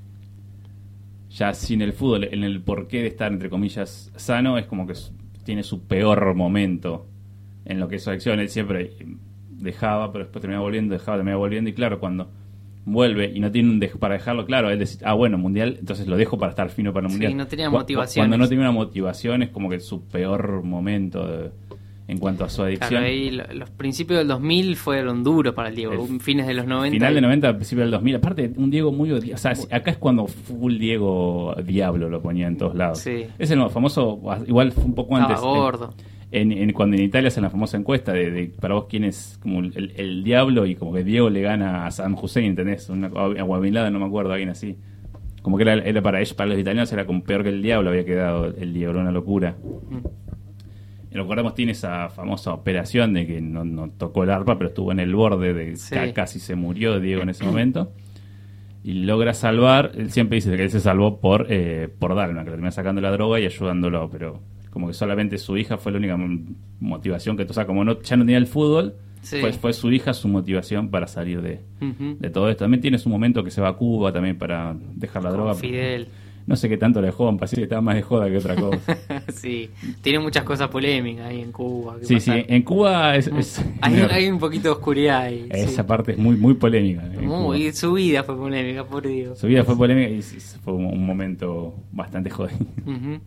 Ya sin el fútbol, en el porqué de estar, entre comillas, sano, es como que tiene su peor momento en lo que es su acción. Él siempre dejaba, pero después terminaba volviendo, dejaba, terminaba volviendo. Y claro, cuando vuelve y no tiene un dejo para dejarlo, claro, él dice, ah, bueno, mundial, entonces lo dejo para estar fino para el mundial. Sí, no tenía Cu- motivación. Cuando no tiene una motivación es como que su peor momento de, en cuanto a su adicción. Claro, ahí los principios del dos mil fueron duros para el Diego, el fines de los noventa. Final de noventa, principio del dos mil. Aparte, un Diego muy odiado. O sea, acá es cuando full Diego Diablo lo ponía en todos lados. Sí. Es el famoso, igual fue un poco antes. Estaba gordo. En, en, cuando en Italia hacen la famosa encuesta de, de para vos quién es como el, el Diablo, y como que Diego le gana a Saddam Hussein, ¿entendés? Una, a Bin Laden, no me acuerdo, alguien así. Como que era, era para ellos, para los italianos era como peor que el Diablo, había quedado el Diego, era una locura. Mm. Y recordamos, tiene esa famosa operación de que no, no tocó el arpa, pero estuvo en el borde de sí. casi se murió Diego en ese momento. Y logra salvar, él siempre dice que él se salvó por eh, por Dalma, que le termina sacando la droga y ayudándolo, pero como que solamente su hija fue la única motivación que, o sea, como no, ya no tenía el fútbol, sí. fue, fue su hija su motivación para salir de, uh-huh. de todo esto. También tiene su momento que se va a Cuba también para dejar la Con droga. Fidel. No sé qué tanto le dejó, me parece que estaba más de joda que otra cosa. Sí, tiene muchas cosas polémicas ahí en Cuba. Sí, sí, en Cuba es... es hay, hay un poquito de oscuridad ahí. Esa sí. parte es muy muy polémica. Muy, su vida fue polémica, por Dios. Su vida fue polémica y fue un momento bastante jodido. Uh-huh.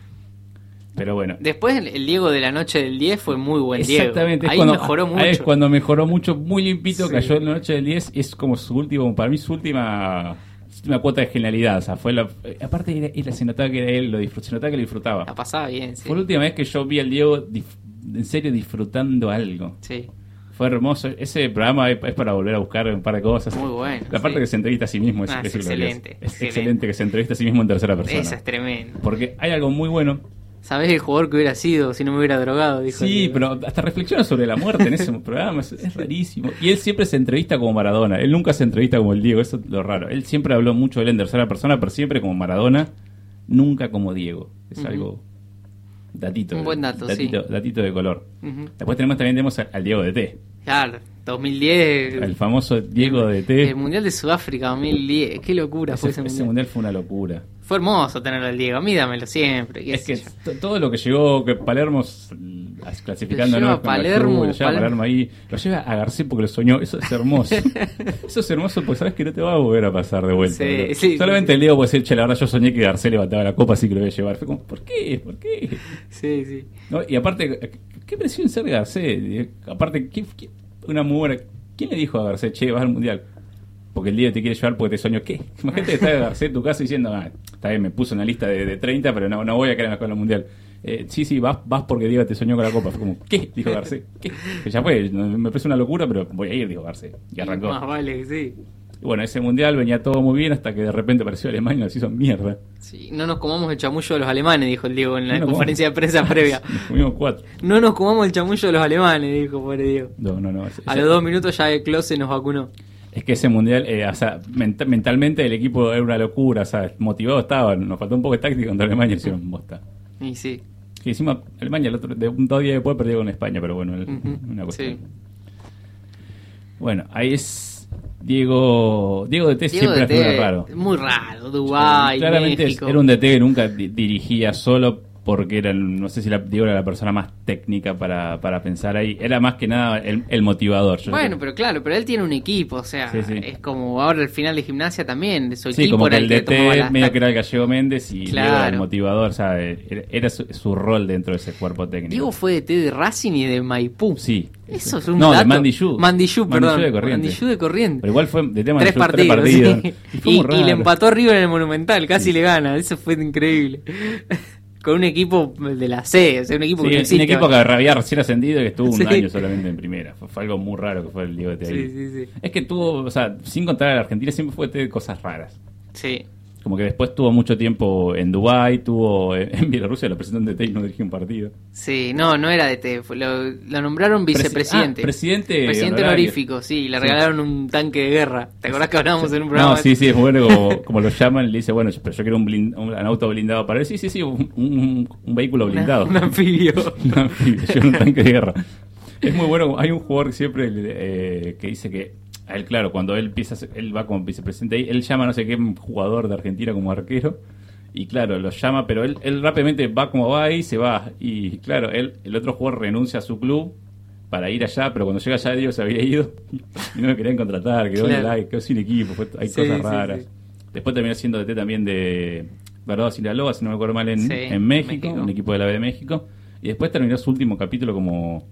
Pero bueno. Después el Diego de la noche del diez fue muy buen Diego. Exactamente. Ahí cuando, mejoró mucho. Ahí es cuando mejoró mucho, muy limpito, sí. Cayó en la noche del diez. Es como su último, para mí su última... una cuota de genialidad, o sea, fue la, aparte era, era, se notaba que era él, lo disfrut, se notaba que lo disfrutaba. La pasaba bien, sí. Fue la última vez que yo vi al Diego dif, en serio disfrutando algo. Sí. Fue hermoso. Ese programa es, es para volver a buscar un par de cosas. Muy bueno. La parte sí. que se entrevista a sí mismo es, ah, es, es excelente. Es, es excelente. excelente que se entrevista a sí mismo en tercera persona. Esa es tremendo. Porque hay algo muy bueno. ¿Sabés el jugador que hubiera sido si no me hubiera drogado? Dijo sí, pero hasta reflexiona sobre la muerte en ese programa, es, es rarísimo. Y él siempre se entrevista como Maradona, él nunca se entrevista como el Diego, eso es lo raro. Él siempre habló mucho de él en tercera persona, pero siempre como Maradona, nunca como Diego. Es uh-huh. algo... Datito. Un buen dato, datito, sí. Datito de color. Uh-huh. Después tenemos también tenemos al Diego de T. Claro, dos mil diez. El famoso Diego de T. El Mundial de Sudáfrica dos mil diez. Qué locura ese, fue ese mundial. Ese mundial fue una locura. Fue hermoso tenerlo al Diego. A mí dámelo siempre. Es que t- todo lo que llegó, que Palermo clasificando, lo ¿no? Palermo, club, lo lleva Palermo. Palermo ahí, lo lleva a Garcés porque lo soñó. Eso es hermoso. Eso es hermoso porque sabes que no te va a volver a pasar de vuelta. Sí, sí, solamente sí. el Diego puede decir, che, la verdad yo soñé que Garcés levantaba la copa, así que lo voy a llevar. Fue como, ¿por qué? ¿Por qué? Sí, sí. ¿No? Y aparte, ¿qué presión ser Garcés? Aparte, ¿qué, qué, una muy buena... ¿Quién le dijo a Garcés, che, vas al mundial? Porque el Diego te quiere llevar porque te soñó. ¿Qué? Imagínate que está Garcés en tu casa diciendo, ah, está bien, me puso una lista de, de treinta, pero no, no voy a quedar en la escuela mundial. Eh, sí, sí, vas, vas porque Diego te soñó con la copa. Fue como, ¿qué? Dijo Garcés. ¿Qué? Que ya fue, me parece una locura, pero voy a ir, dijo Garcés. Y arrancó. Más vale que sí. Y bueno, ese mundial venía todo muy bien hasta que de repente apareció Alemania y nos hizo mierda. Sí, no nos comamos el chamullo de los alemanes, dijo el Diego en la no conferencia comamos. de prensa previa. Nos comimos cuatro. No nos comamos el chamullo de los alemanes, dijo pobre Diego. No, no, no. Ese, a los dos minutos ya el Klose nos vacunó. Es que ese mundial, eh, o sea, ment- mentalmente el equipo era una locura, o sea, motivado estaban, nos faltó un poco de táctica contra Alemania y hicieron bosta. Y sí. Que encima Alemania el otro, de, un dos días después perdió con España, pero bueno, uh-huh. una cuestión. Sí. Bueno, ahí es Diego Diego D T Diego siempre D T, fue raro. Muy raro, Dubái, claramente México. Era un D T que nunca di- dirigía solo porque era, no sé si la, Diego era la persona más técnica para, para pensar ahí. Era más que nada el, el motivador. Yo Bueno, creo. pero claro, pero él tiene un equipo, o sea, sí, sí. es como ahora el final de Gimnasia también, de su Sí, equipo como que era el que D tomaba T las medio tac- que era el Gallego Méndez y Claro. Diego era el motivador, o sea, era, era su, su rol dentro de ese cuerpo técnico. Diego fue D T de Racing y de Maipú. Sí. Eso es un no, dato. de Mandillú. Mandillú, perdón. Mandillú de Corrientes. Mandillú de Corrientes. Pero igual fue de tema Tres de partidos. tres partidos. Sí. Y, fue Y, muy raro. y le empató River en el Monumental, casi Sí. le gana. Eso fue increíble. Con un equipo de la C, o sea, un equipo Sí, que no un existe. equipo que había recién ascendido y que estuvo un Sí. año solamente en primera. Fue, fue algo muy raro que fue el Diego de ahí. Sí, sí, sí. Es que tuvo, o sea, sin contar a la Argentina, siempre fue de cosas raras. Sí. Como que después tuvo mucho tiempo en Dubái, tuvo en Bielorrusia, lo presentó en D T y no dirigió un partido. Sí, no, no era D T, fue- lo, lo nombraron vicepresidente. Ah, presidente. Presidente honorario. honorífico, sí, le Sí. regalaron un tanque de guerra. ¿Te acordás que hablábamos en un programa? No, sí, sí, es bueno como, como lo llaman, le dice, bueno, pero yo quiero un, blind, un, un auto blindado para él. Sí, sí, sí, un, un, un vehículo blindado. Una- un anfibio. un anfibio, yo un tanque de guerra. Es muy bueno, hay un jugador que siempre eh, que dice que a él, claro, cuando él empieza, él va como vicepresidente ahí, él llama a no sé qué jugador de Argentina como arquero, y claro, lo llama, pero él, él rápidamente va como va y se va, y claro, él, el otro jugador renuncia a su club para ir allá, pero cuando llega allá Diego se había ido y no me querían contratar, quedó Claro. en el aire, quedó sin equipo, fue- hay Sí, cosas sí, raras. sí. Después terminó siendo D T también de Verdad Sinaloa, si no me acuerdo mal, en, Sí, en México, México. un equipo de la B de México, y después terminó su último capítulo como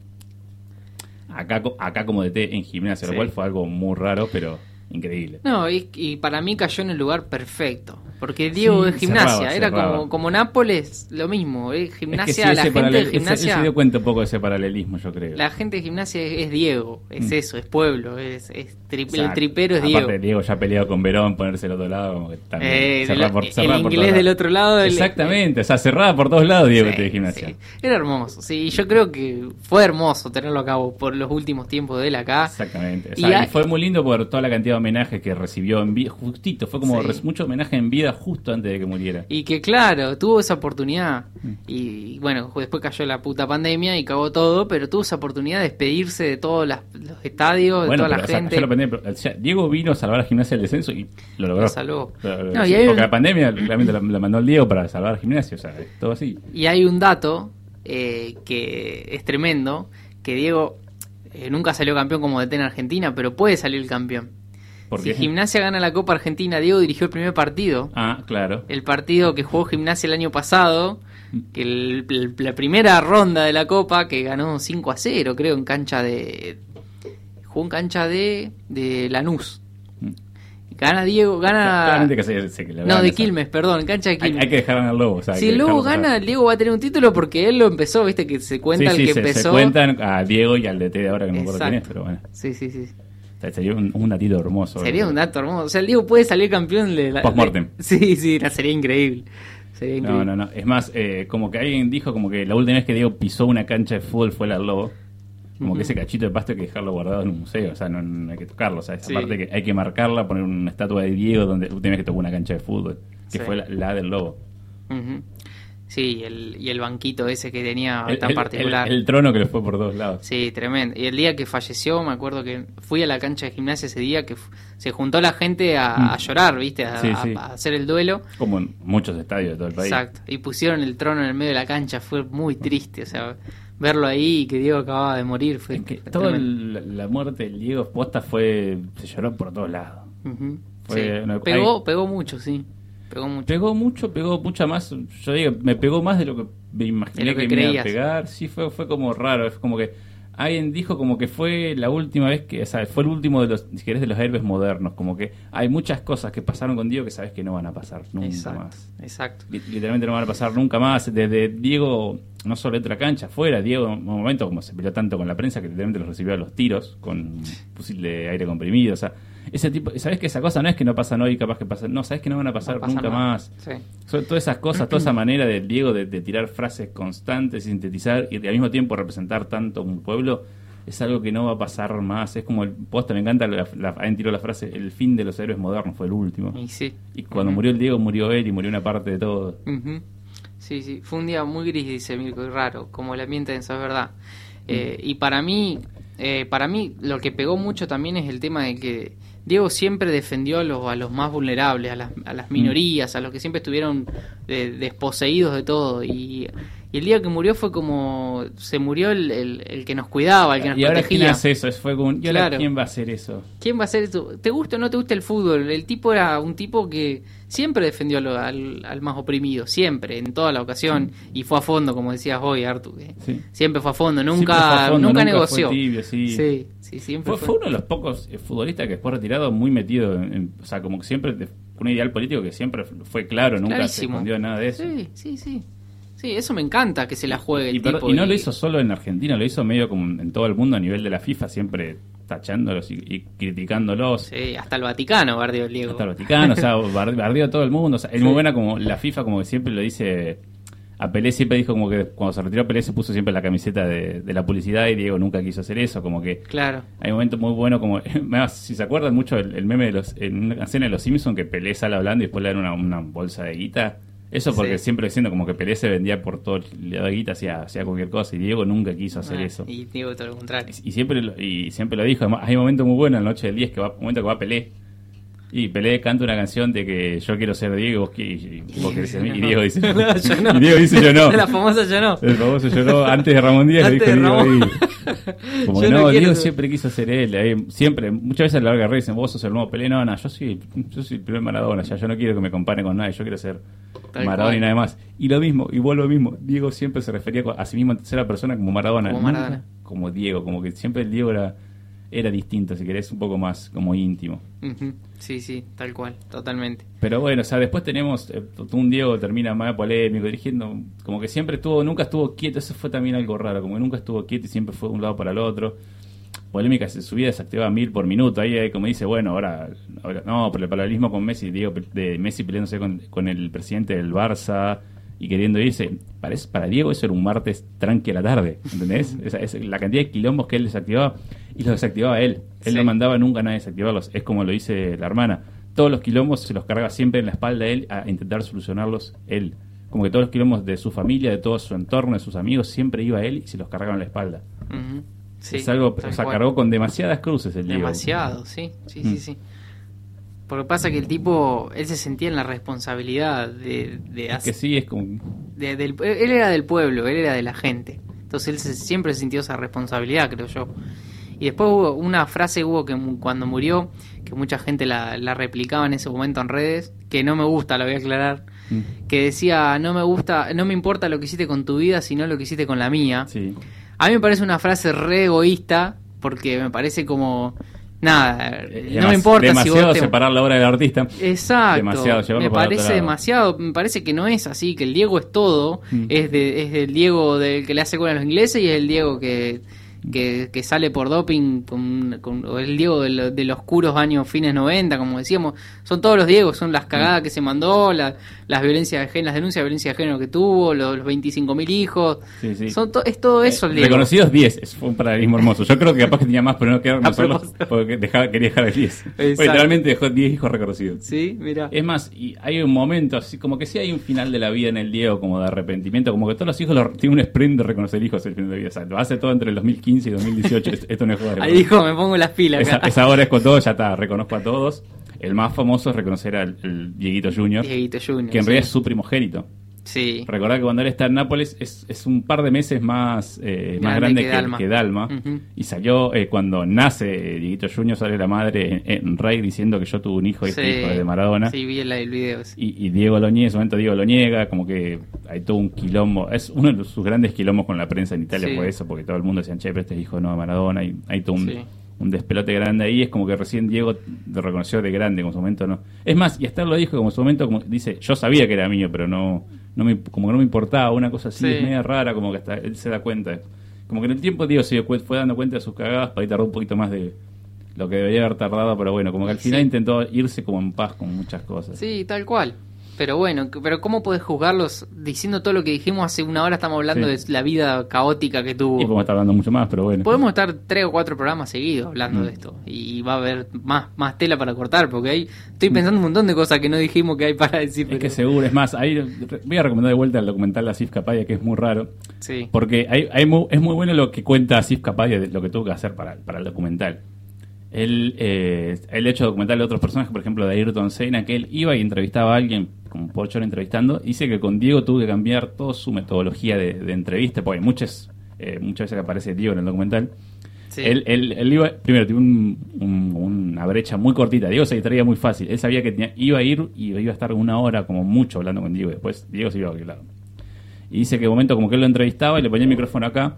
acá, co- acá como D T en Gimnasia, Sí. lo cual fue algo muy raro, pero increíble. No, y, y para mí cayó en el lugar perfecto. Porque Diego Sí, es Gimnasia, cerraba, era cerraba. como, como Nápoles, lo mismo. ¿eh? Es Gimnasia, que sí, la ese gente de paralel- ese- él Gimnasia. se dio cuenta un poco de ese paralelismo, yo creo. La gente de Gimnasia es, es Diego, es Mm. eso, es pueblo, es, es tri- el Exacto. tripero es Aparte, Diego. Diego ya peleado con Verón, ponerse al otro lado, como que también Eh, cerraba el por- el cerraba por todos inglés del lados. otro lado. el- Exactamente, o sea, cerrada por todos lados Diego Sí, de Gimnasia. sí. Era hermoso, sí, yo creo que fue hermoso tenerlo a cabo por los últimos tiempos de él acá. Exactamente. O Y sea, y hay- fue muy lindo por toda la cantidad de homenaje que recibió en vida, justito, fue como Sí. re- mucho homenaje en vida justo antes de que muriera. Y que claro, tuvo esa oportunidad. Mm. Y bueno, después cayó la puta pandemia y cagó todo, pero tuvo esa oportunidad de despedirse de todos las- los estadios, de Bueno, toda pero, la o sea, gente. yo la pandemia, pero, o sea, Diego vino a salvar a Gimnasia del descenso y lo logró. Lo salvó. Lo- lo- No, y sí, hay porque un- la pandemia realmente la, la mandó el Diego para salvar a Gimnasia, o sea, es todo así. Y hay un dato eh, que es tremendo, que Diego eh, nunca salió campeón como D T en Argentina, pero puede salir el campeón. ¿Por Si qué? Gimnasia gana la Copa Argentina, Diego dirigió el primer partido. Ah, claro. El partido que jugó Gimnasia el año pasado, que el- el- la primera ronda de la Copa, que ganó cinco a cero, creo, en cancha de... Jugó en cancha de, de Lanús. Gana Diego, gana... Claramente que se, se- que le No, ganan de esa- Quilmes, perdón, en cancha de Hay, Quilmes. hay que dejar ganar al Lobo. O sea, hay Si que el Lobo dejarlo pasar. gana, el Diego va a tener un título porque él lo empezó, viste que se cuenta Sí, el sí, que se, empezó. se cuentan a Diego y al D T de ahora que no me acuerdo quién es, Exacto. pero bueno. Sí, sí, sí. Sería un, un datito hermoso. Sería un dato hermoso. O sea, el Diego puede salir campeón de la... Post-mortem. de- Sí, sí, no, sería increíble. Sería No, increíble. no, no. Es más, eh, como que alguien dijo como que la última vez que Diego pisó una cancha de fútbol fue la del Lobo. Como Ujú. que ese cachito de pasto hay que dejarlo guardado en un museo, o sea, no, no hay que tocarlo, o sea, esa Sí. parte que hay que marcarla, poner una estatua de Diego donde la última vez que tocó una cancha de fútbol, que Sí. fue la, la del Lobo. Ujú. Sí, y el, y el banquito ese que tenía El, tan el- particular. el- el trono que le fue por todos lados. Sí, tremendo. Y el día que falleció, me acuerdo que fui a la cancha de gimnasia ese día, que fu- se juntó la gente a, Mm. a llorar, ¿viste? A, Sí, a- sí. a hacer el duelo. Como en muchos estadios de todo el país. Exacto. Y pusieron el trono en el medio de la cancha. Fue muy triste, o sea, verlo ahí y que Diego acababa de morir. Fue, Es que fue toda tremendo. el- la muerte del Diego posta fue. Se lloró por todos lados. Ujú. fue Sí. una- Pegó, hay- pegó mucho, sí. Pegó mucho. Pegó mucho, pegó mucha más. Yo digo, me pegó más de lo que me imaginé De lo que que, me iba a creías. pegar. Sí, fue, fue como raro. Es como que alguien dijo como que fue la última vez que. O sea, fue el último de los, si querés, de los héroes modernos. Como que hay muchas cosas que pasaron con Diego que sabes que no van a pasar nunca Exacto, más. exacto. Li- Literalmente no van a pasar nunca más. Desde Diego, no solo dentro de la cancha, afuera. Diego, en un momento, como se peleó tanto con la prensa, que literalmente los recibió a los tiros con fusil de aire comprimido. O sea, ese tipo. ¿Sabes que esa cosa no es que no pasan hoy, capaz que pasan? No, sabes que no van a pasar No pasa nunca nada. más. Sí. Son todas esas cosas, toda esa manera de Diego de, de tirar frases constantes, sintetizar y al mismo tiempo representar tanto un pueblo. Es algo que no va a pasar más. Es como el posta, me encanta. La, la, alguien tiró la frase: el fin de los héroes modernos fue el último. Y sí. Y cuando Ujú. murió el Diego, murió él y murió una parte de todo. Ujú. Sí, sí, fue un día muy gris, dice Mirko, y raro, como el ambiente, eso es verdad. Eh, y para mí, eh, para mí lo que pegó mucho también es el tema de que Diego siempre defendió a los, a los más vulnerables, a las, a las minorías, a los que siempre estuvieron eh, desposeídos de todo. Y, y el día que murió fue como se murió el, el, el que nos cuidaba, el que nos Y ahora quién protegía. hace eso, es fue como, ¿y ahora Claro. quién va a hacer eso? ¿Quién va a hacer esto? ¿Te gusta o no te gusta el fútbol? El tipo era un tipo que siempre defendió al, al, al más oprimido, siempre, en toda la ocasión, y fue a fondo, como decías hoy, Artu. que Sí. Siempre fue a fondo, Siempre nunca, fue a fondo, nunca, nunca negoció. fue tibio, sí. sí, sí, siempre Fue, fue. fue uno de los pocos eh, futbolistas que después retirado muy metido en, en- o sea, como que siempre de- un ideal político que siempre fue claro, nunca se Clarísimo. escondió nada de eso. Sí, sí, sí. Sí, eso me encanta que se la juegue el Y, perdón, tipo. y no lo hizo solo en Argentina, lo hizo medio como en todo el mundo a nivel de la FIFA, siempre tachándolos y, y criticándolos. Sí, hasta el Vaticano, bardeó el Diego. Hasta el Vaticano, o sea, bar- bardeó a todo el mundo. O sea, es Sí. muy buena como la FIFA, como que siempre lo dice. A Pelé siempre dijo como que cuando se retiró Pelé se puso siempre la camiseta de, de la publicidad y Diego nunca quiso hacer eso, como que Claro. hay un momento muy bueno como más, si se acuerdan mucho el, el meme de los en una escena de los Simpsons que Pelé sale hablando y después le dan una, una bolsa de guita. Eso porque Sí. siempre diciendo como que Pelé se vendía por todo, le daba guita, hacía, hacía cualquier cosa y Diego nunca quiso hacer Ah, eso. Y Diego todo lo contrario. Y siempre lo, y siempre lo dijo. Además, hay un momento muy bueno en la noche del diez que va, un momento que va Pelé. Y Pelé canta una canción de que yo quiero ser Diego y vos, qui- y vos querés ser mí. Y Diego dice, No, yo no. y Diego dice yo no. La famosa yo no. El famoso lloró antes de Ramón Díaz, lo Antes dijo de Diego Ramón. ahí. Como Yo que no no, quiero Diego ser- siempre quiso ser él. ahí, siempre, muchas veces a la larga red dicen, vos sos el nuevo Pelé. No, no, yo soy, yo soy el primer Maradona. Ya, yo no quiero que me comparen con nadie. Yo quiero ser Tal Maradona cual. y nada más. Y lo mismo, y vos lo mismo. Diego siempre se refería a sí mismo en tercera persona como Maradona. Como nunca Maradona. como Diego. Como que siempre el Diego era, era distinto, si querés, un poco más como íntimo. Ujú. Sí, sí, tal cual, totalmente. Pero bueno, o sea, después tenemos eh, un Diego que termina más polémico, dirigiendo, como que siempre estuvo, nunca estuvo quieto, eso fue también algo raro, como que nunca estuvo quieto y siempre fue de un lado para el otro. Polémica, su vida se activaba mil por minuto, ahí eh, como dice, bueno, ahora, ahora no, pero el paralelismo con Messi, Diego, de Messi peleándose con, con el presidente del Barça, y queriendo irse. Para, eso, para Diego eso era un martes tranqui a la tarde, ¿entendés? Esa, esa, la cantidad de quilombos que él desactivaba y los desactivaba él. Él sí. no mandaba nunca a nadie desactivarlos. Es como lo dice la hermana. Todos los quilombos se los cargaba siempre en la espalda de él a intentar solucionarlos él. Como que todos los quilombos de su familia, de todo su entorno, de sus amigos, siempre iba a él y se los cargaba en la espalda. Uh-huh. Sí, es algo, o sea, cargó con demasiadas cruces el Diego. Demasiado, sí, sí, mm. sí, sí. Porque pasa que el tipo, él se sentía en la responsabilidad de... de es que sí, es como... De, del, él era del pueblo, él era de la gente. Entonces él se, siempre sintió esa responsabilidad, creo yo. Y después hubo una frase hubo que cuando murió, que mucha gente la, la replicaba en ese momento en redes, que no me gusta, lo voy a aclarar, mm. que decía, no me gusta, no me importa lo que hiciste con tu vida, sino lo que hiciste con la mía. Sí. A mí me parece una frase re egoísta, porque me parece como... Nada, Demas, no me importa demasiado si vos te... separar la obra del artista. Exacto. Demasiado, me parece demasiado. Me parece que no es así, que el Diego es todo. Mm. Es de, es del Diego del que le hace gol a los ingleses y es el Diego que, que, que sale por doping, con, con, o el Diego de, lo, de los oscuros años fines noventa, como decíamos. Son todos los Diegos, son las cagadas mm. que se mandó, la, las violencias de género, las denuncias de violencia de género que tuvo, los, los veinticinco mil hijos. Sí, sí. Son to, es todo eso eh, el Diego. Reconocidos diez, fue un paralelismo hermoso. Yo creo que capaz que tenía más, pero no quedaron solos porque dejaba, quería dejar el diez. Literalmente dejó diez hijos reconocidos. Sí, mira. Es más, y hay un momento, así como que sí hay un final de la vida en el Diego, como de arrepentimiento, como que todos los hijos lo, tienen un sprint de reconocer hijos el final de la vida. O sea, lo hace todo entre el dos mil quince y dos mil dieciocho. Esto no es jugar. Ahí dijo, me pongo las pilas. Esa, esa hora es con todo, ya está, reconozco a todos. El más famoso es reconocer al el Dieguito Junior, Dieguito Junior, que en sí. realidad es su primogénito. Sí. Recordá que cuando él está en Nápoles es, es un par de meses más, eh, más grande, grande que, que Dalma, que Dalma uh-huh. y salió eh, cuando nace Dieguito Junior, sale la madre en, en Rey diciendo que yo tuve un hijo y este sí. hijo de Maradona. Sí, vi el, el video. Sí. Y, y Diego lo niega, en ese momento Diego lo niega, como que hay todo un quilombo. Es uno de sus grandes quilombos con la prensa en Italia, sí. fue eso, porque todo el mundo decía, che, pero este es hijo no de Maradona, y hay todo un... Sí. un despelote grande ahí. Es como que recién Diego lo reconoció de grande, como en su momento no. Es más, y hasta él lo dijo como en su momento, como dice, yo sabía que era mío, pero no, no me, como que no me importaba, una cosa así, sí. es media rara, como que hasta él se da cuenta. Como que en el tiempo Diego se dio, fue dando cuenta de sus cagadas, para ahí tardó un poquito más de lo que debería haber tardado, pero bueno, como que al final sí. intentó irse como en paz con muchas cosas. Sí, tal cual. Pero bueno, pero ¿cómo podés juzgarlos diciendo todo lo que dijimos hace una hora? Estamos hablando sí. de la vida caótica que tuvo. Y podemos estar hablando mucho más, pero bueno. Podemos estar tres o cuatro programas seguidos hablando mm. de esto. Y va a haber más más tela para cortar, porque ahí estoy pensando un montón de cosas que no dijimos que hay para decir. Es pero... que seguro, es más, ahí voy a recomendar de vuelta el documental de Asif Kapadia, que es muy raro. Sí. Porque hay, hay muy, es muy bueno lo que cuenta Asif Kapadia de lo que tuvo que hacer para, para el documental. Él, eh, él hecho documental de otros personajes, por ejemplo de Ayrton Senna, que él iba y entrevistaba a alguien, como por ocho horas entrevistando. Dice que con Diego tuvo que cambiar toda su metodología de, de entrevista, porque hay muchas, eh, muchas veces que aparece Diego en el documental. Sí. Él, él, él iba, primero, tiene un, un, una brecha muy cortita. Diego se distraía muy fácil. Él sabía que tenía, iba a ir y iba a estar una hora como mucho hablando con Diego. Y después Diego se iba a aquel lado. Y dice que de momento como que él lo entrevistaba y le ponía el micrófono acá.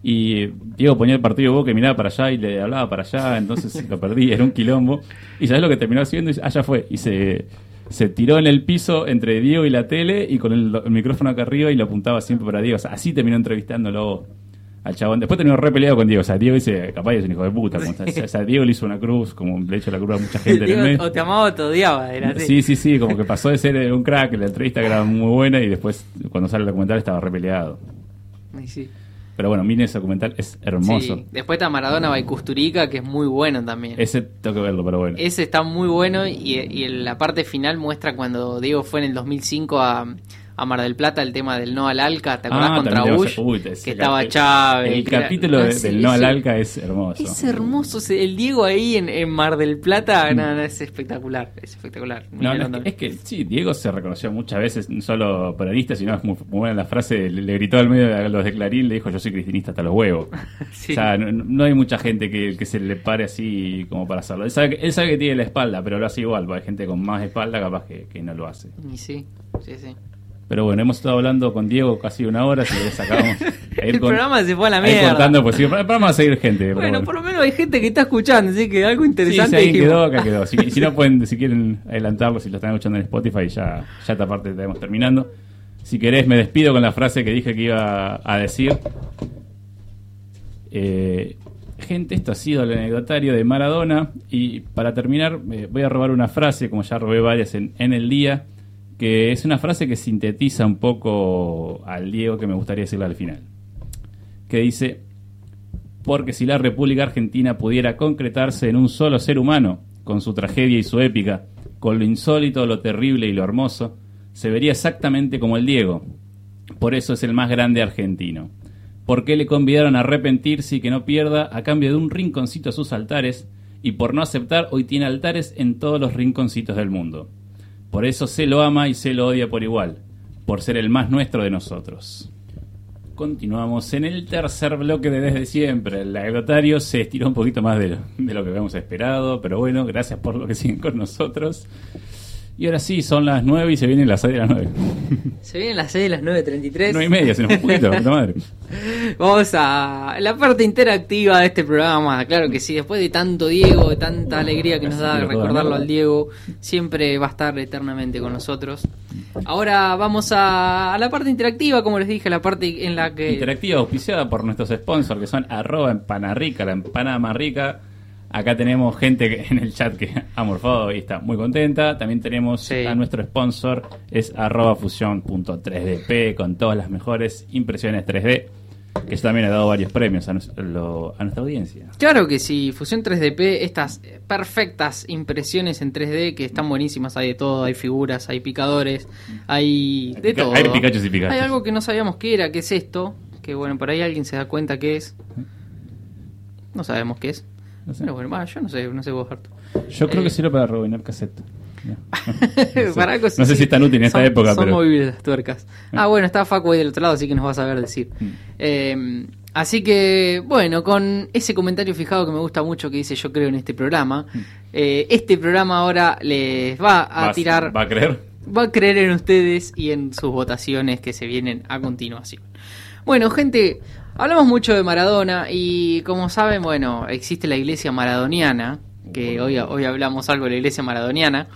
Y Diego ponía el partido de Boca y miraba para allá y le hablaba para allá, entonces lo perdí, era un quilombo. Y ¿sabés lo que terminó haciendo? Y allá fue. Y se, se tiró en el piso entre Diego y la tele y con el, el micrófono acá arriba y lo apuntaba siempre para Diego. O sea, así terminó entrevistándolo al chabón. Después terminó re peleado con Diego. O sea, Diego dice, capaz es un hijo de puta. Como, o sea, Diego le hizo una cruz, como le hizo la cruz a mucha gente en el mes. O te amaba o te odiaba, era así. Sí, sí, sí, como que pasó de ser un crack, la entrevista que era muy buena y después cuando sale el documental estaba re peleado. Y sí. Pero bueno, miren ese documental, es hermoso. Sí. Después está Maradona by Kusturica, que es muy bueno también. Ese tengo que verlo, pero bueno. Ese está muy bueno y, y en la parte final muestra cuando Diego fue en el dos mil cinco a, a Mar del Plata, el tema del no al Alca, ¿te acordás? Ah, contra Bush, uy, que estaba el, Chávez. El capítulo era, no, sí, del no al Alca es hermoso. Es hermoso, el Diego ahí en, en Mar del Plata, mm. no, no, es espectacular, es espectacular. No, no, es, que, es que sí, Diego se reconoció muchas veces, no solo peronista, sino es muy, muy buena la frase, le, le gritó al medio de los de Clarín, le dijo yo soy cristinista hasta los huevos. Sí. O sea, no, no hay mucha gente que, que se le pare así como para hacerlo. Él sabe, que, él sabe que tiene la espalda, pero lo hace igual, hay gente con más espalda capaz que, que no lo hace. Y sí, sí, sí. Pero bueno, hemos estado hablando con Diego casi una hora, si les acabamos a ir el con, programa se fue a la a ir mierda. Cortando, pues, sí, vamos a seguir gente. Bueno, bueno, por lo menos hay gente que está escuchando, así que algo interesante. Sí, si alguien quedó, acá quedó. Si, si no pueden, si quieren adelantarlo, si lo están escuchando en Spotify, ya, ya esta parte estamos terminando. Si querés, me despido con la frase que dije que iba a decir. Eh, gente, esto ha sido el anecdotario de Maradona. Y para terminar, eh, voy a robar una frase, como ya robé varias en, en el día, que es una frase que sintetiza un poco al Diego que me gustaría decirle al final. Que dice: porque si la República Argentina pudiera concretarse en un solo ser humano, con su tragedia y su épica, con lo insólito, lo terrible y lo hermoso, se vería exactamente como el Diego. Por eso es el más grande argentino. ¿Por qué le convidaron a arrepentirse y que no pierda a cambio de un rinconcito a sus altares? Y por no aceptar, hoy tiene altares en todos los rinconcitos del mundo. Por eso se lo ama y se lo odia por igual, por ser el más nuestro de nosotros. Continuamos en el tercer bloque de Desde Siempre. El agrotario se estiró un poquito más de lo, de lo que habíamos esperado, pero bueno, gracias por lo que siguen con nosotros. Y ahora sí, son las nueve y se vienen las seis de las nueve. Se vienen las seis de las nueve treinta y tres. nueve y media, sino un poquito, puta madre. Vamos a la parte interactiva de este programa. Claro que sí, después de tanto Diego, de tanta alegría que nos da recordarlo al Diego, siempre va a estar eternamente con nosotros. Ahora vamos a, a la parte interactiva, como les dije, la parte en la que... Interactiva, auspiciada por nuestros sponsors, que son arroba empanarrica, la empanada más rica. Acá tenemos gente que, en el chat que ha morfado y está muy contenta. También tenemos sí. a nuestro sponsor, es arroba fusión punto tres D P, con todas las mejores impresiones tres D, que también ha dado varios premios a, nos, lo, a nuestra audiencia. Claro que sí, Fusión tres D P, estas perfectas impresiones en tres D que están buenísimas, hay de todo, hay figuras, hay picadores, hay de Pica, todo. Hay Pikachus y Pikachu. Hay algo que no sabíamos qué era, qué es esto, que bueno, por ahí alguien se da cuenta qué es. No sabemos qué es. No sé. Pero bueno, bah, yo no sé, no sé vos, Harto. Yo creo eh, que sirve para rebobinar cassette. No, no, para algo no sé sí, si es tan útil en esta son, época, son pero... movibles las tuercas. Ah, bueno, está Facu ahí del otro lado, así que nos va a saber decir. Mm. Eh, así que, bueno, con ese comentario fijado que me gusta mucho que dice yo creo en este programa, mm. eh, este programa ahora les va a ¿Vas, tirar... ¿Va a creer? Va a creer en ustedes y en sus votaciones que se vienen a continuación. Bueno, gente... Hablamos mucho de Maradona y como saben, bueno, existe la iglesia maradoniana, que hoy, hoy hablamos algo de la iglesia maradoniana,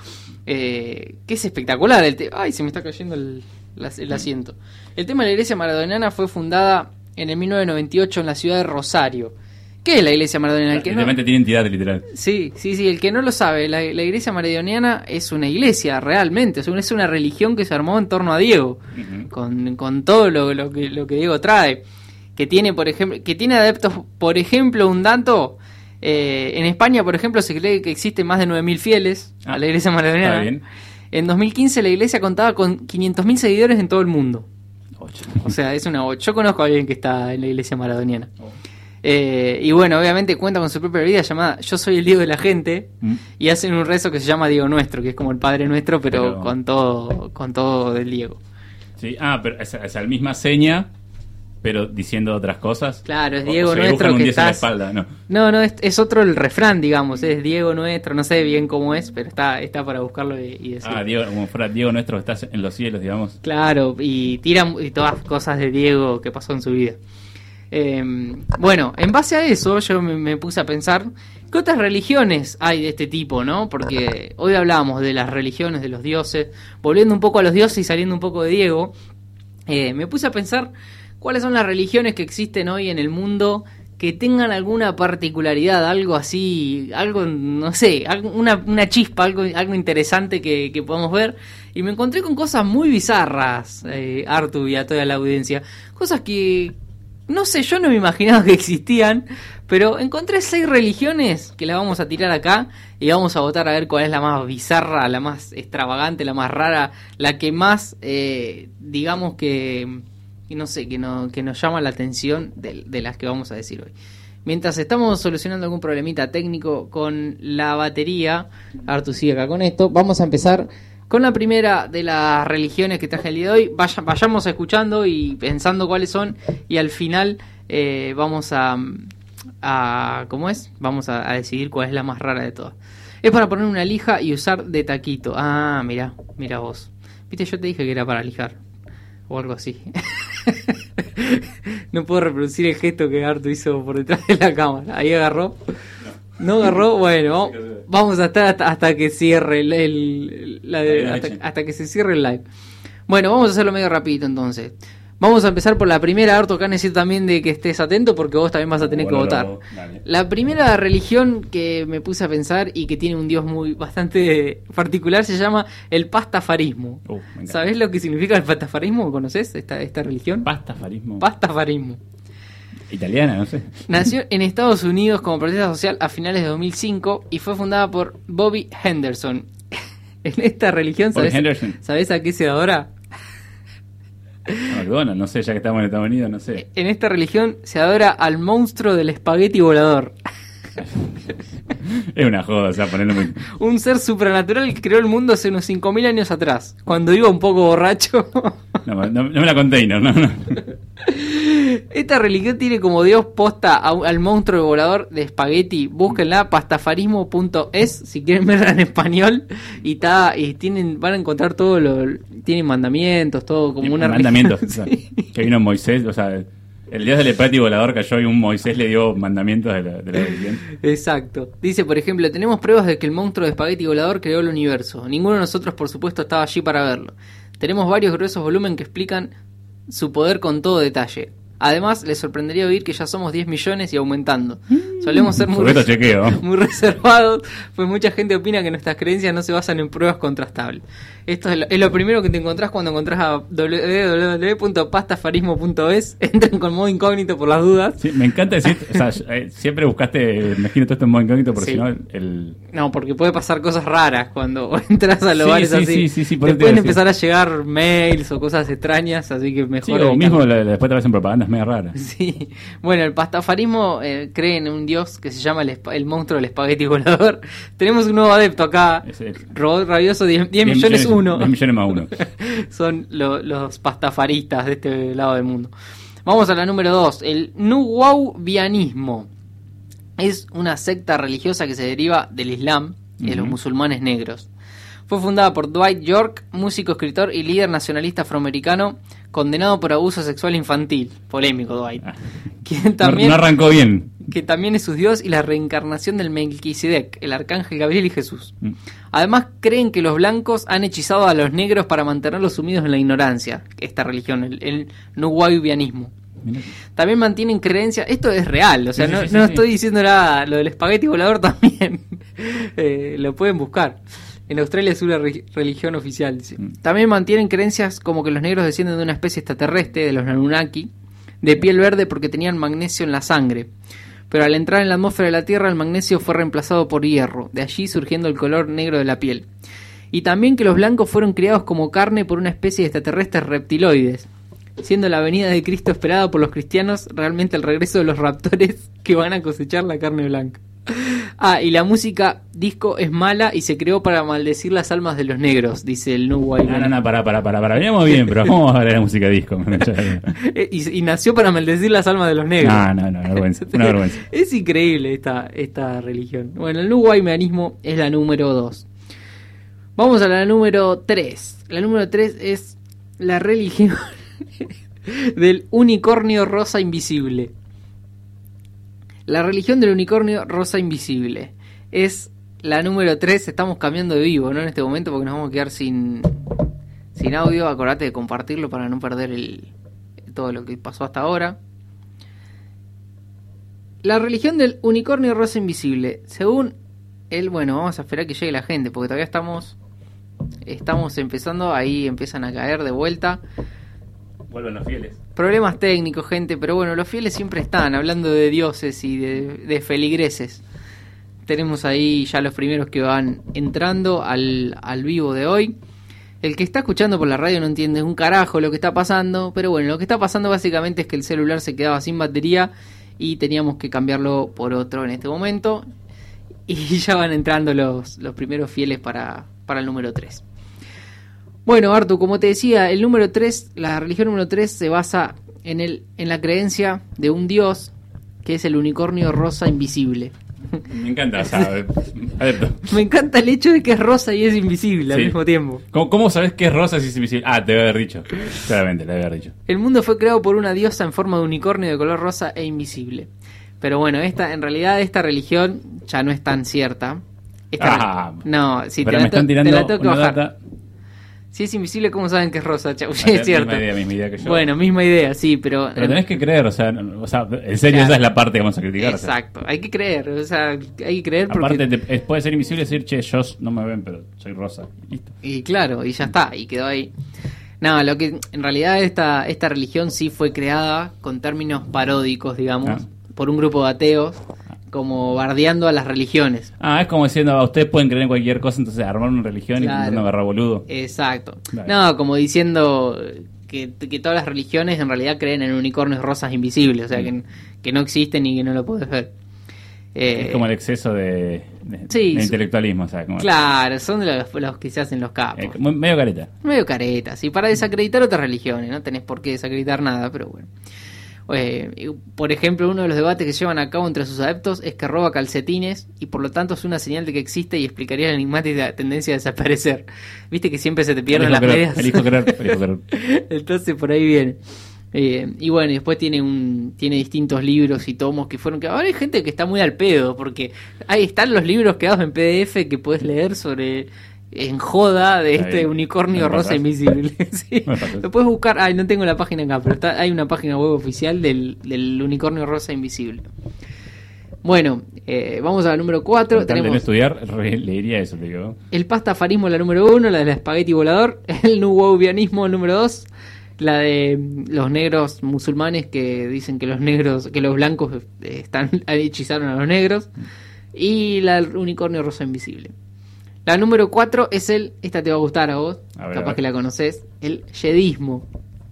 eh, que es espectacular. El te- Ay, se me está cayendo el, el asiento. El tema de la iglesia maradoniana fue fundada en el mil novecientos noventa y ocho en la ciudad de Rosario. ¿Qué es la iglesia maradoniana? El que no... tiene entidad literal. Sí, sí, sí, el que no lo sabe, la, la iglesia maradoniana es una iglesia realmente, es una religión que se armó en torno a Diego, uh-huh. con, con todo lo, lo, que, lo que Diego trae. Que tiene, por ejemplo, que tiene adeptos, por ejemplo, un dato, eh, en España, por ejemplo, se cree que existen más de nueve mil fieles ah, a la iglesia maradoniana. Está bien. En dos mil quince la iglesia contaba con quinientos mil seguidores en todo el mundo. Ocho. O sea, es una ocho. Yo conozco a alguien que está en la iglesia maradoniana. Oh. Eh, y bueno, obviamente cuenta con su propia vida llamada Yo soy el Diego de la gente, ¿Mm? Y hacen un rezo que se llama Diego Nuestro, que es como el Padre Nuestro, pero, pero... con todo con todo del Diego. Sí, ah, pero esa, esa misma seña... pero diciendo otras cosas. Claro, es Diego o sea, Nuestro que estás... espalda, no, no, no es, es otro el refrán, digamos, es Diego Nuestro, no sé bien cómo es, pero está está para buscarlo y, y decir. Ah, Diego, como fuera Diego Nuestro que estás en los cielos, digamos. Claro, y tiran y todas cosas de Diego que pasó en su vida. Eh, bueno, en base a eso yo me, me puse a pensar ¿qué otras religiones hay de este tipo, no? Porque hoy hablábamos de las religiones, de los dioses, volviendo un poco a los dioses y saliendo un poco de Diego, eh, me puse a pensar ¿cuáles son las religiones que existen hoy en el mundo que tengan alguna particularidad, algo así, algo, no sé, algo, una, una chispa, algo, algo interesante que, que podamos ver? Y me encontré con cosas muy bizarras, eh, Artu y a toda la audiencia. Cosas que, no sé, yo no me imaginaba que existían, pero encontré seis religiones que las vamos a tirar acá y vamos a votar a ver cuál es la más bizarra, la más extravagante, la más rara, la que más, eh, digamos que... y no sé, que, no, que nos llama la atención de, de las que vamos a decir hoy. Mientras estamos solucionando algún problemita técnico con la batería, Artu sigue acá con esto, vamos a empezar con la primera de las religiones que traje el día de hoy. Vaya, vayamos escuchando y pensando cuáles son, y al final eh, vamos a, a... ¿cómo es? Vamos a, a decidir cuál es la más rara de todas. Es para poner una lija y usar de taquito. Ah, mira, mira vos. Viste, yo te dije que era para lijar. O algo así. No puedo reproducir el gesto que Artu hizo por detrás de la cámara. Ahí agarró. No agarró. Bueno, vamos a estar hasta, hasta que cierre el, el la de, hasta, hasta que se cierre el live. Bueno, vamos a hacerlo medio rapidito entonces. Vamos a empezar por la primera, Arto. Acá necesito también de que estés atento porque vos también vas a tener bueno, que votar. No, la primera religión que me puse a pensar y que tiene un dios muy bastante particular se llama el pastafarismo. Uh, ¿Sabés lo que significa el pastafarismo? ¿Conoces esta, esta religión? Pastafarismo. Pastafarismo. Italiana, no sé. Nació en Estados Unidos como protesta social a finales de dos mil cinco y fue fundada por Bobby Henderson. En esta religión, ¿sabés, ¿sabés a qué se adora? McDonald's, no sé, ya que estamos en Estados Unidos, no sé. En esta religión se adora al monstruo del espagueti volador. Es una joda, o sea, ponerlo muy... Un ser supernatural que creó el mundo hace unos cinco mil años atrás, cuando iba un poco borracho. No, no, no me la container, no, no. Esta religión tiene como dios posta a, al monstruo volador de espagueti. Búsquenla, pastafarismo punto es, si quieren verla en español. Y ta, y tienen, van a encontrar todo lo, tienen mandamientos, todo como una mandamientos, religión. Sí. O sea, que vino Moisés, o sea, el dios del espagueti volador cayó y un Moisés le dio mandamientos de la, de la religión. Exacto. Dice, por ejemplo, tenemos pruebas de que el monstruo de espagueti volador creó el universo. Ninguno de nosotros, por supuesto, estaba allí para verlo. Tenemos varios gruesos volúmenes que explican su poder con todo detalle. Además, les sorprendería oír que ya somos diez millones y aumentando. Solemos ser muy, res- chequeo. muy reservados, pues mucha gente opina que nuestras creencias no se basan en pruebas contrastables. Esto es lo, es lo primero que te encontrás cuando encontrás a doble u doble u doble u punto pastafarismo punto es. Entran con modo incógnito por las dudas. Sí, me encanta decir, o sea, siempre buscaste, me imagino todo esto en modo incógnito porque sí. Si no el... No, porque puede pasar cosas raras cuando entras a lugares sí, sí, así. Sí, sí, sí, te pueden empezar a llegar mails o cosas extrañas, así que mejor... Sí, o mismo la, después te hacen propagandas medio raras. Sí, bueno, el pastafarismo eh, cree en un dios que se llama el, esp- el monstruo del espagueti volador. Tenemos un nuevo adepto acá, robot rabioso diez millones uno. diez millones más uno. Son lo, los pastafaristas de este lado del mundo. Vamos a la número dos, el Nuwaubianismo. Es una secta religiosa que se deriva del Islam y de uh-huh. los musulmanes negros. Fue fundada por Dwight York, músico, escritor y líder nacionalista afroamericano, condenado por abuso sexual infantil. Polémico, Dwight. Ah. Quien también, no, no arrancó bien. Que también es su dios y la reencarnación del Melquisedec, el arcángel Gabriel y Jesús. Mm. Además, creen que los blancos han hechizado a los negros para mantenerlos sumidos en la ignorancia. Esta religión, el, el Nuwaubianismo. También mantienen creencias, esto es real, o sea, sí, no, sí, sí, no sí. estoy diciendo nada, lo del espagueti volador también, eh, lo pueden buscar. En Australia es una re- religión oficial, dice. Mm. También mantienen creencias como que los negros descienden de una especie extraterrestre, de los Anunnaki, de piel verde porque tenían magnesio en la sangre. Pero al entrar en la atmósfera de la Tierra, el magnesio fue reemplazado por hierro, de allí surgiendo el color negro de la piel. Y también que los blancos fueron criados como carne por una especie de extraterrestres reptiloides, siendo la venida de Cristo esperada por los cristianos realmente el regreso de los raptores que van a cosechar la carne blanca. Ah, y la música disco es mala y se creó para maldecir las almas de los negros, dice el New White. No, no, no, para, para, para, para. Veníamos bien, pero ¿cómo vamos a hablar de música disco? y, y nació para maldecir las almas de los negros. No, no, no, vergüenza, una vergüenza. Es increíble esta, esta religión. Bueno, el New Whiteanismo es la número dos. Vamos a la número tres. La número tres es la religión del unicornio rosa invisible. La religión del unicornio rosa invisible es la número tres. Estamos cambiando de vivo, ¿no? En este momento porque nos vamos a quedar sin, sin audio. Acordate de compartirlo para no perder el, todo lo que pasó hasta ahora. La religión del unicornio rosa invisible. Según él, bueno, vamos a esperar que llegue la gente porque todavía estamos, estamos empezando. Ahí empiezan a caer de vuelta. Vuelven los fieles. Problemas técnicos, gente, pero bueno, los fieles siempre están hablando de dioses y de, de feligreses. Tenemos ahí ya los primeros que van entrando al, al vivo de hoy. El que está escuchando por la radio no entiende un carajo lo que está pasando, pero bueno, lo que está pasando básicamente es que el celular se quedaba sin batería y teníamos que cambiarlo por otro en este momento. Y ya van entrando los, los primeros fieles para, para el número tres. Bueno, Artu, como te decía, el número tres, la religión número tres se basa en el en la creencia de un dios que es el unicornio rosa invisible. Me encanta, o sea, adepto. Me encanta el hecho de que es rosa y es invisible sí. al mismo tiempo. ¿Cómo, ¿Cómo sabes que es rosa si es invisible? Ah, te debe haber dicho. Claramente, te debe haber dicho. El mundo fue creado por una diosa en forma de unicornio de color rosa e invisible. Pero bueno, esta en realidad esta religión ya no es tan cierta. Esta ah, re- no, si te pero la, me están to- tirando te la tengo que una bajar. data. Si es invisible, ¿cómo saben que es rosa, Chau? Sí, Ah, es cierto. Misma idea, misma idea que yo. Bueno, misma idea, sí, pero... Pero tenés que creer, o sea, no- o sea en serio, Claro. esa es la parte que vamos a criticar. o sea. Exacto, hay que creer, o sea, hay que creer porque... Aparte, te- es- puede ser invisible y decir, che, yo no me ven, pero soy rosa. Y listo. Y claro, y ya está, y quedó ahí. No, lo que en realidad esta, esta religión sí fue creada con términos paródicos, digamos, Ah. por un grupo de ateos, como bardeando a las religiones. Ah, es como diciendo, "Ah, ustedes pueden creer en cualquier cosa, entonces armar una religión Claro. y intentando agarrar boludo. Exacto. Dale. No, como diciendo que, que todas las religiones en realidad creen en unicornios rosas invisibles, o sea, Mm. que, que no existen y que no lo puedes ver. Eh, Es como el exceso de, de- sí, de su- intelectualismo, o sea, como, Claro, son de los, los que se hacen los capos. eh, muy- medio careta. Medio caretas. Y para desacreditar otras religiones, no tenés por qué desacreditar nada, pero bueno. Eh, y, por ejemplo, uno de los debates que llevan a cabo entre sus adeptos es que roba calcetines y por lo tanto es una señal de que existe y explicaría la enigmática tendencia a desaparecer. Viste que siempre se te pierden Elijo las creer, medias. elijo creer, elijo creer. Entonces por ahí viene. Eh, y bueno, y después tiene un tiene distintos libros y tomos que fueron que ahora hay gente que está muy al pedo porque ahí están los libros quedados en P D F que puedes leer sobre en joda de Está este bien. unicornio Me rosa pasas. invisible. Sí. Me pasas. Lo puedes buscar, ay, no tengo la página acá, pero está, hay una página web oficial del, del unicornio rosa invisible. Bueno, eh, vamos a la número cuatro. Con tal de no Tenemos estudiar, re- leería eso, te digo. el pastafarismo, la número uno, la del espagueti volador, el nuwovianismo, el número dos, la de mm, los negros musulmanes que dicen que los negros, que los blancos eh, están hechizaron a los negros, y la del unicornio rosa invisible. La número cuatro es el, esta te va a gustar a vos, A ver, a capaz ver. que la conoces, el jedismo.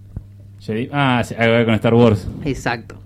Jedi- Ah, sí, algo que ver con Star Wars. Exacto.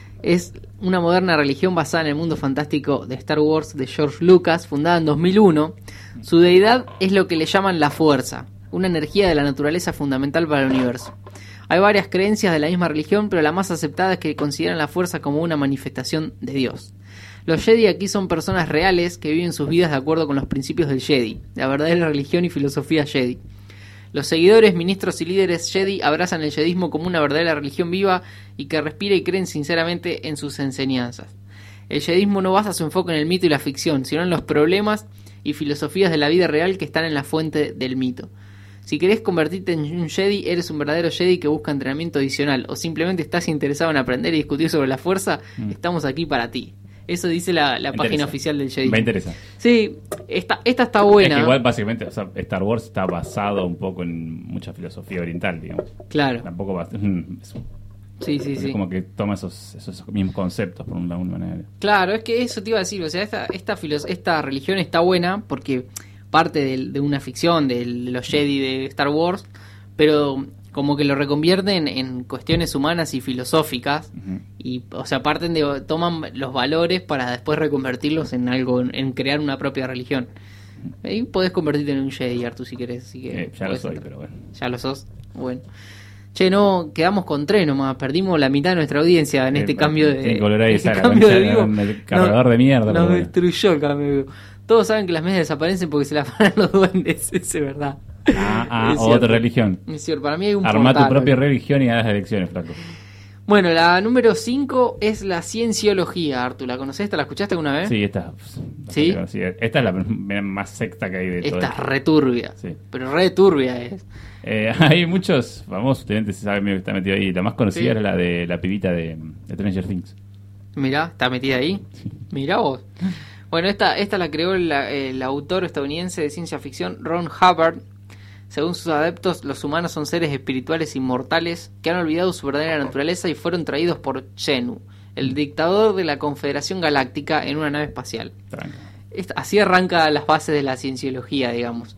Es una moderna religión basada en el mundo fantástico de Star Wars de George Lucas, fundada en dos mil uno. Su deidad es lo que le llaman la fuerza, una energía de la naturaleza fundamental para el universo. Hay varias creencias de la misma religión, pero la más aceptada es que consideran la fuerza como una manifestación de Dios. Los Jedi aquí son personas reales que viven sus vidas de acuerdo con los principios del Jedi, la verdadera religión y filosofía Jedi. Los seguidores, ministros y líderes Jedi abrazan el Jedismo como una verdadera religión viva y que respira y creen sinceramente en sus enseñanzas. El Jedismo no basa su enfoque en el mito y la ficción, sino en los problemas y filosofías de la vida real que están en la fuente del mito. Si querés convertirte en un Jedi, eres un verdadero Jedi que busca entrenamiento adicional, o simplemente estás interesado en aprender y discutir sobre la fuerza, Mm. estamos aquí para ti. Eso dice la, la Me página interesa. oficial del Jedi. Me interesa. Sí, esta, esta está buena. Es que igual, básicamente, o sea, Star Wars está basado un poco en mucha filosofía oriental, digamos. Claro, Tampoco va, es, sí, sí, es sí. como que toma esos, esos mismos conceptos por una, una manera. Claro, es que eso te iba a decir, o sea, esta, esta, filos- esta religión está buena porque parte del- de, una ficción de, de los Jedi de Star Wars, pero como que lo reconvierten en cuestiones humanas y filosóficas, Ujú. y o sea, parten de, toman los valores para después reconvertirlos en algo, en, en crear una propia religión. Ahí podés convertirte en un Jedi, Artu, si querés, así que Eh, ya lo podés soy, entrar. pero bueno. Ya lo sos, bueno. Che, no, quedamos con tres nomás, perdimos la mitad de nuestra audiencia en Eh, este cambio de, tiene que volver a este esa, la cambio de concha, vivo. el cargador de mierda, Nos pero bueno. destruyó el cambio de vivo. Todos saben que las medias desaparecen porque se las van los duendes, eso es verdad. Ah, ah, Es otra cierto. religión. Es cierto, para mí hay un Arma tu portal, propia ¿no? religión y haz las elecciones, flaco. Bueno, la número cinco es la cienciología, Artu. ¿La conocés? ¿Te la escuchaste alguna vez? Sí, esta, bastante ¿Sí? conocida. Esta es la m- más secta que hay de todo Esta es esto. returbia. Sí. Pero returbia es. Eh, hay muchos famosos estudiantes, se sabe medio que está metido ahí. La más conocida Sí. era la de la pibita de, de Stranger Things. Mirá, está metida ahí. Mirá vos. Bueno, esta, esta la creó el, el autor estadounidense de ciencia ficción Ron Hubbard. Según sus adeptos, los humanos son seres espirituales inmortales que han olvidado su verdadera naturaleza y fueron traídos por Xenu, el dictador de la Confederación Galáctica, en una nave espacial. Tranca. Esta- así arranca las bases de la cienciología, digamos.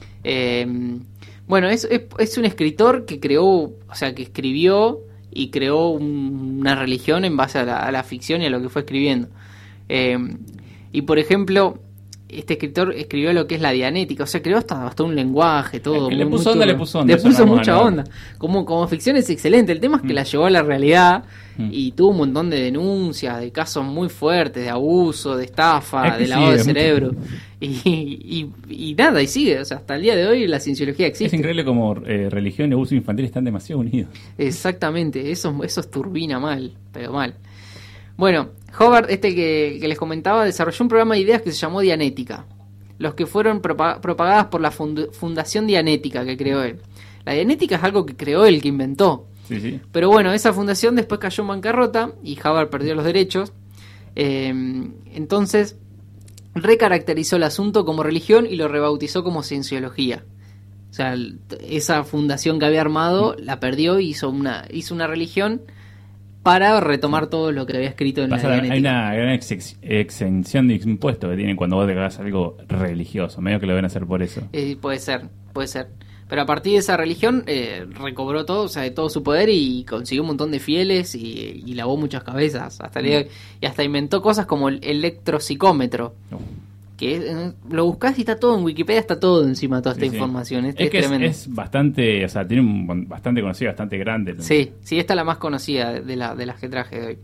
Eh, bueno, es, es, es un escritor que creó, o sea, que escribió y creó un- una religión en base a la, a la ficción y a lo que fue escribiendo. Eh, y por ejemplo, este escritor escribió lo que es la dianética, o sea, creó hasta, hasta un lenguaje, todo. Es que le muy- puso muy onda, turbio. le puso onda, Le eso puso no vamos a mucha negar. onda. Como, como ficción es excelente, el tema es que Mm. la llevó a la realidad Mm. y tuvo un montón de denuncias, de casos muy fuertes, de abuso, de estafa, Es que de sí, lavado de es mucho. cerebro. Y, y, y nada, y sigue, o sea, hasta el día de hoy la cienciología Es existe. increíble como eh, religión y abuso infantil están demasiado unidos. Exactamente, eso, eso es turbina mal, pero mal. Bueno, Howard, este que, que les comentaba, desarrolló un programa de ideas que se llamó Dianética. los que fueron propa- propagadas por la fund- Fundación Dianética que creó él. La Dianética es algo que creó él, que inventó. Sí, sí. Pero bueno, esa fundación después cayó en bancarrota y Hubbard perdió los derechos. Eh, entonces recaracterizó el asunto como religión y lo rebautizó como cienciología. O sea, el- esa fundación que había armado la perdió y hizo una, hizo una religión para retomar todo lo que había escrito en Pasa, la hay Dianética. una gran ex- exención de impuestos que tienen cuando vos declarás algo religioso. Medio que lo deben hacer por eso. Eh, puede ser, puede ser. Pero a partir de esa religión eh, recobró todo, o sea, de todo su poder y consiguió un montón de fieles y, y lavó muchas cabezas. Hasta el día de hoy. Y hasta inventó cosas como el electropsicómetro. No. Que eh, lo buscás y está todo en Wikipedia, está todo encima de toda esta Sí, sí. información. Es, Es que es, tremendo. es bastante, o sea, tiene un bon- bastante conocido, bastante grande. Sí, sí, esta es la más conocida de, la, de las que traje de hoy.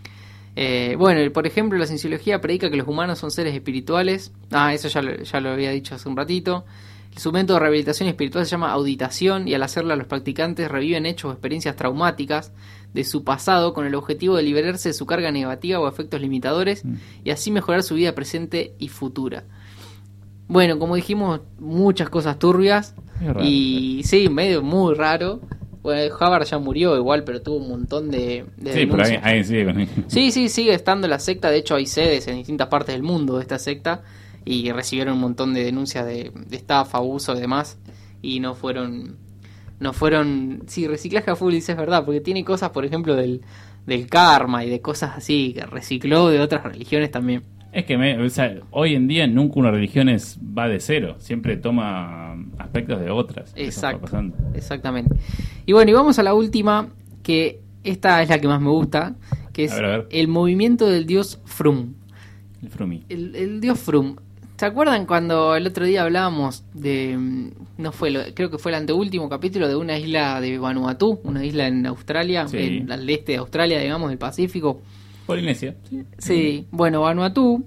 Eh, bueno, por ejemplo, la cienciología predica que los humanos son seres espirituales. Ah, eso ya lo, ya lo había dicho hace un ratito. Su método de rehabilitación espiritual se llama auditación y al hacerla los practicantes reviven hechos o experiencias traumáticas de su pasado con el objetivo de liberarse de su carga negativa o efectos limitadores Mm. y así mejorar su vida presente y futura. Bueno, como dijimos, muchas cosas turbias Es raro, y sí, medio muy raro. Bueno, Hubbard ya murió igual, pero tuvo un montón de, de Sí, pero denuncias. alguien, alguien sigue con eso. Sí, sí, sigue estando la secta. De hecho, hay sedes en distintas partes del mundo de esta secta y recibieron un montón de denuncias de, de estafa, abuso y demás. Y no fueron. No fueron. Sí, reciclaje a full, dice, es verdad, porque tiene cosas, por ejemplo, del, del karma y de cosas así que recicló de otras religiones también. Es que me, o sea, hoy en día nunca una religión es, va de cero, siempre toma aspectos de otras. Eso está Exacto, pasando. exactamente. Y bueno, y vamos a la última, que esta es la que más me gusta, que es A ver, a ver. el movimiento del dios Frum. El Frumi. El, el dios Frum. ¿Se acuerdan cuando el otro día hablábamos de, mm, no fue, lo, creo que fue el anteúltimo capítulo de una isla de Vanuatu, una isla en Australia, Sí. en, al este de Australia, digamos, del Pacífico? Polinesia. Sí. Sí, bueno, Vanuatu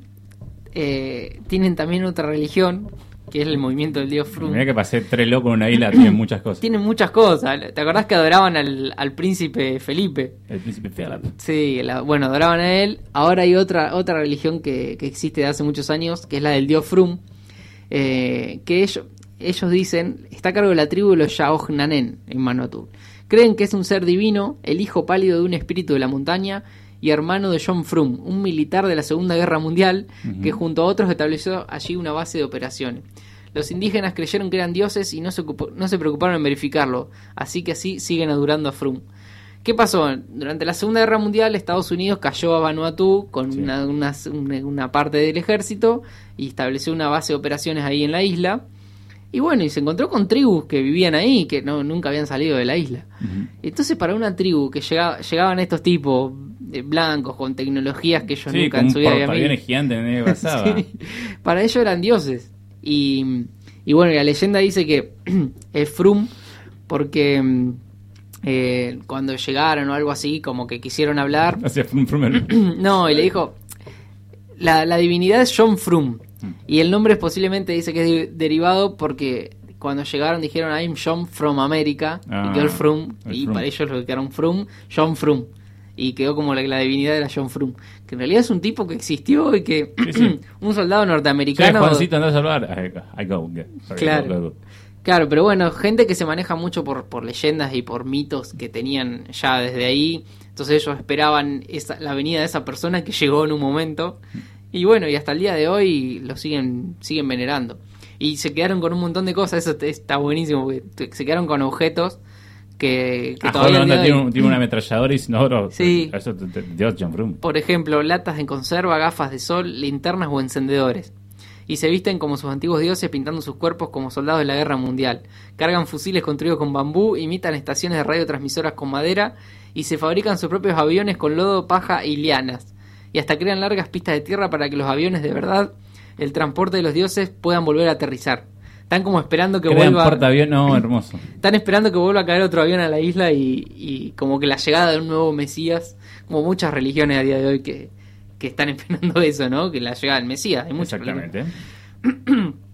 eh, tienen también otra religión, que es el movimiento del dios Frum. Mira que pasé tres locos en una isla, tienen muchas cosas. Tienen muchas cosas. ¿Te acordás que adoraban al, al príncipe Felipe? El príncipe Philip. Sí, la- bueno, adoraban a él. Ahora hay otra otra religión que, que existe de hace muchos años, que es la del dios Frum, eh, que ellos, ellos dicen, está a cargo de la tribu de los Yaojnanen en Vanuatu. Creen que es un ser divino, el hijo pálido de un espíritu de la montaña y hermano de John Frum, un militar de la Segunda Guerra Mundial Ujú. que junto a otros estableció allí una base de operaciones. Los indígenas creyeron que eran dioses y no se, ocupó- no se preocuparon en verificarlo, así que así siguen adorando a Frum. ¿Qué pasó? Durante la Segunda Guerra Mundial, Estados Unidos cayó a Vanuatu con Sí. una, una, una- una parte del ejército y estableció una base de operaciones ahí en la isla. Y bueno, y se encontró con tribus que vivían ahí, que no, nunca habían salido de la isla. Ujú. Entonces, para una tribu que llegaba, llegaban estos tipos eh, blancos con tecnologías que ellos Sí, nunca con en un su vida habían portaaviones visto, gigante en el que pasaba. sí, para ellos eran dioses. Y, y bueno, la leyenda dice que es Frum porque mm, eh, cuando llegaron o algo así, como que quisieron hablar. O sea, fue un primer- No, y le dijo, la, la divinidad es John Frum. Y el nombre es posiblemente dice que es de- derivado porque cuando llegaron dijeron I'm John from America Ah, y quedó el Frum. el Y Frum. para ellos lo que quedaron Frum, John Frum. Y quedó como la, la divinidad era John Frum. Que en realidad es un tipo que existió y que Sí, sí. un soldado Che, norteamericano. Juancito, andás a salvar. I, I go. yeah. Sorry, Claro. go, go, go. Claro, pero bueno, gente que se maneja mucho por, por leyendas y por mitos que tenían ya desde ahí. Entonces ellos esperaban esa, la venida de esa persona que llegó en un momento. Y bueno, y hasta el día de hoy lo siguen siguen venerando. Y se quedaron con un montón de cosas, eso te- está buenísimo, porque te- se quedaron con objetos que, que Ah, todavía joder, al día onda, de tiene, hoy- un- tiene una ametralladora y no, bro, Sí. Eso te, te, Dios, John Frum. Por ejemplo, latas en conserva, gafas de sol, linternas o encendedores. Y se visten como sus antiguos dioses pintando sus cuerpos como soldados de la guerra mundial. Cargan fusiles construidos con bambú, imitan estaciones de radiotransmisoras con madera y se fabrican sus propios aviones con lodo, paja y lianas. Y hasta crean largas pistas de tierra para que los aviones de verdad, el transporte de los dioses, puedan volver a aterrizar. Están como esperando que Crean vuelva... portaavión, no, hermoso. Están esperando que vuelva a caer otro avión a la isla y, y como que la llegada de un nuevo Mesías, como muchas religiones a día de hoy que, que están esperando eso, ¿no? Que la llegada del Mesías. Hay muchas religiones. Exactamente.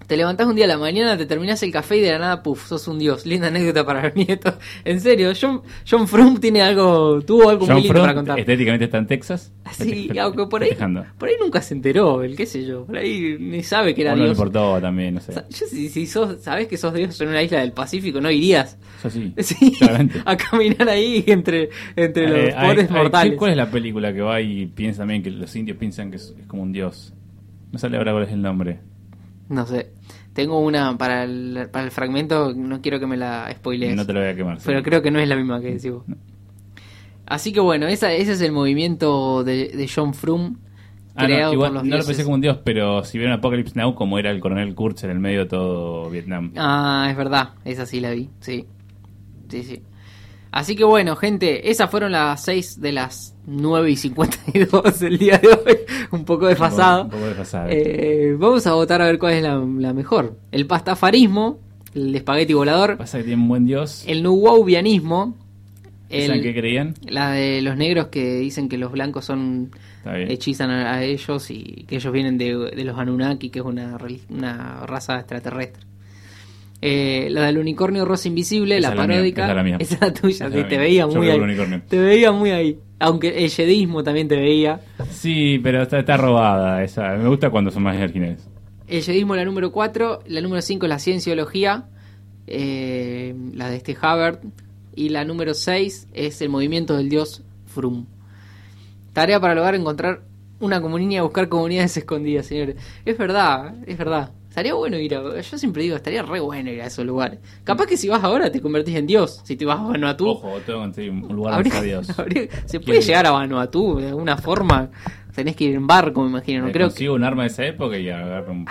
Te levantás un día a la mañana, te terminás el café y de la nada, puff, sos un dios. Linda anécdota para los nietos. En serio, John, John Frum tiene algo, tuvo algo John muy lindo Frum, para contar. estéticamente está en Texas. Sí, fete- aunque por ahí, festejando. por ahí nunca se enteró, el qué sé yo. Por ahí ni sabe que era O no le dios. importó también, no sé. O sea, yo, si, si sos, sabés que sos dios en una isla del Pacífico, ¿no irías? Yo sí, Sí, claramente. a caminar ahí entre, entre los Eh, hay- pobres hay- mortales. ¿Cuál es la película que va y piensa también que los indios piensan que es, es como un dios? No sale ahora cuál es el nombre. No sé. Tengo una para el, para el fragmento, no quiero que me la spoilees. No te lo voy a quemar. Pero sí. creo que no es la misma que decís vos. No. Así que bueno, esa, ese es el movimiento de, de John Frum, Ah, creado no, igual por los no lo dioses. pensé como un dios, pero si vieron Apocalypse Now, como era el coronel Kurtz en el medio de todo Vietnam. Ah, es verdad, esa sí la vi, sí. Sí, sí. Así que bueno, gente, esas fueron las seis de las nueve y cincuenta y dos del día de hoy. Un poco desfasado. Un poco, un poco desfasado. Eh, vamos a votar a ver cuál es la, la mejor. El pastafarismo, el espagueti volador, Pasa que tiene un buen dios. el nuwaubianismo, ¿Saben qué el, creían? la de los negros que dicen que los blancos son Está bien. hechizan a, a ellos y que ellos vienen de, de los Anunnaki, que es una, reli- una raza extraterrestre. Eh, la del unicornio rosa invisible, Esa la es la mía, paródica, esa es la mía. esa es la tuya, Esa es sí, la te mía. veía Yo muy creo ahí. que el unicornio. Te veía muy ahí. Aunque el yedismo también te veía. Sí, pero está, está robada esa. Me gusta cuando son más originales. El yedismo la número cuatro, la número cinco es la cienciología, eh, la de este Hubbard, y la número seis es el movimiento del dios Frum. Tarea para lograr encontrar una comunidad y buscar comunidades escondidas, señores. Es verdad, es verdad. Estaría bueno ir a... Yo siempre digo, estaría re bueno ir a esos lugares. Capaz que si vas ahora te convertís en dios. Si te vas a Vanuatu... Ojo, tengo que conseguir un lugar habría- donde está Dios. habría- se Quiero puede ir. llegar a Vanuatu de alguna forma. Tenés que ir en barco, me imagino. No Me creo que... consigo un arma de esa época y agarro un...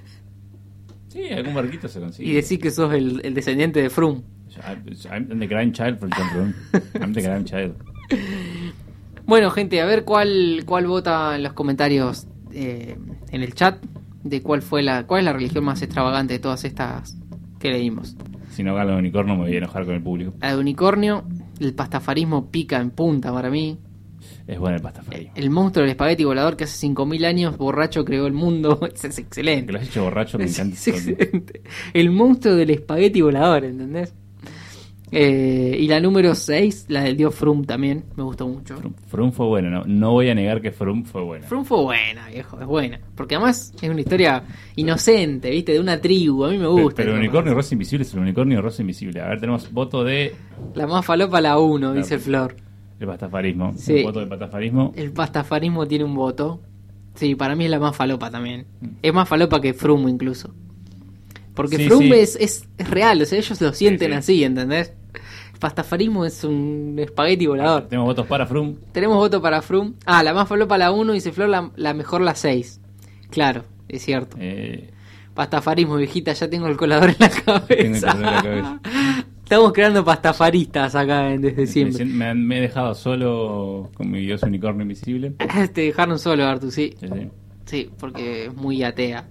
Sí, algún barquito se consigue. Y decís que sos el, el descendiente de Frum. I'm the grandchild for John Frum. I'm the grandchild. Bueno, gente, a ver cuál cuál vota en los comentarios eh, en el chat de cuál fue la cuál es la religión más extravagante de todas estas que leímos. Si no gano el unicornio me voy a enojar con el público. La de unicornio, el pastafarismo pica en punta para mí. Es bueno el pastafarismo. El monstruo del espagueti volador que hace cinco mil años borracho creó el mundo. Es, es Que excelente. lo has hecho borracho me Es, encanta. es excelente. El monstruo del espagueti volador, ¿entendés? Eh, y la número seis, la del dios Frum también, me gustó mucho. Frum, Frum fue bueno, no, no voy a negar que Frum fue bueno. Frum fue buena, viejo, es buena. Porque además es una historia inocente, ¿viste? De una tribu, a mí me Pero, gusta. pero el eso. unicornio rosa invisible es el unicornio rosa invisible. A ver, tenemos voto de La más falopa la uno, dice Claro. Flor. el pastafarismo. Sí. Un voto de pastafarismo. El pastafarismo tiene un voto. Sí, para mí es la más falopa también. Es más falopa que Frum incluso. Porque Sí, Frum sí. Es, es, es real, o sea, ellos lo sienten sí. así, ¿entendés? El pastafarismo es un espagueti volador. Tenemos votos para Frum. Tenemos voto para Frum. Ah, la más falopa la uno, dice Flor, la, la mejor la seis. Claro, es cierto. Eh, Pastafarismo, viejita, ya tengo el colador en la cabeza. Tengo el colador en la cabeza. Estamos creando pastafaristas acá en- desde me, siempre. me, han- me he dejado solo con mi dios unicornio invisible. Te dejaron solo, Artu, sí. Sí, sí. Sí, porque es muy atea.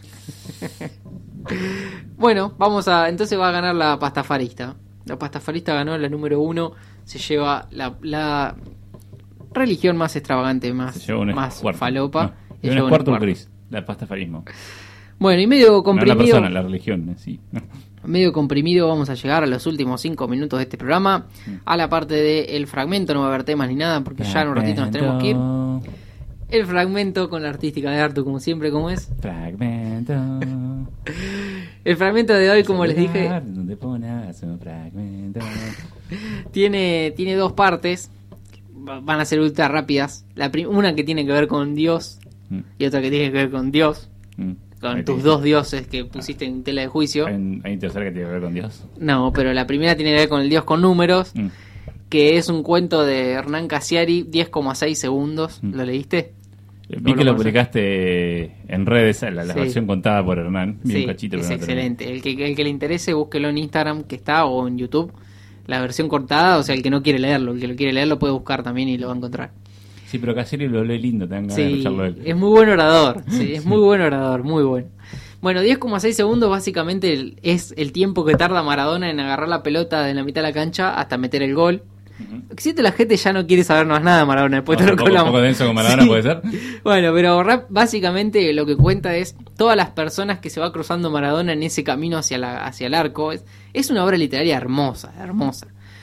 Bueno, vamos a... Entonces va a ganar la pastafarista. La pastafarista ganó la número uno. Se lleva la, la religión más extravagante, más, Se lleva un más escuarto. falopa. No, Se un lleva un escuarto escuarto. gris. La pastafarismo. Bueno, y medio No la comprimido... persona, la religión en sí. Medio comprimido, vamos a llegar a los últimos cinco minutos de este programa. A la parte del fragmento, no va a haber temas ni nada, porque ya en un ratito nos tenemos que ir. El fragmento con la artística de Artu, como siempre, como es. Fragmento. El fragmento de hoy, como les dije, Donde pongas un fragmento. tiene, tiene dos partes. Va- Van a ser ultra rápidas. La prim- una que tiene que ver con Dios Mm, y otra que tiene que ver con Dios. mm. Con Ahí te tus dice. dos dioses que pusiste en tela de juicio. Hay un, hay un tercero que tiene que ver con Dios. No, pero la primera tiene que ver con el Dios con números, Mm. que es un cuento de Hernán Casiari, diez coma seis segundos. Mm. ¿Lo leíste? Vi No que lo lo conoces. publicaste en redes, la, la Sí. versión contada por Hernán. Vi Sí, un cachito, es pero no terminé. excelente. El que, el que le interese, búsquelo en Instagram, que está, o en YouTube. La versión cortada, o sea, el que no quiere leerlo. El que lo quiere leer lo puede buscar también y lo va a encontrar. Sí, pero Casieri lo lee lindo, te dan ganas de Sí, escucharlo él. es muy buen orador. Sí, es muy buen orador, muy bueno. Bueno, diez coma seis segundos básicamente el- es el tiempo que tarda Maradona en agarrar la pelota de la mitad de la cancha hasta meter el gol. Uh-huh. Siento la gente ya no quiere saber más nada de Maradona. Después no, te lo un, poco, un poco denso con Maradona, sí. Puede ser. Bueno, pero rap, básicamente lo que cuenta es todas las personas que se va cruzando Maradona en ese camino hacia, la, hacia el arco. Es, es una obra literaria hermosa, hermosa.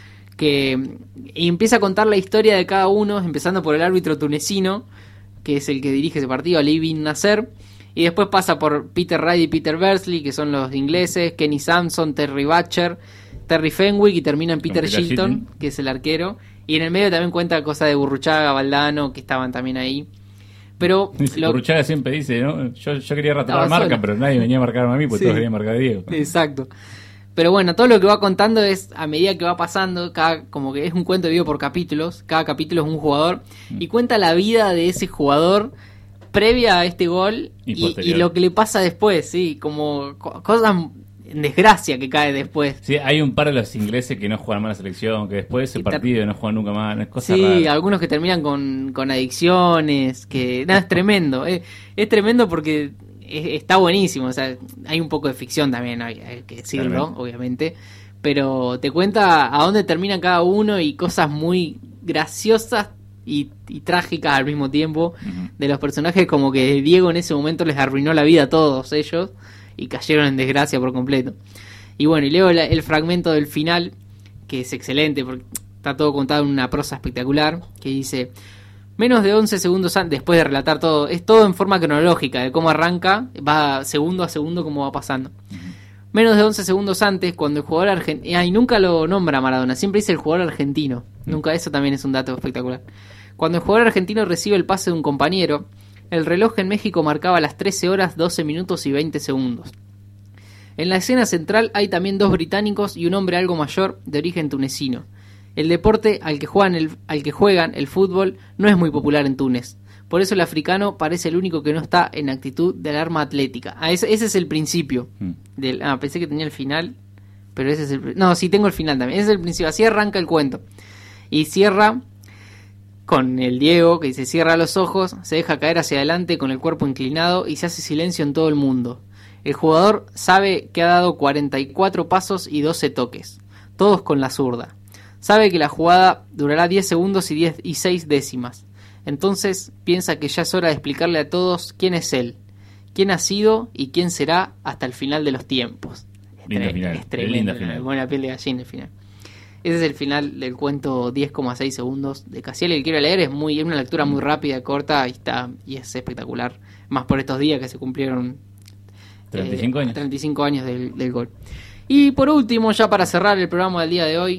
Que y empieza a contar la historia de cada uno, empezando por el árbitro tunecino, que es el que dirige ese partido, Ali bin Nasser. Y después pasa por Peter Wright y Peter Beardsley, que son los ingleses, Kenny Sampson, Terry Butcher, Terry Fenwick, y termina en Peter, Peter Shilton, Shilton, que es el arquero. Y en el medio también cuenta cosas de Burruchaga, Valdano, que estaban también ahí. Pero lo... Burruchaga siempre dice, ¿no? Yo, yo quería ratonar marca, solo. Pero nadie venía a marcarme a mí, porque sí. Todos querían marcar a Diego. Exacto. Pero bueno, todo lo que va contando es a medida que va pasando, cada, como que es un cuento dividido por capítulos, cada capítulo es un jugador, mm. y cuenta la vida de ese jugador previa a este gol y, y, y lo que le pasa después, sí, como co- cosas en desgracia que cae después. Sí, hay un par de los ingleses que no juegan más la selección, que después de ese partido ter- no juegan nunca más, es cosa sí, rara. Algunos que terminan con, con adicciones, que nada, es tremendo, es, es tremendo porque es, está buenísimo, o sea, hay un poco de ficción también, hay, hay que decirlo, Claramente. obviamente, pero te cuenta a dónde termina cada uno y cosas muy graciosas y, y trágicas al mismo tiempo, uh-huh. de los personajes, como que Diego en ese momento les arruinó la vida a todos ellos y cayeron en desgracia por completo. Y bueno, y leo la, el fragmento del final, que es excelente porque está todo contado en una prosa espectacular, que dice: menos de once segundos antes, después de relatar todo, es todo en forma cronológica de cómo arranca, va segundo a segundo como va pasando. Uh-huh. Menos de once segundos antes, cuando el jugador argentino, y nunca lo nombra Maradona, siempre dice el jugador argentino, uh-huh. nunca, eso también es un dato espectacular. Cuando el jugador argentino recibe el pase de un compañero, el reloj en México marcaba las trece horas, doce minutos y veinte segundos. En la escena central hay también dos británicos y un hombre algo mayor de origen tunecino. El deporte al que juegan el, al que juegan, el fútbol, no es muy popular en Túnez. Por eso el africano parece el único que no está en actitud de alarma atlética. Ah, ese, ese es el principio. Mm. Del, ah, pensé que tenía el final, pero ese es el... No, sí, tengo el final también. Ese es el principio. Así arranca el cuento. Y cierra con el Diego, que dice: cierra los ojos, se deja caer hacia adelante con el cuerpo inclinado y se hace silencio en todo el mundo. El jugador sabe que ha dado cuarenta y cuatro pasos y doce toques, todos con la zurda. Sabe que la jugada durará diez segundos y, diez y seis décimas. Entonces piensa que ya es hora de explicarle a todos quién es él, quién ha sido y quién será hasta el final de los tiempos. Es, tre- final. es tremendo, final. Me pone la piel de gallina el final. Ese es el final del cuento, diez coma seis segundos de Cassiel. El que quiero leer es muy, es una lectura muy rápida, corta, y está y es espectacular. Más por estos días que se cumplieron treinta y cinco años, treinta y cinco años del, del gol. Y por último, ya para cerrar el programa del día de hoy,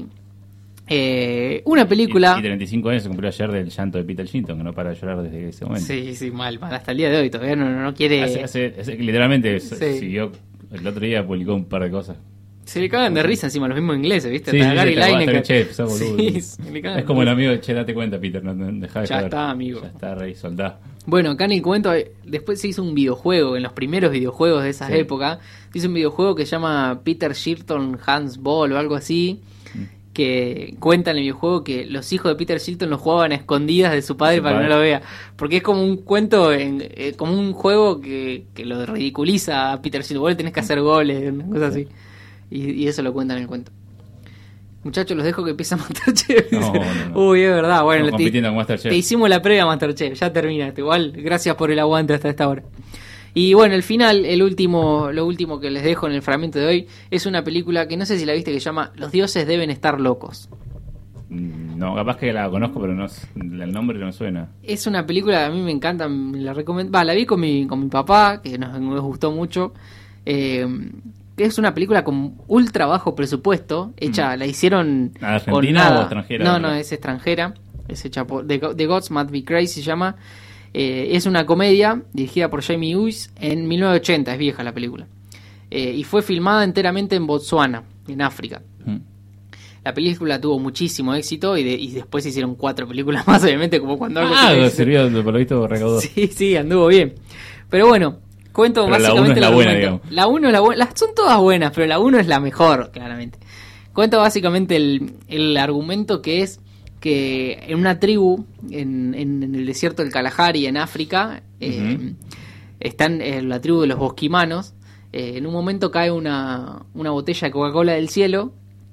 eh, una película... Y, y treinta y cinco años se cumplió ayer del llanto de Peter Shilton, que no para de llorar desde ese momento. Sí, sí, mal, mal hasta el día de hoy. Todavía no, no quiere... Hace, hace, hace, literalmente sí. siguió, el otro día publicó un par de cosas. Se le cagan de risa encima los mismos ingleses, ¿viste? Sí, Hasta sí, Gary sí, Lineker. Che, sí, es como el amigo de Che, date cuenta, Peter, no, no deja de Ya joder. está, amigo. Ya está, rey, soldado. Bueno, acá en el cuento, después se hizo un videojuego, en los primeros videojuegos de esas sí. épocas, se hizo un videojuego que se llama Peter Shilton Hans Ball o algo así, mm. que cuenta en el videojuego que los hijos de Peter Shilton lo jugaban a escondidas de su padre su para padre. que no lo vea. Porque es como un cuento, en, eh, como un juego que, que lo ridiculiza a Peter Shilton. Vos le tenés que hacer goles, una cosa así. Y, y eso lo cuenta en el cuento. Muchachos, los dejo que empieza Masterchef. No, no, no. Uy, es verdad. Bueno, te, compitiendo con Masterchef. Te hicimos la previa Masterchef. Ya terminaste. Igual, gracias por el aguante hasta esta hora. Y bueno, el final, el último, lo último que les dejo en el fragmento de hoy es una película que no sé si la viste, que se llama Los dioses deben estar locos. No, capaz que la conozco, pero no, el nombre no me suena. Es una película que a mí me encanta, me la recomiendo. Va, la vi con mi, con mi papá, que nos, nos gustó mucho. Eh, es una película con ultra bajo presupuesto, hecha, mm. la hicieron ¿Argentina con nada. o extranjera? No, no, es extranjera, es hecha por The, The Gods Must Be Crazy se llama. Eh, es una comedia dirigida por Jamie Hughes en mil novecientos ochenta, es vieja la película. Eh, y fue filmada enteramente en Botsuana, en África. Mm. La película tuvo muchísimo éxito y, de, y después se hicieron cuatro películas más, obviamente, como cuando algo Ah, algo sirvió, por lo visto recaudó. Sí, sí, anduvo bien. Pero bueno, cuento pero básicamente la uno es la buena, digamos. La uno es la buena, las son todas buenas, pero la uno es la mejor, claramente. Cuento básicamente el, el argumento, que es que en una tribu en, en, en el desierto del Kalahari, en África, uh-huh. eh, están en la tribu de los bosquimanos. Eh, en un momento cae una, una botella de Coca-Cola del cielo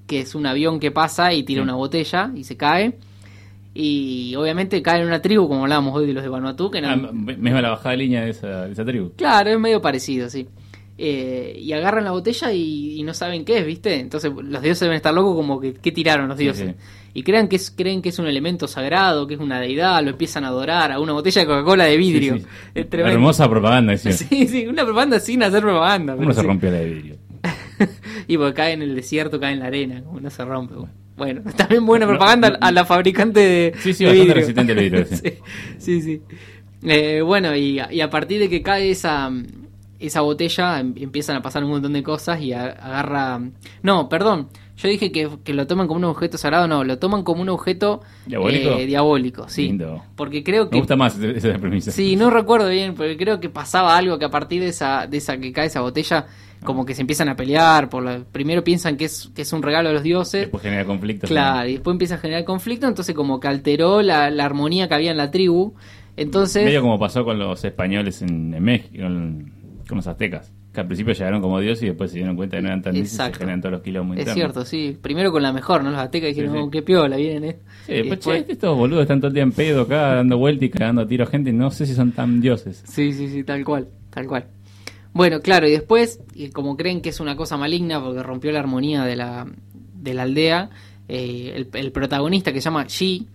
que es un avión que pasa y tira Sí. una botella y se cae. Y obviamente cae en una tribu, como hablábamos hoy de los de Vanuatu, que Ah, eran... m- mismo la bajada de línea de esa, de esa tribu. Claro, es medio parecido, sí. Eh, y agarran la botella y, y no saben qué es, ¿viste? Entonces los dioses deben estar locos como que ¿qué tiraron los Sí, dioses? sí. Y creen que, es, creen que es un elemento sagrado, que es una deidad, lo empiezan a adorar a una botella de Coca-Cola de vidrio. Sí, sí. Es tremendo. Hermosa propaganda, decía. Sí, sí, una propaganda sin hacer propaganda. ¿Cómo pero no se sí. rompió la de vidrio? Y porque cae en el desierto, cae en la arena, como no se rompe. Bueno, también buena propaganda a la fabricante de, Sí, sí, de bastante vidrio. resistente el vidrio, sí. sí, sí. sí. Eh, bueno, y, y a partir de que cae esa, esa botella, em- empiezan a pasar un montón de cosas y a- agarra... No, perdón, yo dije que, que lo toman como un objeto sagrado, no, lo toman como un objeto ¿Diabólico? eh, diabólico, sí. Lindo. Porque creo que... Me gusta más esa esa premisa. Sí, no recuerdo bien, porque creo que pasaba algo que a partir de esa, de esa que cae esa botella, como que se empiezan a pelear. Por la, primero piensan que es, que es un regalo de los dioses. Después genera conflictos. Claro, y después empieza a generar conflicto, entonces como que alteró la, la armonía que había en la tribu. Entonces, Medio como pasó con los españoles en, en México, con, con los aztecas. Que al principio llegaron como dioses y después se dieron cuenta que no eran tan dioses y se Exacto. generan todos los quilombos es internos. cierto, sí. Primero con la mejor, ¿no? Los aztecas dijeron, Sí, sí. oh, qué piola, vienen, ¿eh? Sí, Y después, después- che, estos boludos están todo el día en pedo acá, dando vueltas y cagando a tiro a gente. No sé si son tan dioses. Sí, sí, sí, tal cual, tal cual. Bueno, claro, y después, y como creen que es una cosa maligna porque rompió la armonía de la, de la aldea, eh, el, el protagonista que se llama Shi,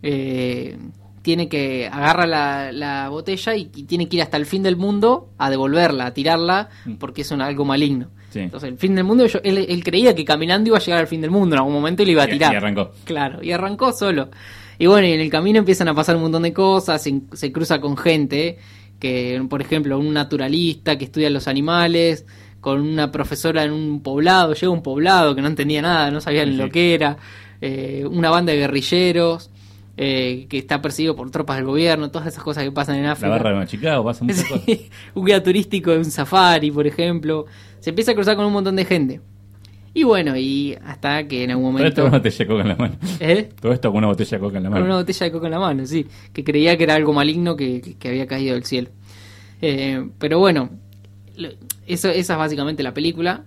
eh, tiene que agarra la, la botella y, y tiene que ir hasta el fin del mundo a devolverla, a tirarla, porque es un- algo maligno. Sí. Entonces, el fin del mundo, yo- él, él creía que caminando iba a llegar al fin del mundo en algún momento y le iba a Y- tirar. y arrancó. Claro, y arrancó solo. Y bueno, y en el camino empiezan a pasar un montón de cosas, se, se cruza con gente, que por ejemplo un naturalista que estudia los animales, con una profesora en un poblado, llega a un poblado que no entendía nada, no sabía ni Sí, lo sí. que era, eh, una banda de guerrilleros, eh, que está perseguido por tropas del gobierno, todas esas cosas que pasan en La África. barra de Machicao pasa muchas cosas. Sí, un guía turístico de un safari, por ejemplo. Se empieza a cruzar con un montón de gente. Y bueno, y hasta que en algún Todo esto momento... con una botella de coca en la mano. ¿Eh? Todo esto con una botella de coca en la Con mano. una botella de coca en la mano, sí. Que creía que era algo maligno que, que- que había caído del cielo. Eh, pero bueno, lo- eso, esa es básicamente la película.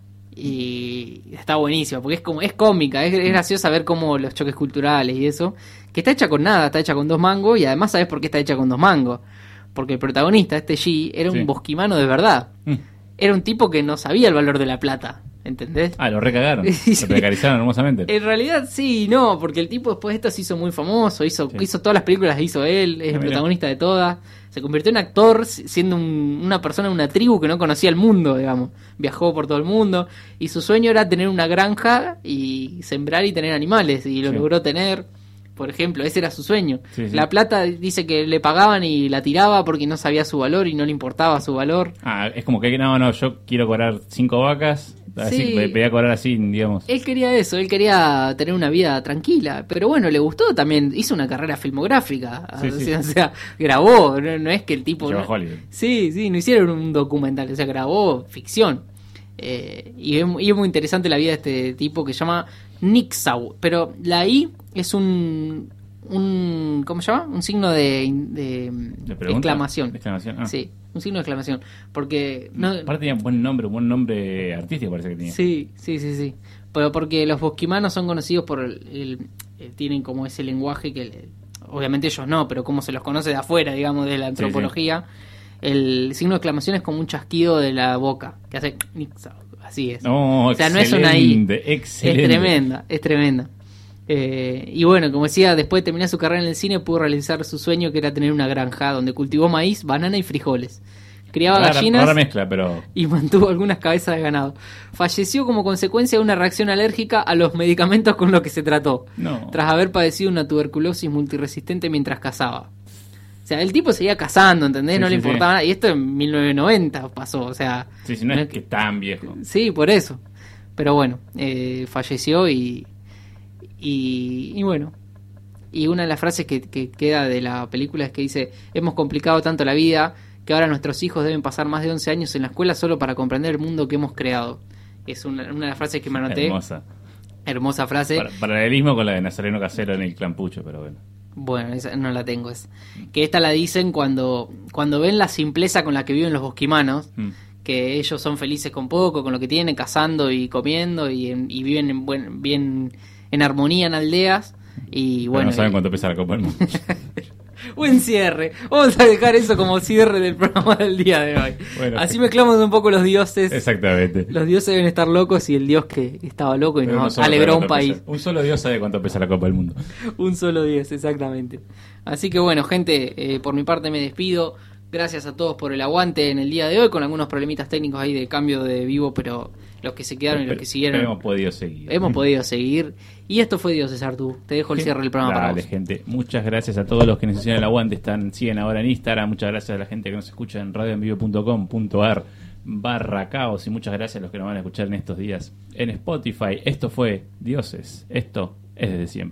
Y está buenísima, porque es como es cómica, es, es graciosa ver cómo los choques culturales y eso. Que está hecha con nada, está hecha con dos mangos. Y además sabes por qué está hecha con dos mangos. Porque el protagonista, este G, era un Sí. bosquimano de verdad. Mm. Era un tipo que no sabía el valor de la plata, ¿entendés? Ah, lo recagaron. Sí, sí. Lo precarizaron hermosamente. En realidad sí, no, porque el tipo después de esto se hizo muy famoso, hizo, Sí. hizo todas las películas, las hizo él, es Ah, el mira. protagonista de todas, se convirtió en actor si- siendo un- una persona de una tribu que no conocía el mundo, digamos, viajó por todo el mundo y su sueño era tener una granja y sembrar y tener animales y lo Sí. logró tener. Por ejemplo, ese era su sueño. Sí, sí. La plata dice que le pagaban y la tiraba porque no sabía su valor y no le importaba su valor. Ah, es como que no, no, yo quiero cobrar cinco vacas. Así, Sí. me voy a cobrar así, digamos. Él quería eso, él quería tener una vida tranquila, pero bueno, le gustó también, hizo una carrera filmográfica, Sí, o, sí. sea, o sea, grabó, no, no es que el tipo... Lleva no- Hollywood. Sí, sí, no hicieron un documental, o sea, grabó ficción. Eh, y, es, y es muy interesante la vida de este tipo que se llama Nixau, pero la I es un... un ¿cómo se llama? Un signo de, de, ¿De pregunta? exclamación. ¿De exclamación? Ah. Sí, un signo de exclamación, porque... No, Aparte tenía un buen nombre, un buen nombre artístico parece que tenía. Sí, sí, sí, sí. Pero porque los bosquimanos son conocidos por el, el- eh, tienen como ese lenguaje que le- obviamente ellos no, pero como se los conoce de afuera, digamos, de la Sí, antropología, el signo de exclamación es como un chasquido de la boca que hace nixau, así es. No, O sea, no es una I. excelente, excelente. Es tremenda, es tremenda. Eh, y bueno, como decía, después de terminar su carrera en el cine pudo realizar su sueño que era tener una granja donde cultivó maíz, banana y frijoles. Criaba Rara- gallinas rara mezcla, pero y mantuvo algunas cabezas de ganado. Falleció como consecuencia de una reacción alérgica a los medicamentos con los que se trató, no. tras haber padecido una tuberculosis multiresistente mientras cazaba. O sea, el tipo seguía cazando, ¿entendés? Sí, no le sí, importaba sí. nada. Y esto en mil novecientos noventa pasó, o sea... Sí, sí, no es que tan viejo. Sí, por eso. Pero bueno, eh, falleció y, y... y bueno... Y una de las frases que, que queda de la película es que dice: hemos complicado tanto la vida que ahora nuestros hijos deben pasar más de once años en la escuela solo para comprender el mundo que hemos creado. Es una, una de las frases que me anoté. Hermosa. Hermosa frase. Para- Paralelismo con la de Nazareno Casero en el Clampucho, pero bueno. Bueno, esa no la tengo. Es que esta la dicen cuando, cuando ven la simpleza con la que viven los bosquimanos, Mm. que ellos son felices con poco, con lo que tienen, cazando y comiendo y, en- y viven en buen, bien en armonía en aldeas. Y Pero bueno, no saben y- cuánto pesa la Copa del Mundo. buen cierre. Vamos a dejar eso como cierre del programa del día de hoy. Bueno, Así mezclamos un poco los dioses. Exactamente. Los dioses deben estar locos y el dios que estaba loco y Pero uno nos solo sabe alegró un cuánto país. pesa. Un solo Dios sabe cuánto pesa la Copa del Mundo. Un solo dios, exactamente. Así que bueno, gente, eh, por mi parte me despido. Gracias a todos por el aguante en el día de hoy, con algunos problemitas técnicos ahí de cambio de vivo, pero los que se quedaron y los que siguieron Hemos podido seguir. hemos podido seguir. Y esto fue Dioses, Artu. Te dejo el cierre del programa para Dale, vos. gente. Muchas gracias a todos los que nos hicieron el aguante. Están, siguen ahora en Instagram. Muchas gracias a la gente que nos escucha en radioenvivo punto com punto ar barra caos. Y muchas gracias a los que nos van a escuchar en estos días en Spotify. Esto fue Dioses. Esto es desde siempre.